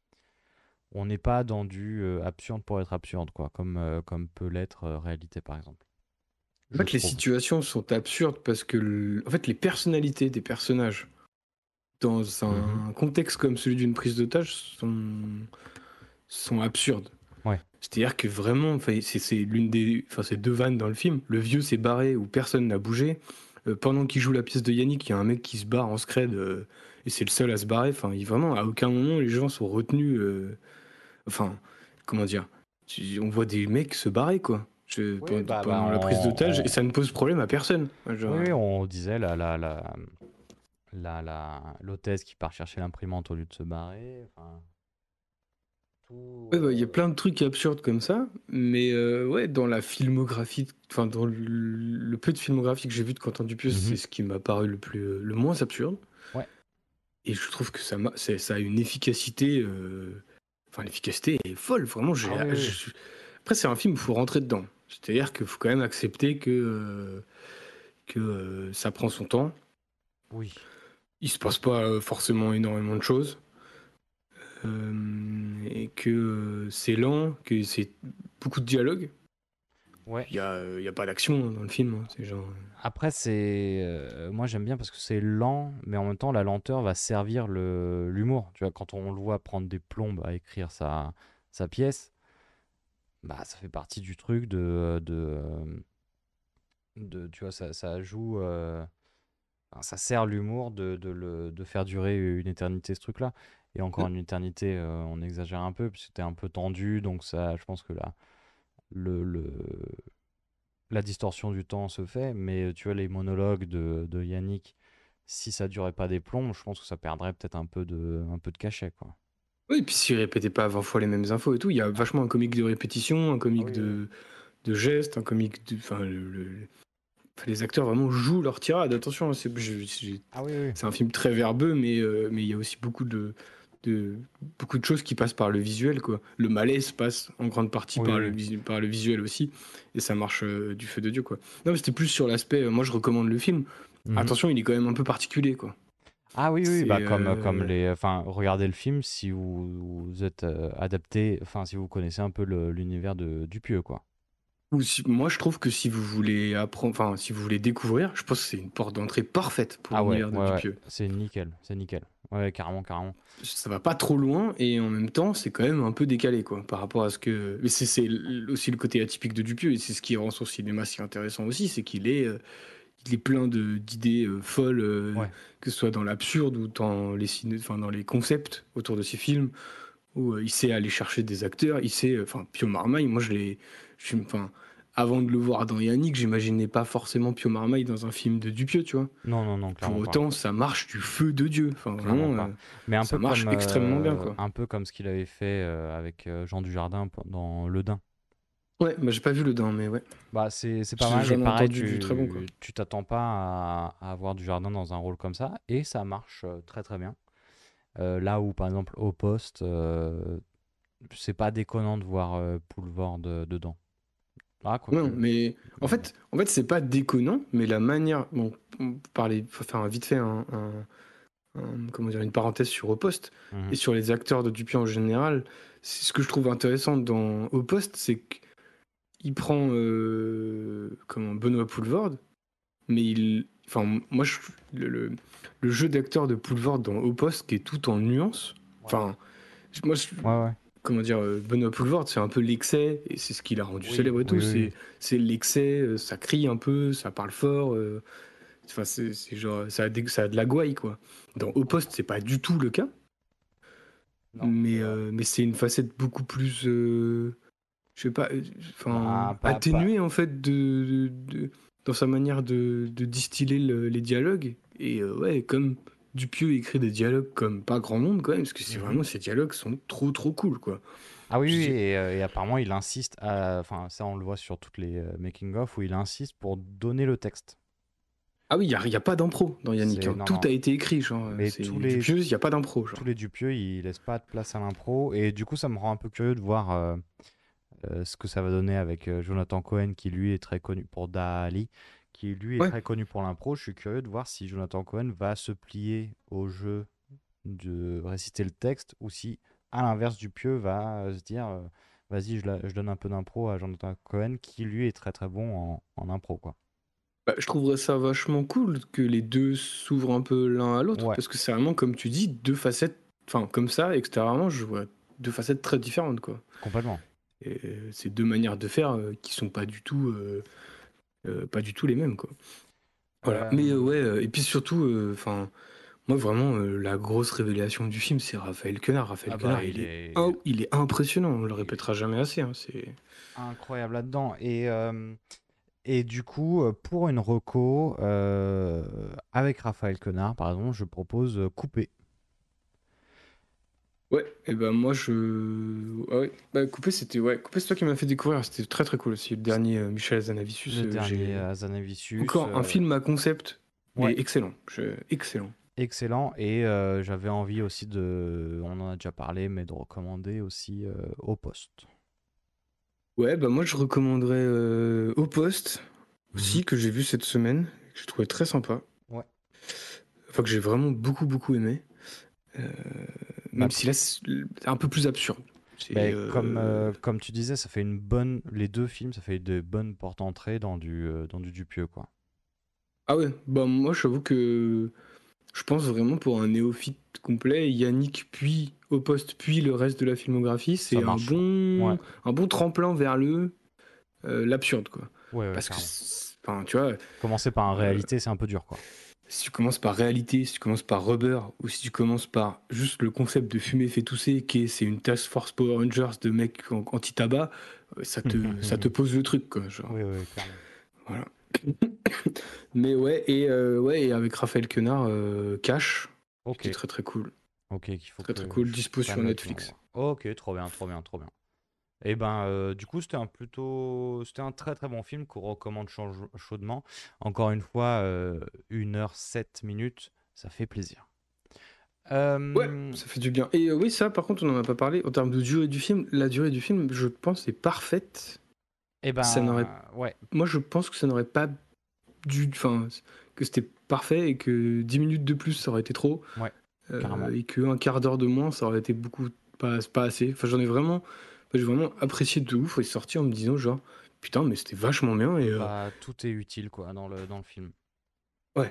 Speaker 2: on n'est pas dans du euh, absurde pour être absurde, quoi, comme, euh, comme peut l'être euh, réalité, par exemple.
Speaker 3: En
Speaker 2: Je
Speaker 3: fait, les
Speaker 2: trouve.
Speaker 3: situations sont absurdes parce que, le- en fait, les personnalités des personnages dans
Speaker 2: Mhm.
Speaker 3: un contexte comme celui d'une prise d'otage sont, sont absurdes.
Speaker 2: Ouais.
Speaker 3: C'est-à-dire que vraiment, enfin, c'est c'est l'une des, enfin, c'est deux vannes dans le film. Le vieux s'est barré où personne n'a bougé. Euh, pendant qu'il joue la pièce de Yannick, il y a un mec qui se barre en scred euh, et c'est le seul à se barrer. Enfin, il, vraiment, à aucun moment les gens sont retenus. euh, enfin, comment dire tu- On voit des mecs se barrer, quoi. Je-
Speaker 2: Oui,
Speaker 3: pendant,
Speaker 2: bah, bah,
Speaker 3: pendant la prise d'otage et
Speaker 2: on,
Speaker 3: ça ne pose problème à personne. Genre,
Speaker 2: Oui, oui,
Speaker 3: euh,
Speaker 2: on disait la, la, la, la, la- l'hôtesse qui part chercher l'imprimante au lieu de se barrer. Enfin, tout.
Speaker 3: ouais, bah, il y a
Speaker 2: euh,
Speaker 3: plein de trucs absurdes comme ça, mais euh, ouais, dans la filmographie, enfin dans le, le peu de filmographie que j'ai vu de Quentin Dupieux, c'est
Speaker 2: mhm.
Speaker 3: ce qui m'a paru le plus, euh, le moins absurde.
Speaker 2: Ouais,
Speaker 3: Et je trouve que ça, m'a- c'est- ça a une efficacité, euh, enfin l'efficacité est folle, vraiment.
Speaker 2: ah
Speaker 3: J'ai,
Speaker 2: oui, oui.
Speaker 3: je- Après, c'est un film où il faut rentrer dedans. C'est-à-dire qu'il faut quand même accepter que, euh, que euh, ça prend son temps.
Speaker 2: Oui.
Speaker 3: Il se passe pas euh, forcément énormément de choses. euh, et que euh, c'est lent, que c'est beaucoup de dialogue.
Speaker 2: Ouais.
Speaker 3: Il y a, euh, il y a pas d'action hein, dans le film. hein. C'est genre.
Speaker 2: Après, c'est. euh, moi, j'aime bien parce que c'est lent, mais en même temps, la lenteur va servir le, l'humour. Tu vois, quand on le voit prendre des plombes à écrire sa, sa pièce, bah, ça fait partie du truc de. de, euh, de tu vois, ça, ça joue. euh, Enfin, ça sert l'humour de, de, le, de faire durer une éternité ce truc-là. Et encore une éternité, euh, on exagère un peu, puisque c'était un peu tendu, donc ça, je pense que là, le, le, la distorsion du temps se fait. Mais tu vois, les monologues de, de Yannick, si ça durait pas des plombs, je pense que ça perdrait peut-être un peu de, un peu de cachet, quoi.
Speaker 3: Oui, et puis s'il répétait pas vingt fois les mêmes infos et tout, il y a vachement un comique de répétition, un
Speaker 2: Ah
Speaker 3: comique
Speaker 2: oui, oui.
Speaker 3: de, de gestes, un comique de. Enfin, le- le- enfin, les acteurs vraiment jouent leur tirade. Attention, hein, c'est je- j'ai-
Speaker 2: Ah oui, oui.
Speaker 3: c'est un film très verbeux, mais euh, mais il y a aussi beaucoup de, de beaucoup de choses qui passent par le visuel, quoi. Le malaise passe en grande partie
Speaker 2: Oui,
Speaker 3: par le
Speaker 2: oui.
Speaker 3: visu- par le visuel aussi, et ça marche euh, du feu de Dieu, quoi. Non, mais c'était plus sur l'aspect. euh, moi, je recommande le film.
Speaker 2: Mhm.
Speaker 3: Attention, il est quand même un peu particulier, quoi.
Speaker 2: Ah oui, oui,
Speaker 3: C'est
Speaker 2: bah comme, comme
Speaker 3: euh,
Speaker 2: les. Enfin, regardez le film si vous, vous êtes euh, adapté, enfin, si vous connaissez un peu le- l'univers de Dupieux, quoi.
Speaker 3: Ou si- moi, je trouve que si vous voulez apprendre, enfin, si vous voulez découvrir, je pense que c'est une porte d'entrée parfaite pour
Speaker 2: Ah ouais,
Speaker 3: l'univers de
Speaker 2: ouais, ouais,
Speaker 3: Dupieux.
Speaker 2: c'est nickel, c'est nickel. Ouais, carrément, carrément.
Speaker 3: Ça va pas trop loin et en même temps, c'est quand même un peu décalé, quoi, par rapport à ce que. Mais c'est c'est l- aussi le côté atypique de Dupieux et c'est ce qui rend son cinéma si intéressant aussi, c'est qu'il est, euh, il est plein de d'idées euh, folles, euh,
Speaker 2: Ouais.
Speaker 3: que ce soit dans l'absurde ou dans les ciné... enfin, dans les concepts autour de ses films, où euh, il sait aller chercher des acteurs, il sait, euh, enfin, Pio Marmaille, moi je l'ai, je suis, enfin. avant de le voir dans Yannick, j'imaginais pas forcément Pio Marmaille dans un film de Dupieux, tu vois.
Speaker 2: Non, non, non,
Speaker 3: Pour
Speaker 2: clairement pas.
Speaker 3: autant, ça marche du feu de Dieu. Enfin,
Speaker 2: Clairement
Speaker 3: vraiment,
Speaker 2: pas.
Speaker 3: euh,
Speaker 2: Mais un
Speaker 3: ça
Speaker 2: peu
Speaker 3: marche
Speaker 2: comme,
Speaker 3: extrêmement bien,
Speaker 2: euh,
Speaker 3: quoi.
Speaker 2: un peu comme ce qu'il avait fait euh, avec euh, Jean Dujardin p- dans Le Dain.
Speaker 3: Ouais, bah, j'ai pas vu le Dain, mais ouais.
Speaker 2: Bah, c'est c'est pas
Speaker 3: J'ai-
Speaker 2: mal, et
Speaker 3: J'en ai
Speaker 2: pareil,
Speaker 3: entendu du très bon, quoi.
Speaker 2: tu tu t'attends pas à, à avoir Dujardin dans un rôle comme ça, et ça marche euh, très très bien. Euh, là où, par exemple, au poste, euh, c'est pas déconnant de voir euh, Poulvord de- dedans. Ah, quoique.
Speaker 3: Non, mais en
Speaker 2: mais bon.
Speaker 3: fait, en fait, c'est pas déconnant, mais la manière. Bon, on parlait, faut faire un vite fait un, un- un- comment dire, une parenthèse sur Au Poste
Speaker 2: Mhm.
Speaker 3: et sur les acteurs de Dupieux en général. C'est ce que je trouve intéressant dans Au Poste, c'est qu'il prend euh, comment, Benoît Poulvord, mais il. Enfin, moi, je, le, le, le jeu d'acteur de Poulvord dans Au Poste qui est tout en nuances. Enfin, moi, je-
Speaker 2: Ouais, ouais.
Speaker 3: comment dire, euh, Benoît Poulvord, c'est un peu l'excès, et c'est ce qui l'a rendu
Speaker 2: Oui,
Speaker 3: célèbre et
Speaker 2: oui,
Speaker 3: tout.
Speaker 2: oui,
Speaker 3: C'est,
Speaker 2: oui.
Speaker 3: c'est l'excès, euh, ça crie un peu, ça parle fort. euh, Enfin, c'est, c'est genre, ça a, des- ça a de la gouaille, quoi. Dans Au Poste, c'est pas du tout le cas,
Speaker 2: Non,
Speaker 3: mais,
Speaker 2: c'est vrai.
Speaker 3: euh, mais c'est une facette beaucoup plus, euh, je sais pas, euh, enfin,
Speaker 2: Bah, pas, pas...
Speaker 3: atténuée en fait de, de- de- dans sa manière de, de distiller le- les dialogues. Et euh, ouais, comme Dupieux écrit des dialogues comme pas grand monde quand même, parce que c'est
Speaker 2: Mhm.
Speaker 3: vraiment ces dialogues sont trop trop cool, quoi.
Speaker 2: Ah oui,
Speaker 3: Je
Speaker 2: oui,
Speaker 3: dis,
Speaker 2: et, euh, et apparemment il insiste, à- enfin ça on le voit sur toutes les making-of, où il insiste pour donner le texte.
Speaker 3: ah oui, il n'y a, y a pas d'impro dans Yannick,
Speaker 2: C'est
Speaker 3: hein.
Speaker 2: non,
Speaker 3: Tout
Speaker 2: non,
Speaker 3: a été écrit, genre, euh,
Speaker 2: mais
Speaker 3: c'est
Speaker 2: tous
Speaker 3: du
Speaker 2: les
Speaker 3: pieux, il n'y a pas d'impro,
Speaker 2: tous
Speaker 3: genre.
Speaker 2: les Dupieux, ils laissent pas de place à l'impro, et du coup ça me rend un peu curieux de voir euh, euh, ce que ça va donner avec euh, Jonathan Cohen, qui lui est très connu pour Dali, qui lui est
Speaker 3: Ouais,
Speaker 2: très connu pour l'impro. Je suis curieux de voir si Jonathan Cohen va se plier au jeu de réciter le texte, ou si à l'inverse Dupieux va euh, se dire euh, vas-y, je, la- je donne un peu d'impro à Jonathan Cohen, qui lui est très très bon en, en impro, quoi.
Speaker 3: bah, je trouverais ça vachement cool que les deux s'ouvrent un peu l'un à l'autre,
Speaker 2: Ouais,
Speaker 3: parce que c'est vraiment, comme tu dis, deux facettes, enfin, comme ça, extérieurement, je vois deux facettes très différentes, quoi.
Speaker 2: complètement.
Speaker 3: Et euh, c'est deux manières de faire euh, qui sont pas du tout, euh, euh, pas du tout les mêmes, quoi. Voilà. Mais euh,
Speaker 2: Euh,
Speaker 3: ouais, euh, et puis surtout, enfin, moi vraiment, euh, la grosse révélation du film, c'est Raphaël Quenard. Raphaël
Speaker 2: ah bah
Speaker 3: Quenard, il
Speaker 2: il
Speaker 3: est,
Speaker 2: est,
Speaker 3: oh, il est impressionnant. On le
Speaker 2: il est
Speaker 3: répétera jamais assez, hein, c'est.
Speaker 2: incroyable là-dedans. Et, euh, et du coup, euh, pour une reco, euh, avec Raphaël Quenard, par exemple, je propose euh, Coupé.
Speaker 3: Ouais, et ben moi je. Ah ouais. Bah, Coupé, c'était. Ouais, Coupé, c'est toi qui m'as fait découvrir. C'était très très cool aussi. Le dernier euh, Michel Hazanavicius,
Speaker 2: Le
Speaker 3: euh,
Speaker 2: dernier
Speaker 3: j'ai.
Speaker 2: Azanavicius.
Speaker 3: Encore un
Speaker 2: euh,
Speaker 3: film à concept, mais
Speaker 2: ouais,
Speaker 3: excellent. Je- Excellent.
Speaker 2: excellent. Et euh, j'avais envie aussi de, on en a déjà parlé, mais de recommander aussi euh, Au Poste.
Speaker 3: Ouais, bah moi je recommanderais euh, Au Poste
Speaker 2: Mhm.
Speaker 3: aussi, que j'ai vu cette semaine, que j'ai trouvé très sympa.
Speaker 2: Ouais.
Speaker 3: Enfin, que j'ai vraiment beaucoup beaucoup aimé. Euh,
Speaker 2: Bah,
Speaker 3: Même si là, c'est un peu plus absurde. C'est.
Speaker 2: Ben, comme,
Speaker 3: euh,
Speaker 2: euh, comme tu disais, ça fait une bonne. Les deux films, ça fait de bonnes portes d'entrée dans du, euh, dans du Dupieux, quoi.
Speaker 3: Ah ouais, bah moi j'avoue que je pense vraiment pour un néophyte complet, Yannick puis Au Poste puis le reste de la filmographie,
Speaker 2: Ça
Speaker 3: c'est un
Speaker 2: marche. Ouais,
Speaker 3: bon, un bon tremplin vers le euh, l'absurde, quoi.
Speaker 2: ouais, ouais,
Speaker 3: Parce que,
Speaker 2: carrément.
Speaker 3: c'est- enfin, tu vois,
Speaker 2: Commencer par un
Speaker 3: euh,
Speaker 2: réalité, c'est un peu dur, quoi.
Speaker 3: si tu commences par réalité, si tu commences par Rubber, ou si tu commences par juste le concept de fumer fait tousser, qui est c'est une task force Power Rangers de mecs en- anti-tabac, euh, ça te, ça te pose le truc, quoi. Genre,
Speaker 2: Oui, oui, clairement.
Speaker 3: voilà. Mais ouais, et, euh, ouais, et avec Raphaël Quenard, euh, Cash, qui
Speaker 2: Ok,
Speaker 3: est très très cool.
Speaker 2: ok, qu'il faut
Speaker 3: Très très
Speaker 2: que
Speaker 3: cool,
Speaker 2: je
Speaker 3: dispo sur
Speaker 2: prenne le temps.
Speaker 3: Netflix.
Speaker 2: Ok, trop bien, trop bien, trop bien. Et ben, euh, du coup, c'était un plutôt, c'était un très très bon film qu'on recommande change- chaudement. Encore une fois, euh, une heure sept minutes, ça fait plaisir.
Speaker 3: Ouais,
Speaker 2: Euh,
Speaker 3: ça fait du bien. Et euh, oui, ça, par contre, on n'en a pas parlé. En termes de durée du film, la durée du film, je pense, est parfaite.
Speaker 2: et
Speaker 3: Ça n'aurait,
Speaker 2: ben, ouais,
Speaker 3: moi, je pense que ça n'aurait pas dû, enfin, que c'était parfait et que dix minutes de plus, ça aurait été trop.
Speaker 2: ouais,
Speaker 3: Euh,
Speaker 2: carrément.
Speaker 3: et qu'un quart d'heure de moins, ça aurait été beaucoup, pas, pas assez. Enfin, j'en ai vraiment, j'ai vraiment apprécié de ouf. Et sorti en me disant, genre, putain, mais c'était vachement bien. Et euh,
Speaker 2: Bah, tout est utile, quoi, dans le, dans le film.
Speaker 3: ouais.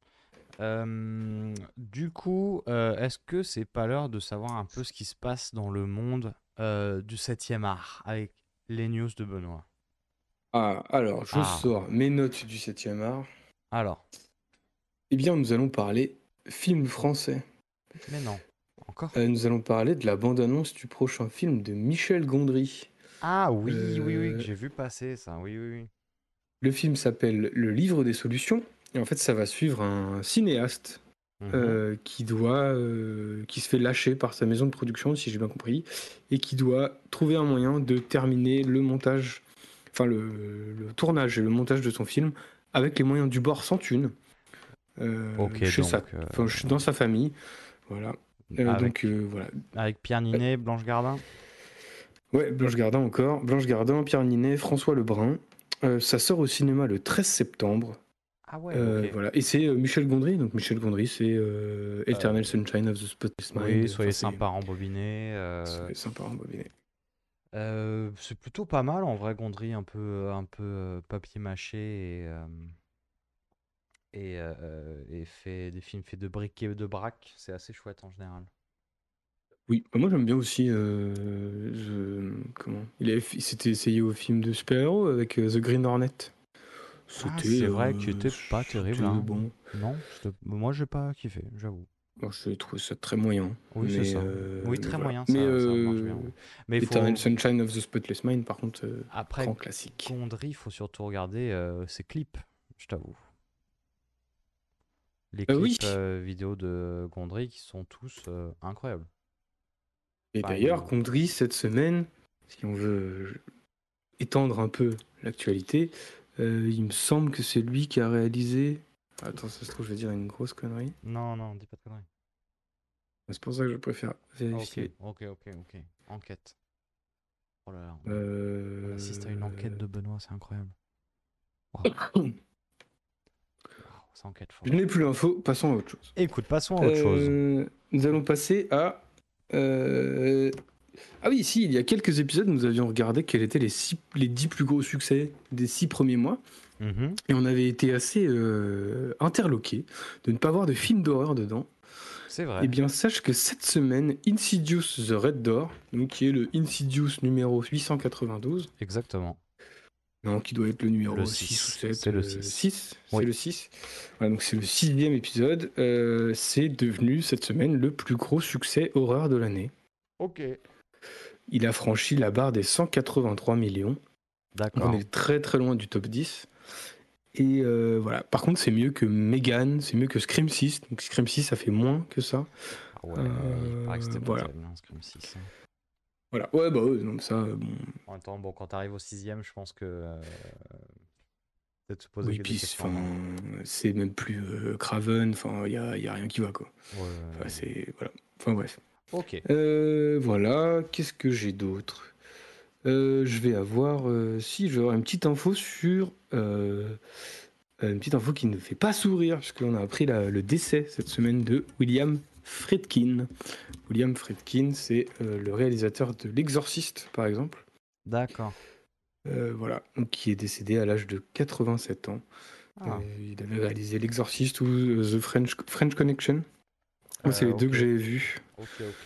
Speaker 2: Euh, du coup, euh, est-ce que c'est pas l'heure de savoir un peu ce qui se passe dans le monde euh, du septième art avec les news de Benoît?
Speaker 3: Ah, alors, je
Speaker 2: Ah,
Speaker 3: sors mes notes du septième art.
Speaker 2: alors,
Speaker 3: Eh bien, nous allons parler film français.
Speaker 2: mais non, encore?
Speaker 3: Euh, nous allons parler de la bande-annonce du prochain film de Michel Gondry.
Speaker 2: Ah oui, oui, oui,
Speaker 3: Euh,
Speaker 2: que j'ai vu passer ça. Oui, oui, oui.
Speaker 3: le film s'appelle Le Livre des Solutions. Et en fait, ça va suivre un cinéaste
Speaker 2: Mhm.
Speaker 3: euh, qui doit, euh, qui se fait lâcher par sa maison de production, si j'ai bien compris, et qui doit trouver un moyen de terminer le montage, enfin le, le tournage et le montage de son film avec les moyens du bord, sans thune, euh,
Speaker 2: Ok,
Speaker 3: chez sa,
Speaker 2: donc euh,
Speaker 3: enfin, chez- dans sa famille, voilà. Euh, donc
Speaker 2: avec,
Speaker 3: euh, voilà.
Speaker 2: avec Pierre Ninet, Blanche Gardin.
Speaker 3: Ouais, Blanche Gardin encore, Blanche Gardin, Pierre Ninet, François Lebrun. Euh, ça sort au cinéma le treize septembre.
Speaker 2: Ah ouais,
Speaker 3: Euh,
Speaker 2: ok.
Speaker 3: voilà. Et c'est euh, Michel Gondry. Donc Michel Gondry, c'est euh, Eternal
Speaker 2: Euh,
Speaker 3: Sunshine of the Spotless
Speaker 2: oui,
Speaker 3: Mind. Enfin,
Speaker 2: soyez
Speaker 3: c'est
Speaker 2: sympa, rembobiné. euh,
Speaker 3: c'est sympa, rembobiné.
Speaker 2: euh, c'est plutôt pas mal en vrai, Gondry, un peu, un peu euh, papier mâché et, euh, et, euh, et fait des films faits de briques et de braques. C'est assez chouette en général.
Speaker 3: Oui, bah, moi j'aime bien aussi. euh, je- Comment Il avait f- il s'était essayé au film de super-héros avec euh, The Green Hornet.
Speaker 2: Ah,
Speaker 3: C'était
Speaker 2: c'est vrai qu'il
Speaker 3: euh,
Speaker 2: était pas terrible,
Speaker 3: c'était
Speaker 2: hein.
Speaker 3: bon.
Speaker 2: Non, c'était- moi j'ai pas kiffé, j'avoue.
Speaker 3: Alors, je trouve ça très moyen.
Speaker 2: Oui, c'est
Speaker 3: Mais,
Speaker 2: ça.
Speaker 3: euh,
Speaker 2: Oui,
Speaker 3: mais
Speaker 2: très
Speaker 3: voilà.
Speaker 2: moyen,
Speaker 3: Mais
Speaker 2: ça, ça marche bien.
Speaker 3: euh,
Speaker 2: Ouais. Mais il
Speaker 3: Eternal
Speaker 2: faut.
Speaker 3: Sunshine of the Spotless Mind, par contre, euh,
Speaker 2: Après,
Speaker 3: grand classique.
Speaker 2: Gondry, il faut surtout regarder euh, ses clips, je t'avoue. Les
Speaker 3: Euh, oui.
Speaker 2: clips euh, vidéo de Gondry qui sont tous euh, incroyables.
Speaker 3: Et
Speaker 2: Enfin,
Speaker 3: d'ailleurs,
Speaker 2: il-
Speaker 3: Gondry, cette semaine, si on veut étendre un peu l'actualité, euh, il me semble que c'est lui qui a réalisé. Attends, ça se trouve, je vais dire une grosse connerie.
Speaker 2: Non, non, dis pas de conneries.
Speaker 3: C'est pour ça que je préfère
Speaker 2: Ok,
Speaker 3: vérifier.
Speaker 2: ok, ok, ok. Enquête. Oh là là, on, on assiste à une enquête
Speaker 3: Euh...
Speaker 2: de Benoît, c'est incroyable. Waouh, waouh, ça enquête fort.
Speaker 3: Je n'ai plus l'info, passons à autre chose.
Speaker 2: Écoute, passons à autre chose.
Speaker 3: Euh, Nous allons passer à. euh, Ah oui, si, il y a quelques épisodes, nous avions regardé quels étaient les, six, les dix plus gros succès des six premiers mois.
Speaker 2: Mhm.
Speaker 3: Et on avait été assez euh, interloqués de ne pas voir de film d'horreur dedans.
Speaker 2: C'est vrai.
Speaker 3: Eh bien, sache que cette semaine, Insidious The Red Door, donc qui est le Insidious numéro huit cent quatre-vingt-douze,
Speaker 2: Exactement.
Speaker 3: non, qui doit être le numéro
Speaker 2: Le
Speaker 3: six ou
Speaker 2: six.
Speaker 3: sept.
Speaker 2: C'est le
Speaker 3: euh,
Speaker 2: six.
Speaker 3: six,
Speaker 2: Oui.
Speaker 3: c'est le six. Voilà, donc c'est le sixième épisode. Euh, c'est devenu cette semaine le plus gros succès horreur de l'année.
Speaker 2: Ok.
Speaker 3: Il a franchi la barre des cent quatre-vingt-trois millions. Donc
Speaker 2: D'accord.
Speaker 3: on est très très loin du top dix. Et euh, voilà. Par contre, c'est mieux que Megan, c'est mieux que Scream six. Donc Scream six, ça fait moins que ça.
Speaker 2: Ah ouais, il
Speaker 3: Euh,
Speaker 2: paraît que c'était pas
Speaker 3: voilà.
Speaker 2: terrible, hein, Scream six. hein.
Speaker 3: Voilà. Ouais, bah ouais, non, mais ça, euh, bon.
Speaker 2: En même temps, bon, quand t'arrives au sixième, je pense que euh, peut-être se poser
Speaker 3: Oui,
Speaker 2: que des
Speaker 3: puis
Speaker 2: questions.
Speaker 3: enfin,
Speaker 2: hein.
Speaker 3: c'est même plus euh, Craven. Enfin, il y a, y a rien qui va, quoi.
Speaker 2: Ouais, ouais,
Speaker 3: Enfin,
Speaker 2: ouais.
Speaker 3: c'est voilà. Enfin bref.
Speaker 2: Ok.
Speaker 3: Euh, voilà. Qu'est-ce que j'ai d'autre Euh, Je vais avoir, euh, si, je vais avoir une petite info sur. euh, Une petite info qui ne fait pas sourire, puisqu'on a appris la- le décès cette semaine de William Friedkin. William Friedkin, c'est euh, le réalisateur de L'Exorciste, par exemple.
Speaker 2: D'accord.
Speaker 3: Euh, voilà, donc qui est décédé à l'âge de quatre-vingt-sept ans.
Speaker 2: Ah.
Speaker 3: Euh, il avait réalisé L'Exorciste ou euh, The French, French Connection. Moi, c'est
Speaker 2: Euh,
Speaker 3: les deux
Speaker 2: ok.
Speaker 3: que j'avais vus.
Speaker 2: Ok, ok.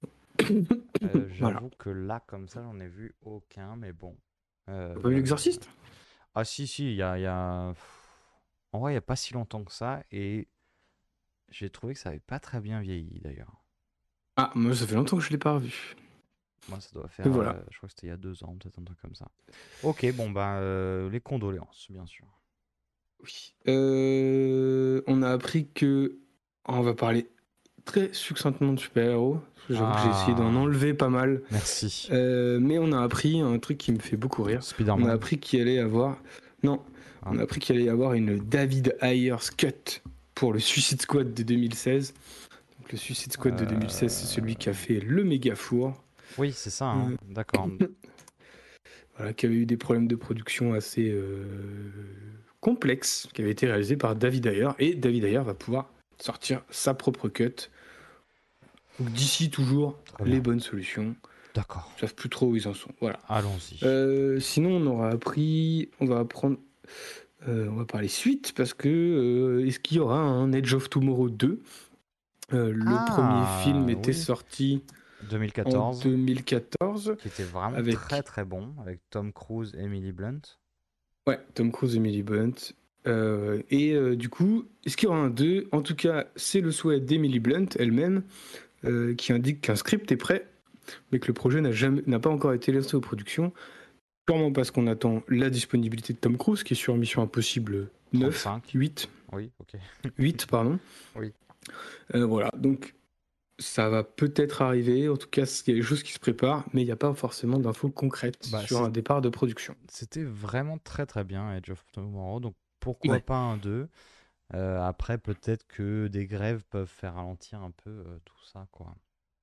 Speaker 2: Euh,
Speaker 3: Voilà.
Speaker 2: J'avoue que là, comme ça, j'en ai vu aucun, mais bon. Euh,
Speaker 3: T'as pas vu L'Exorciste
Speaker 2: Ah si, si, il y a, il y a- En vrai, il n'y a pas si longtemps que ça, et j'ai trouvé que ça avait pas très bien vieilli, d'ailleurs.
Speaker 3: Ah, moi, ça fait longtemps que je l'ai pas revu.
Speaker 2: Moi, ça doit
Speaker 3: Et
Speaker 2: faire...
Speaker 3: voilà.
Speaker 2: euh, je crois que c'était il y a deux ans, peut-être un truc comme ça. Ok, bon, ben, euh, les condoléances, bien sûr.
Speaker 3: Oui. Euh, on a appris que... On va parler très succinctement de super-héros. Parce que j'avoue que j'ai essayé d'en
Speaker 2: Ah,
Speaker 3: enlever pas mal.
Speaker 2: merci.
Speaker 3: Euh, mais on a appris un truc qui me fait beaucoup rire. On a
Speaker 2: Spider-Man.
Speaker 3: appris qu'il allait y avoir... Non,
Speaker 2: Ah.
Speaker 3: on a appris qu'il allait y avoir une David Ayers cut pour le Suicide Squad de deux mille seize. Donc, le Suicide Squad de deux mille seize, c'est celui qui a fait le méga four.
Speaker 2: Oui, c'est ça, hein. D'accord.
Speaker 3: Voilà, qui avait eu des problèmes de production assez euh, complexes, qui avait été réalisé par David Ayer. Et David Ayer va pouvoir sortir sa propre cut. Donc d'ici toujours
Speaker 2: Très
Speaker 3: les
Speaker 2: bien.
Speaker 3: bonnes solutions.
Speaker 2: D'accord.
Speaker 3: Ils savent plus trop où ils en sont. Voilà.
Speaker 2: Allons-y.
Speaker 3: Euh, sinon, on aura appris, on va apprendre, euh, on va parler suite parce que euh, est-ce qu'il y aura un Edge of Tomorrow deux Euh, Le
Speaker 2: Ah,
Speaker 3: premier film était
Speaker 2: oui.
Speaker 3: sorti en
Speaker 2: deux mille quatorze,
Speaker 3: deux mille quatorze.
Speaker 2: qui était vraiment
Speaker 3: avec-
Speaker 2: très très bon, avec Tom Cruise et Emily Blunt.
Speaker 3: Ouais, Tom Cruise et Emily Blunt. Euh, et euh, du coup, est-ce qu'il y aura un deux En tout cas, c'est le souhait d'Emily Blunt elle-même euh, qui indique qu'un script est prêt mais que le projet n'a jamais, n'a pas encore été lancé aux productions. Sûrement parce qu'on attend la disponibilité de Tom Cruise, qui est sur Mission Impossible neuf,
Speaker 2: trente-cinq.
Speaker 3: huit,
Speaker 2: Oui, ok.
Speaker 3: huit, pardon.
Speaker 2: Oui.
Speaker 3: Euh, voilà, donc ça va peut-être arriver. En tout cas, il y a des choses qui se préparent, mais il n'y a pas forcément d'infos concrètes
Speaker 2: Bah,
Speaker 3: sur
Speaker 2: c'est-
Speaker 3: un départ de production.
Speaker 2: C'était vraiment très très bien, Edge of Tomorrow, donc pourquoi
Speaker 3: Ouais.
Speaker 2: pas un deux. Euh, après, peut-être que des grèves peuvent faire ralentir un peu euh, tout ça, quoi.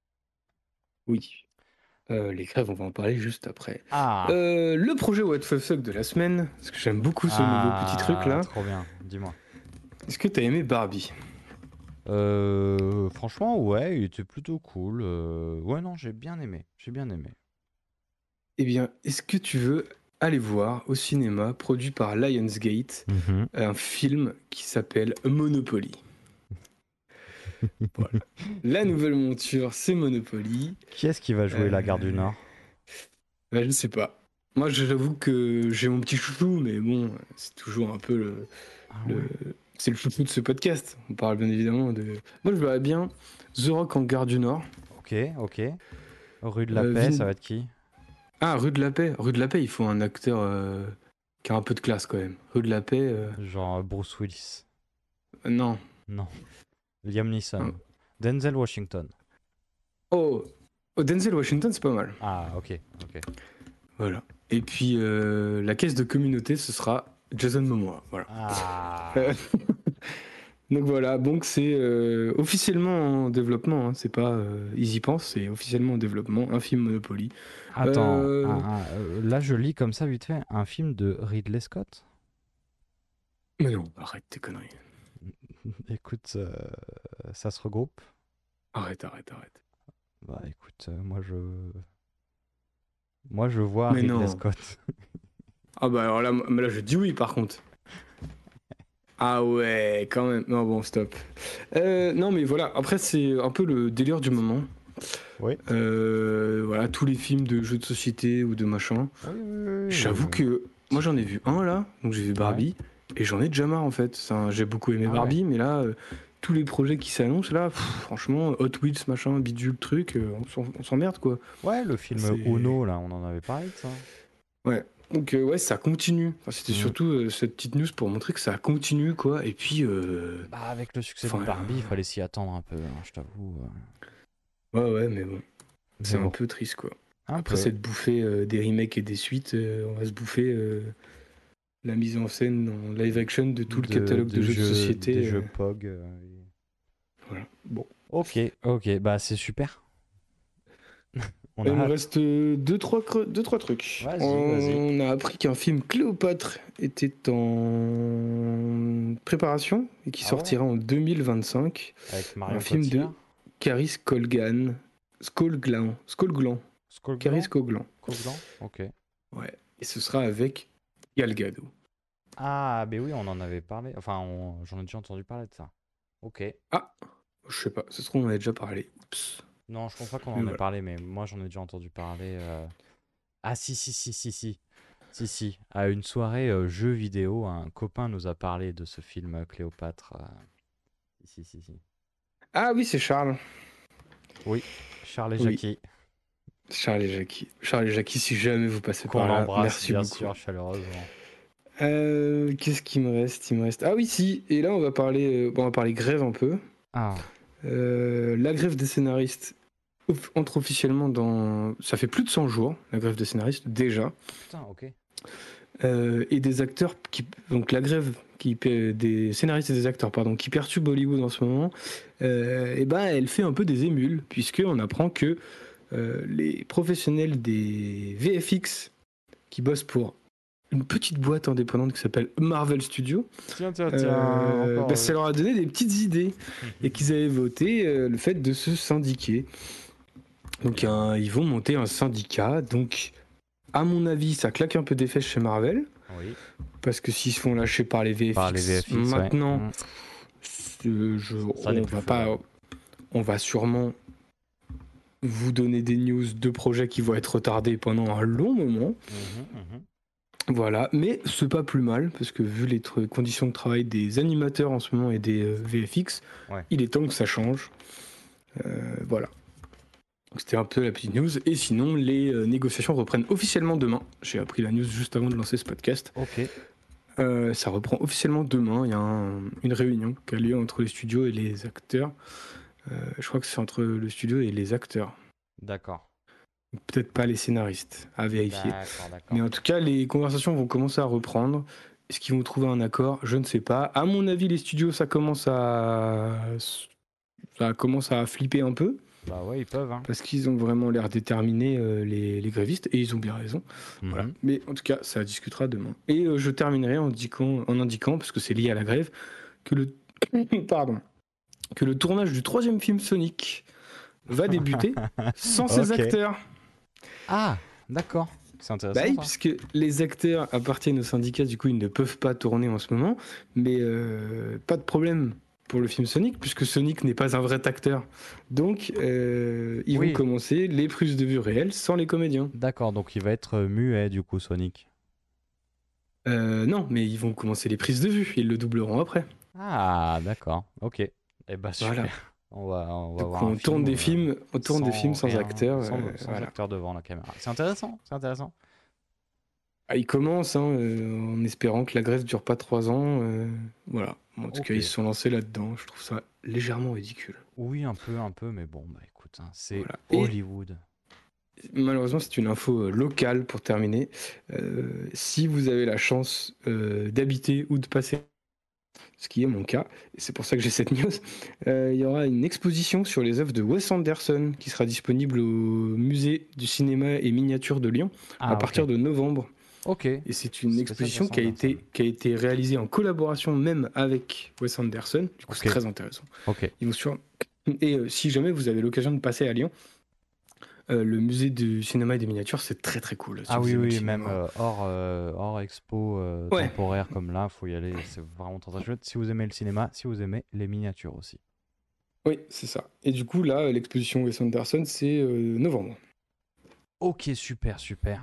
Speaker 3: Oui. Euh, les grèves, on va en parler juste après.
Speaker 2: Ah,
Speaker 3: Euh, le projet What the fuck de la semaine, parce que j'aime beaucoup ce nouveau petit truc là.
Speaker 2: trop bien, dis-moi.
Speaker 3: Est-ce que t'as aimé Barbie?
Speaker 2: Euh, franchement, ouais, il était plutôt cool. euh, Ouais, non, j'ai bien aimé, j'ai bien aimé.
Speaker 3: Eh bien, est-ce que tu veux aller voir au cinéma, produit par Lionsgate, un film qui s'appelle Monopoly? Voilà. La nouvelle monture, c'est Monopoly.
Speaker 2: Qui est-ce qui va jouer la Gare du
Speaker 3: Euh,
Speaker 2: Nord?
Speaker 3: Bah, je sais pas. Moi, j'avoue que j'ai mon petit chouchou, mais bon, c'est toujours un peu le,
Speaker 2: Ah
Speaker 3: le-
Speaker 2: ouais.
Speaker 3: c'est le chouchou de ce podcast. On parle bien évidemment de. Moi, je verrais bien The Rock en Gare du Nord.
Speaker 2: Ok, ok. Rue de la
Speaker 3: Euh,
Speaker 2: Paix,
Speaker 3: Vin-
Speaker 2: ça va être qui?
Speaker 3: Ah, Rue de la Paix. Rue de la Paix, il faut un acteur euh, qui a un peu de classe quand même. Rue de la Paix, euh,
Speaker 2: Genre Bruce Willis.
Speaker 3: non.
Speaker 2: Non. Liam Neeson.
Speaker 3: Ah.
Speaker 2: Denzel Washington.
Speaker 3: Oh, oh, Denzel Washington, c'est pas mal.
Speaker 2: Ah, ok, ok.
Speaker 3: Voilà. Et puis, euh, la caisse de communauté, ce sera Jason Momoa. Voilà.
Speaker 2: Ah.
Speaker 3: Euh, Donc voilà, donc c'est euh, officiellement en développement, hein, c'est pas euh, ils y pensent, c'est officiellement en développement, un film Monopoly.
Speaker 2: Attends,
Speaker 3: Euh,
Speaker 2: un- un- euh, là je lis comme ça vite fait un film de Ridley Scott.
Speaker 3: Mais non, arrête tes conneries.
Speaker 2: Écoute, euh, ça se regroupe.
Speaker 3: Arrête, arrête, arrête.
Speaker 2: Bah écoute, euh, moi je, moi je vois
Speaker 3: Mais
Speaker 2: Ridley
Speaker 3: non.
Speaker 2: Scott.
Speaker 3: Ah bah alors là, moi- mais là je dis oui par contre. Ah ouais, quand même. Non bon, stop. Euh, non mais voilà, après c'est un peu le délire du moment.
Speaker 2: Oui.
Speaker 3: Euh, voilà, tous les films de jeux de société ou de machin.
Speaker 2: Oui, oui, oui, oui,
Speaker 3: J'avoue
Speaker 2: oui.
Speaker 3: que moi j'en ai vu un là, donc j'ai vu Barbie, et j'en ai déjà marre en fait. Ça, j'ai beaucoup aimé
Speaker 2: Ah
Speaker 3: Barbie, mais là, euh, tous les projets qui s'annoncent là, pff, franchement, Hot Wheels, machin, bidule, truc, euh, on s'en- on s'emmerde quoi.
Speaker 2: Ouais, le film
Speaker 3: C'est-
Speaker 2: Uno là, on en avait parlé de ça.
Speaker 3: Ouais. Donc euh, ouais, ça continue. Enfin, c'était
Speaker 2: Mhm.
Speaker 3: surtout euh, cette petite news pour montrer que ça continue quoi. Et puis, euh,
Speaker 2: Bah avec le succès
Speaker 3: Enfin,
Speaker 2: de Barbie, il
Speaker 3: euh,
Speaker 2: fallait s'y attendre un peu, hein, je t'avoue. euh.
Speaker 3: ouais ouais, mais bon, c'est
Speaker 2: Mais
Speaker 3: un
Speaker 2: bon,
Speaker 3: peu triste quoi.
Speaker 2: un
Speaker 3: Après
Speaker 2: peu.
Speaker 3: s'être bouffé euh, des remakes et des suites, euh, on va se bouffer euh, la mise en scène en live action de tout le
Speaker 2: De-
Speaker 3: catalogue de, jeux de société.
Speaker 2: des
Speaker 3: euh,
Speaker 2: jeux P O G. euh, et-
Speaker 3: Voilà. Bon.
Speaker 2: Ok, ok, bah c'est super. On
Speaker 3: Il
Speaker 2: a
Speaker 3: me
Speaker 2: hâte.
Speaker 3: reste euh, deux trois, creux- deux, trois trucs.
Speaker 2: Vas-y,
Speaker 3: on
Speaker 2: vas-y.
Speaker 3: a appris qu'un film Cléopâtre était en préparation et qui
Speaker 2: Ah ouais
Speaker 3: sortira en deux mille vingt-cinq.
Speaker 2: Avec Marion
Speaker 3: Un film de
Speaker 2: Cotillard.
Speaker 3: Caris Colgan. Skolglan. Skolglan.
Speaker 2: Skullgland
Speaker 3: Caris Coglan.
Speaker 2: Coglan Ok.
Speaker 3: Ouais. Et ce sera avec Gal Gadot.
Speaker 2: Ah, ben oui, on en avait parlé. Enfin, on- j'en ai déjà entendu parler de ça. Ok.
Speaker 3: Ah, je sais pas. Ce sera, on en a déjà parlé. Oups.
Speaker 2: Non, je pense pas qu'on
Speaker 3: Mais
Speaker 2: en ait
Speaker 3: voilà.
Speaker 2: parlé, mais moi j'en ai déjà entendu parler. euh. Ah, si, si, si, si, si. Si, si. À une soirée euh, jeux vidéo, un copain nous a parlé de ce film euh, Cléopâtre. euh. Si, si, si.
Speaker 3: Ah oui, c'est Charles.
Speaker 2: Oui, Charles et
Speaker 3: Oui.
Speaker 2: Jackie.
Speaker 3: Charles et Jackie. Charles et Jackie, si jamais vous passez
Speaker 2: Qu'on
Speaker 3: par là,
Speaker 2: embrasse,
Speaker 3: merci
Speaker 2: bien
Speaker 3: beaucoup.
Speaker 2: sûr, chaleureusement.
Speaker 3: Euh, qu'est-ce qui me reste? Il me reste. Ah oui, si. Et là, on va parler, euh, bon, on va parler grève un peu.
Speaker 2: Ah,
Speaker 3: Euh, la grève des scénaristes off- entre officiellement dans. Ça fait plus de cent jours, la grève des scénaristes, déjà.
Speaker 2: putain, ok.
Speaker 3: Euh, et des acteurs qui. Donc la grève qui, pe- des scénaristes et des acteurs, pardon, qui perturbe Hollywood en ce moment, euh, et ben, elle fait un peu des émules, puisqu'on apprend que euh, les professionnels des V F X qui bossent pour une petite boîte indépendante qui s'appelle Marvel Studios,
Speaker 2: Tiens, tiens,
Speaker 3: euh, bah, ça leur a donné des petites idées et qu'ils avaient voté euh, le fait de se syndiquer. Donc un- ils vont monter un syndicat. Donc à mon avis, ça claque un peu des fesses chez Marvel
Speaker 2: Oui,
Speaker 3: parce que s'ils se font lâcher par les V F X,
Speaker 2: par les V F X, ouais.
Speaker 3: maintenant,
Speaker 2: Mm.
Speaker 3: c'est- je-
Speaker 2: Ça n'est
Speaker 3: on
Speaker 2: plus
Speaker 3: va
Speaker 2: faux,
Speaker 3: pas,
Speaker 2: ouais.
Speaker 3: on va sûrement vous donner des news de projets qui vont être retardés pendant un long moment.
Speaker 2: Mhm, mhm.
Speaker 3: Voilà, mais c'est pas plus mal parce que vu les tr- conditions de travail des animateurs en ce moment et des euh, V F X,
Speaker 2: Ouais.
Speaker 3: il est temps que ça change. Euh, voilà. Donc, c'était un peu la petite news. Et sinon, les euh, négociations reprennent officiellement demain. J'ai appris la news juste avant de lancer ce podcast.
Speaker 2: Ok.
Speaker 3: Euh, ça reprend officiellement demain. Il y a un- une réunion qui a lieu entre les studios et les acteurs. Euh, je crois que c'est entre le studio et les acteurs.
Speaker 2: D'accord.
Speaker 3: Peut-être pas les scénaristes, à vérifier.
Speaker 2: D'accord, d'accord.
Speaker 3: Mais en tout cas, les conversations vont commencer à reprendre. Est-ce qu'ils vont trouver un accord? Je ne sais pas. À mon avis, les studios, ça commence à, ça commence à flipper un peu.
Speaker 2: Bah ouais, ils peuvent, hein.
Speaker 3: Parce qu'ils ont vraiment l'air déterminés, euh, les, les grévistes, et ils ont bien raison.
Speaker 2: Mhm.
Speaker 3: Voilà. Mais en tout cas, ça discutera demain. Et euh, je terminerai en indiquant, en indiquant, parce que c'est lié à la grève, que le, pardon, que le tournage du troisième film Sonic va débuter sans ses
Speaker 2: Ok.
Speaker 3: acteurs.
Speaker 2: Ah, d'accord. C'est intéressant
Speaker 3: Bah oui,
Speaker 2: ça.
Speaker 3: puisque les acteurs appartiennent au syndicat, du coup ils ne peuvent pas tourner en ce moment, mais euh, pas de problème pour le film Sonic, puisque Sonic n'est pas un vrai acteur. Donc euh, ils
Speaker 2: Oui.
Speaker 3: vont commencer les prises de vue réelles sans les comédiens.
Speaker 2: D'accord, donc il va être euh, muet du coup, Sonic.
Speaker 3: Euh, non, mais ils vont commencer les prises de vue, ils le doubleront après.
Speaker 2: Ah, d'accord. Ok. Eh bah super.
Speaker 3: Voilà.
Speaker 2: On va, on va
Speaker 3: Donc
Speaker 2: voir
Speaker 3: on
Speaker 2: un
Speaker 3: tourne
Speaker 2: film,
Speaker 3: des
Speaker 2: euh,
Speaker 3: films, on tourne des
Speaker 2: sans
Speaker 3: films sans
Speaker 2: rien,
Speaker 3: acteurs.
Speaker 2: sans,
Speaker 3: euh,
Speaker 2: sans
Speaker 3: voilà.
Speaker 2: acteur devant la caméra. C'est intéressant, c'est intéressant.
Speaker 3: Ah, ils commencent hein, euh, en espérant que la grève dure pas trois ans. euh, voilà. En tout
Speaker 2: Ok.
Speaker 3: cas, ils se sont lancés là-dedans. Je trouve ça légèrement ridicule.
Speaker 2: Oui, un peu, un peu, mais bon, bah écoute, hein, c'est
Speaker 3: Voilà. Et-
Speaker 2: Hollywood.
Speaker 3: Malheureusement, c'est une info euh, locale pour terminer. Euh, si vous avez la chance euh, d'habiter ou de passer, ce qui est mon cas, et c'est pour ça que j'ai cette news, euh, il y aura une exposition sur les œuvres de Wes Anderson qui sera disponible au musée du cinéma et miniatures de Lyon
Speaker 2: Ah,
Speaker 3: à partir
Speaker 2: ok.
Speaker 3: de novembre.
Speaker 2: Ok.
Speaker 3: Et c'est une
Speaker 2: Spécial
Speaker 3: exposition
Speaker 2: Wes
Speaker 3: qui a, été,
Speaker 2: Anderson.
Speaker 3: qui a été réalisée en collaboration même avec Wes Anderson. Du coup,
Speaker 2: Ok.
Speaker 3: c'est très intéressant.
Speaker 2: Ok.
Speaker 3: Ils vont sur... Et euh, si jamais vous avez l'occasion de passer à Lyon, euh, le musée du cinéma et des miniatures, c'est très très cool. Si
Speaker 2: Ah
Speaker 3: vous
Speaker 2: oui,
Speaker 3: aimez le
Speaker 2: oui,
Speaker 3: cinéma.
Speaker 2: même euh, hors, euh, hors expo euh,
Speaker 3: Ouais.
Speaker 2: temporaire comme là, faut y aller. C'est vraiment très très chouette. Si vous aimez le cinéma, si vous aimez les miniatures aussi.
Speaker 3: Oui, c'est ça. Et du coup, là, l'exposition Wes Anderson, c'est euh, novembre.
Speaker 2: Ok, super, super.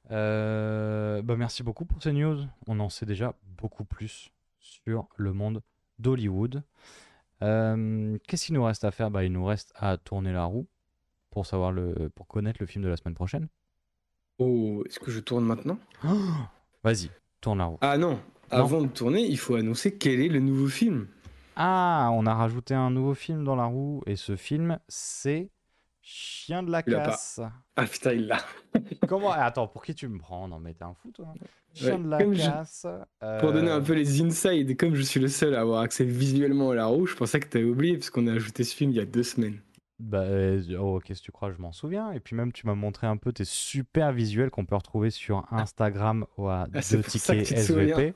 Speaker 2: Euh, bah merci beaucoup pour ces news. On en sait déjà beaucoup plus sur le monde d'Hollywood. Euh, qu'est-ce qu'il nous reste à faire? Bah, il nous reste à tourner la roue pour savoir le, pour connaître le film de la semaine prochaine.
Speaker 3: Oh, est-ce que je tourne maintenant?
Speaker 2: Vas-y, tourne la roue.
Speaker 3: Ah non, avant de tourner, il faut annoncer quel est le nouveau film.
Speaker 2: Ah, on a rajouté un nouveau film dans la roue et ce film, c'est Chien de la
Speaker 3: Il l'a pas.
Speaker 2: casse.
Speaker 3: Ah putain, il l'a.
Speaker 2: Comment? Eh, Attends, pour qui tu me prends? Non, mais t'es un fou, toi. Chien
Speaker 3: Ouais,
Speaker 2: de la
Speaker 3: comme je-
Speaker 2: casse.
Speaker 3: Pour donner
Speaker 2: euh,
Speaker 3: un peu les insides, comme je suis le seul à avoir accès visuellement à la roue, je pensais que t'avais oublié, parce qu'on a ajouté ce film il y a deux semaines.
Speaker 2: Bah, euh, oh, qu'est-ce que tu crois? Je m'en souviens. Et puis même, tu m'as montré un peu tes super visuels qu'on peut retrouver sur Instagram ou à
Speaker 3: Ah, c'est
Speaker 2: deux
Speaker 3: pour ça que
Speaker 2: tickets
Speaker 3: tu te souviens.
Speaker 2: S V P.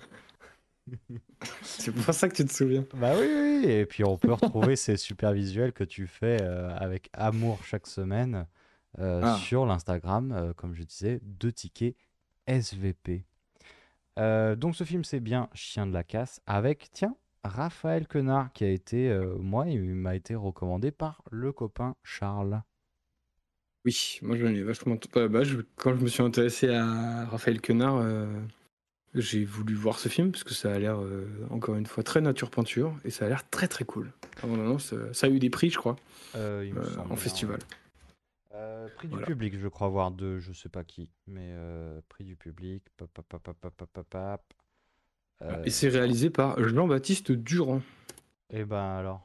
Speaker 3: C'est pour ça que tu te souviens.
Speaker 2: Bah oui, oui, oui. Et puis on peut retrouver ces super visuels que tu fais euh, avec amour chaque semaine euh,
Speaker 3: Ah.
Speaker 2: sur l'Instagram, euh, comme je disais, deux tickets S V P. Euh, donc ce film, c'est bien Chien de la casse avec, tiens, Raphaël Quenard qui a été, euh, moi, il m'a été recommandé par le copain Charles.
Speaker 3: Oui, moi j'en ai vachement. Bah, bah, je- Quand je me suis intéressé à Raphaël Quenard, euh, j'ai voulu voir ce film parce que ça a l'air, euh, encore une fois, très nature peinture et ça a l'air très très cool. Ah, non, non, ça, ça a eu des prix, je crois,
Speaker 2: Euh, il me
Speaker 3: euh,
Speaker 2: semble
Speaker 3: en
Speaker 2: bien,
Speaker 3: festival.
Speaker 2: ouais. Euh, prix
Speaker 3: Voilà.
Speaker 2: du public, je crois voir de je sais pas qui, mais euh, prix du public. Pap, pap, pap, pap, pap, pap, pap. Euh,
Speaker 3: Et c'est réalisé par Jean-Baptiste Durand.
Speaker 2: et ben alors.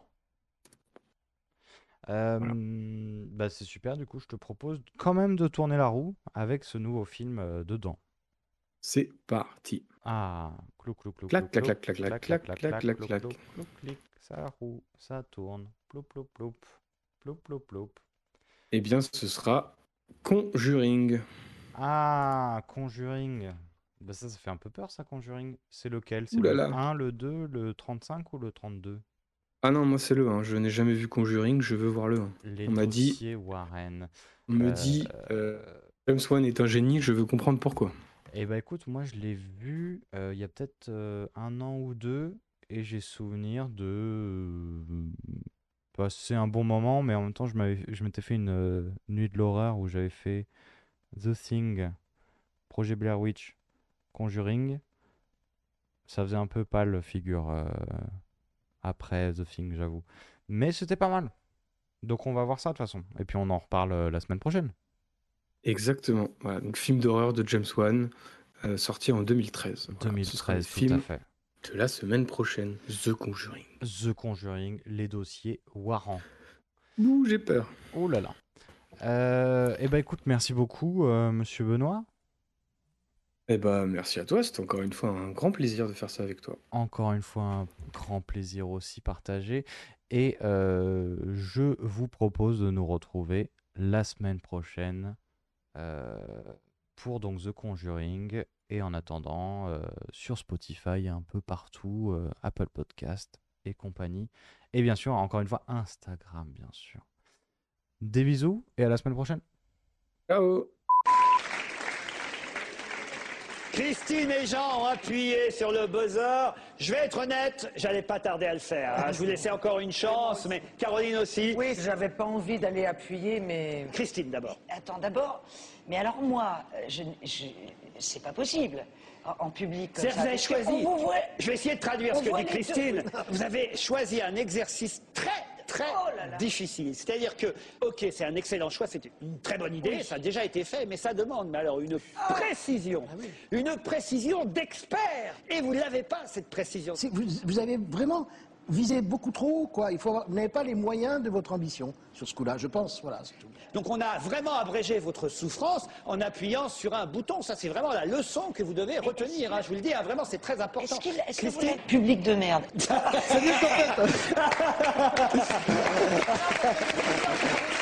Speaker 2: Euh, bah c'est super, du coup je te propose quand même de tourner la roue avec ce nouveau film euh, dedans.
Speaker 3: C'est parti.
Speaker 2: Ah, clou clou clou
Speaker 3: Clac,
Speaker 2: clou,
Speaker 3: clac,
Speaker 2: clou,
Speaker 3: clac, clac,
Speaker 2: clac,
Speaker 3: clac,
Speaker 2: clac,
Speaker 3: clac,
Speaker 2: clac,
Speaker 3: clac,
Speaker 2: clou,
Speaker 3: clac.
Speaker 2: clou, clou, clic, ça roule, ça tourne, ploup ploup ploup, ploup ploup ploup.
Speaker 3: Eh bien, ce sera Conjuring.
Speaker 2: Ah, Conjuring. Bah ça, ça fait un peu peur ça, Conjuring. C'est lequel? C'est
Speaker 3: Ouh là
Speaker 2: le
Speaker 3: là.
Speaker 2: un, le deux, le trente-cinq ou le trente-deux?
Speaker 3: Ah non, moi c'est le un. Je n'ai jamais vu Conjuring, je veux voir le un.
Speaker 2: Les
Speaker 3: On m'a dit,
Speaker 2: dossiers Warren.
Speaker 3: on me
Speaker 2: Euh,
Speaker 3: dit, euh, James Wan est un génie, je veux comprendre pourquoi.
Speaker 2: Eh bah écoute, moi je l'ai vu euh, il y a peut-être euh, un an ou deux et j'ai souvenir de euh, passer un bon moment, mais en même temps je m'avais, je m'étais fait une euh, nuit de l'horreur où j'avais fait The Thing, Projet Blair Witch, Conjuring. Ça faisait un peu pâle figure euh, après The Thing, j'avoue. Mais c'était pas mal. Donc on va voir ça de toute façon. Et puis on en reparle euh, la semaine prochaine.
Speaker 3: Exactement. Voilà, donc film d'horreur de James Wan, euh, sorti en deux mille treize. Voilà, ce sera le
Speaker 2: deux mille treize, tout à
Speaker 3: film
Speaker 2: fait.
Speaker 3: de la semaine prochaine, The Conjuring.
Speaker 2: The Conjuring, les dossiers Warren.
Speaker 3: Ouh, j'ai peur.
Speaker 2: Oh là là. Euh, eh ben écoute, merci beaucoup, euh, monsieur Benoît.
Speaker 3: Eh ben, merci à toi, c'était encore une fois un grand plaisir de faire ça avec toi.
Speaker 2: Encore une fois, un grand plaisir aussi partagé. Et euh, je vous propose de nous retrouver la semaine prochaine euh, pour donc The Conjuring. Et en attendant, euh, sur Spotify, un peu partout, euh, Apple Podcast et compagnie. Et bien sûr, encore une fois, Instagram, bien sûr. Des bisous et à la semaine prochaine.
Speaker 3: Ciao.
Speaker 7: Christine et Jean ont appuyé sur le buzzer. Je vais être honnête, j'allais pas tarder à le faire. hein. Je vous laissais encore une chance, mais Caroline aussi.
Speaker 8: Oui, j'avais pas envie d'aller appuyer, mais...
Speaker 7: Christine d'abord.
Speaker 8: Attends, d'abord, mais alors moi, je, je, c'est pas possible. En, en public comme
Speaker 7: C'est-à-dire
Speaker 8: ça.
Speaker 7: que vous avez
Speaker 8: parce que
Speaker 7: choisi.
Speaker 8: on vous voit-
Speaker 7: Je vais essayer de traduire
Speaker 8: on
Speaker 7: ce que
Speaker 8: voit
Speaker 7: dit
Speaker 8: les
Speaker 7: Christine.
Speaker 8: deux.
Speaker 7: Vous avez choisi un exercice très, très
Speaker 8: Oh là là.
Speaker 7: difficile. C'est-à-dire que, ok, c'est un excellent choix, c'est une très bonne idée, ça a déjà été fait, mais ça demande, mais alors une précision, une précision d'expert. Et vous ne l'avez pas, cette précision.
Speaker 9: C'est- Vous, vous avez vraiment visé beaucoup trop, quoi. Il faut avoir- vous n'avez pas les moyens de votre ambition sur ce coup-là, je pense. Voilà, c'est tout.
Speaker 7: Donc on a vraiment abrégé votre souffrance en appuyant sur un bouton. Ça, c'est vraiment la leçon que vous devez retenir. hein. Je vous le dis, hein, vraiment, c'est très important.
Speaker 8: Est-ce, qu'il- est-ce que vous
Speaker 7: Christine
Speaker 8: êtes public de merde?
Speaker 1: C'est mieux qu'en fait.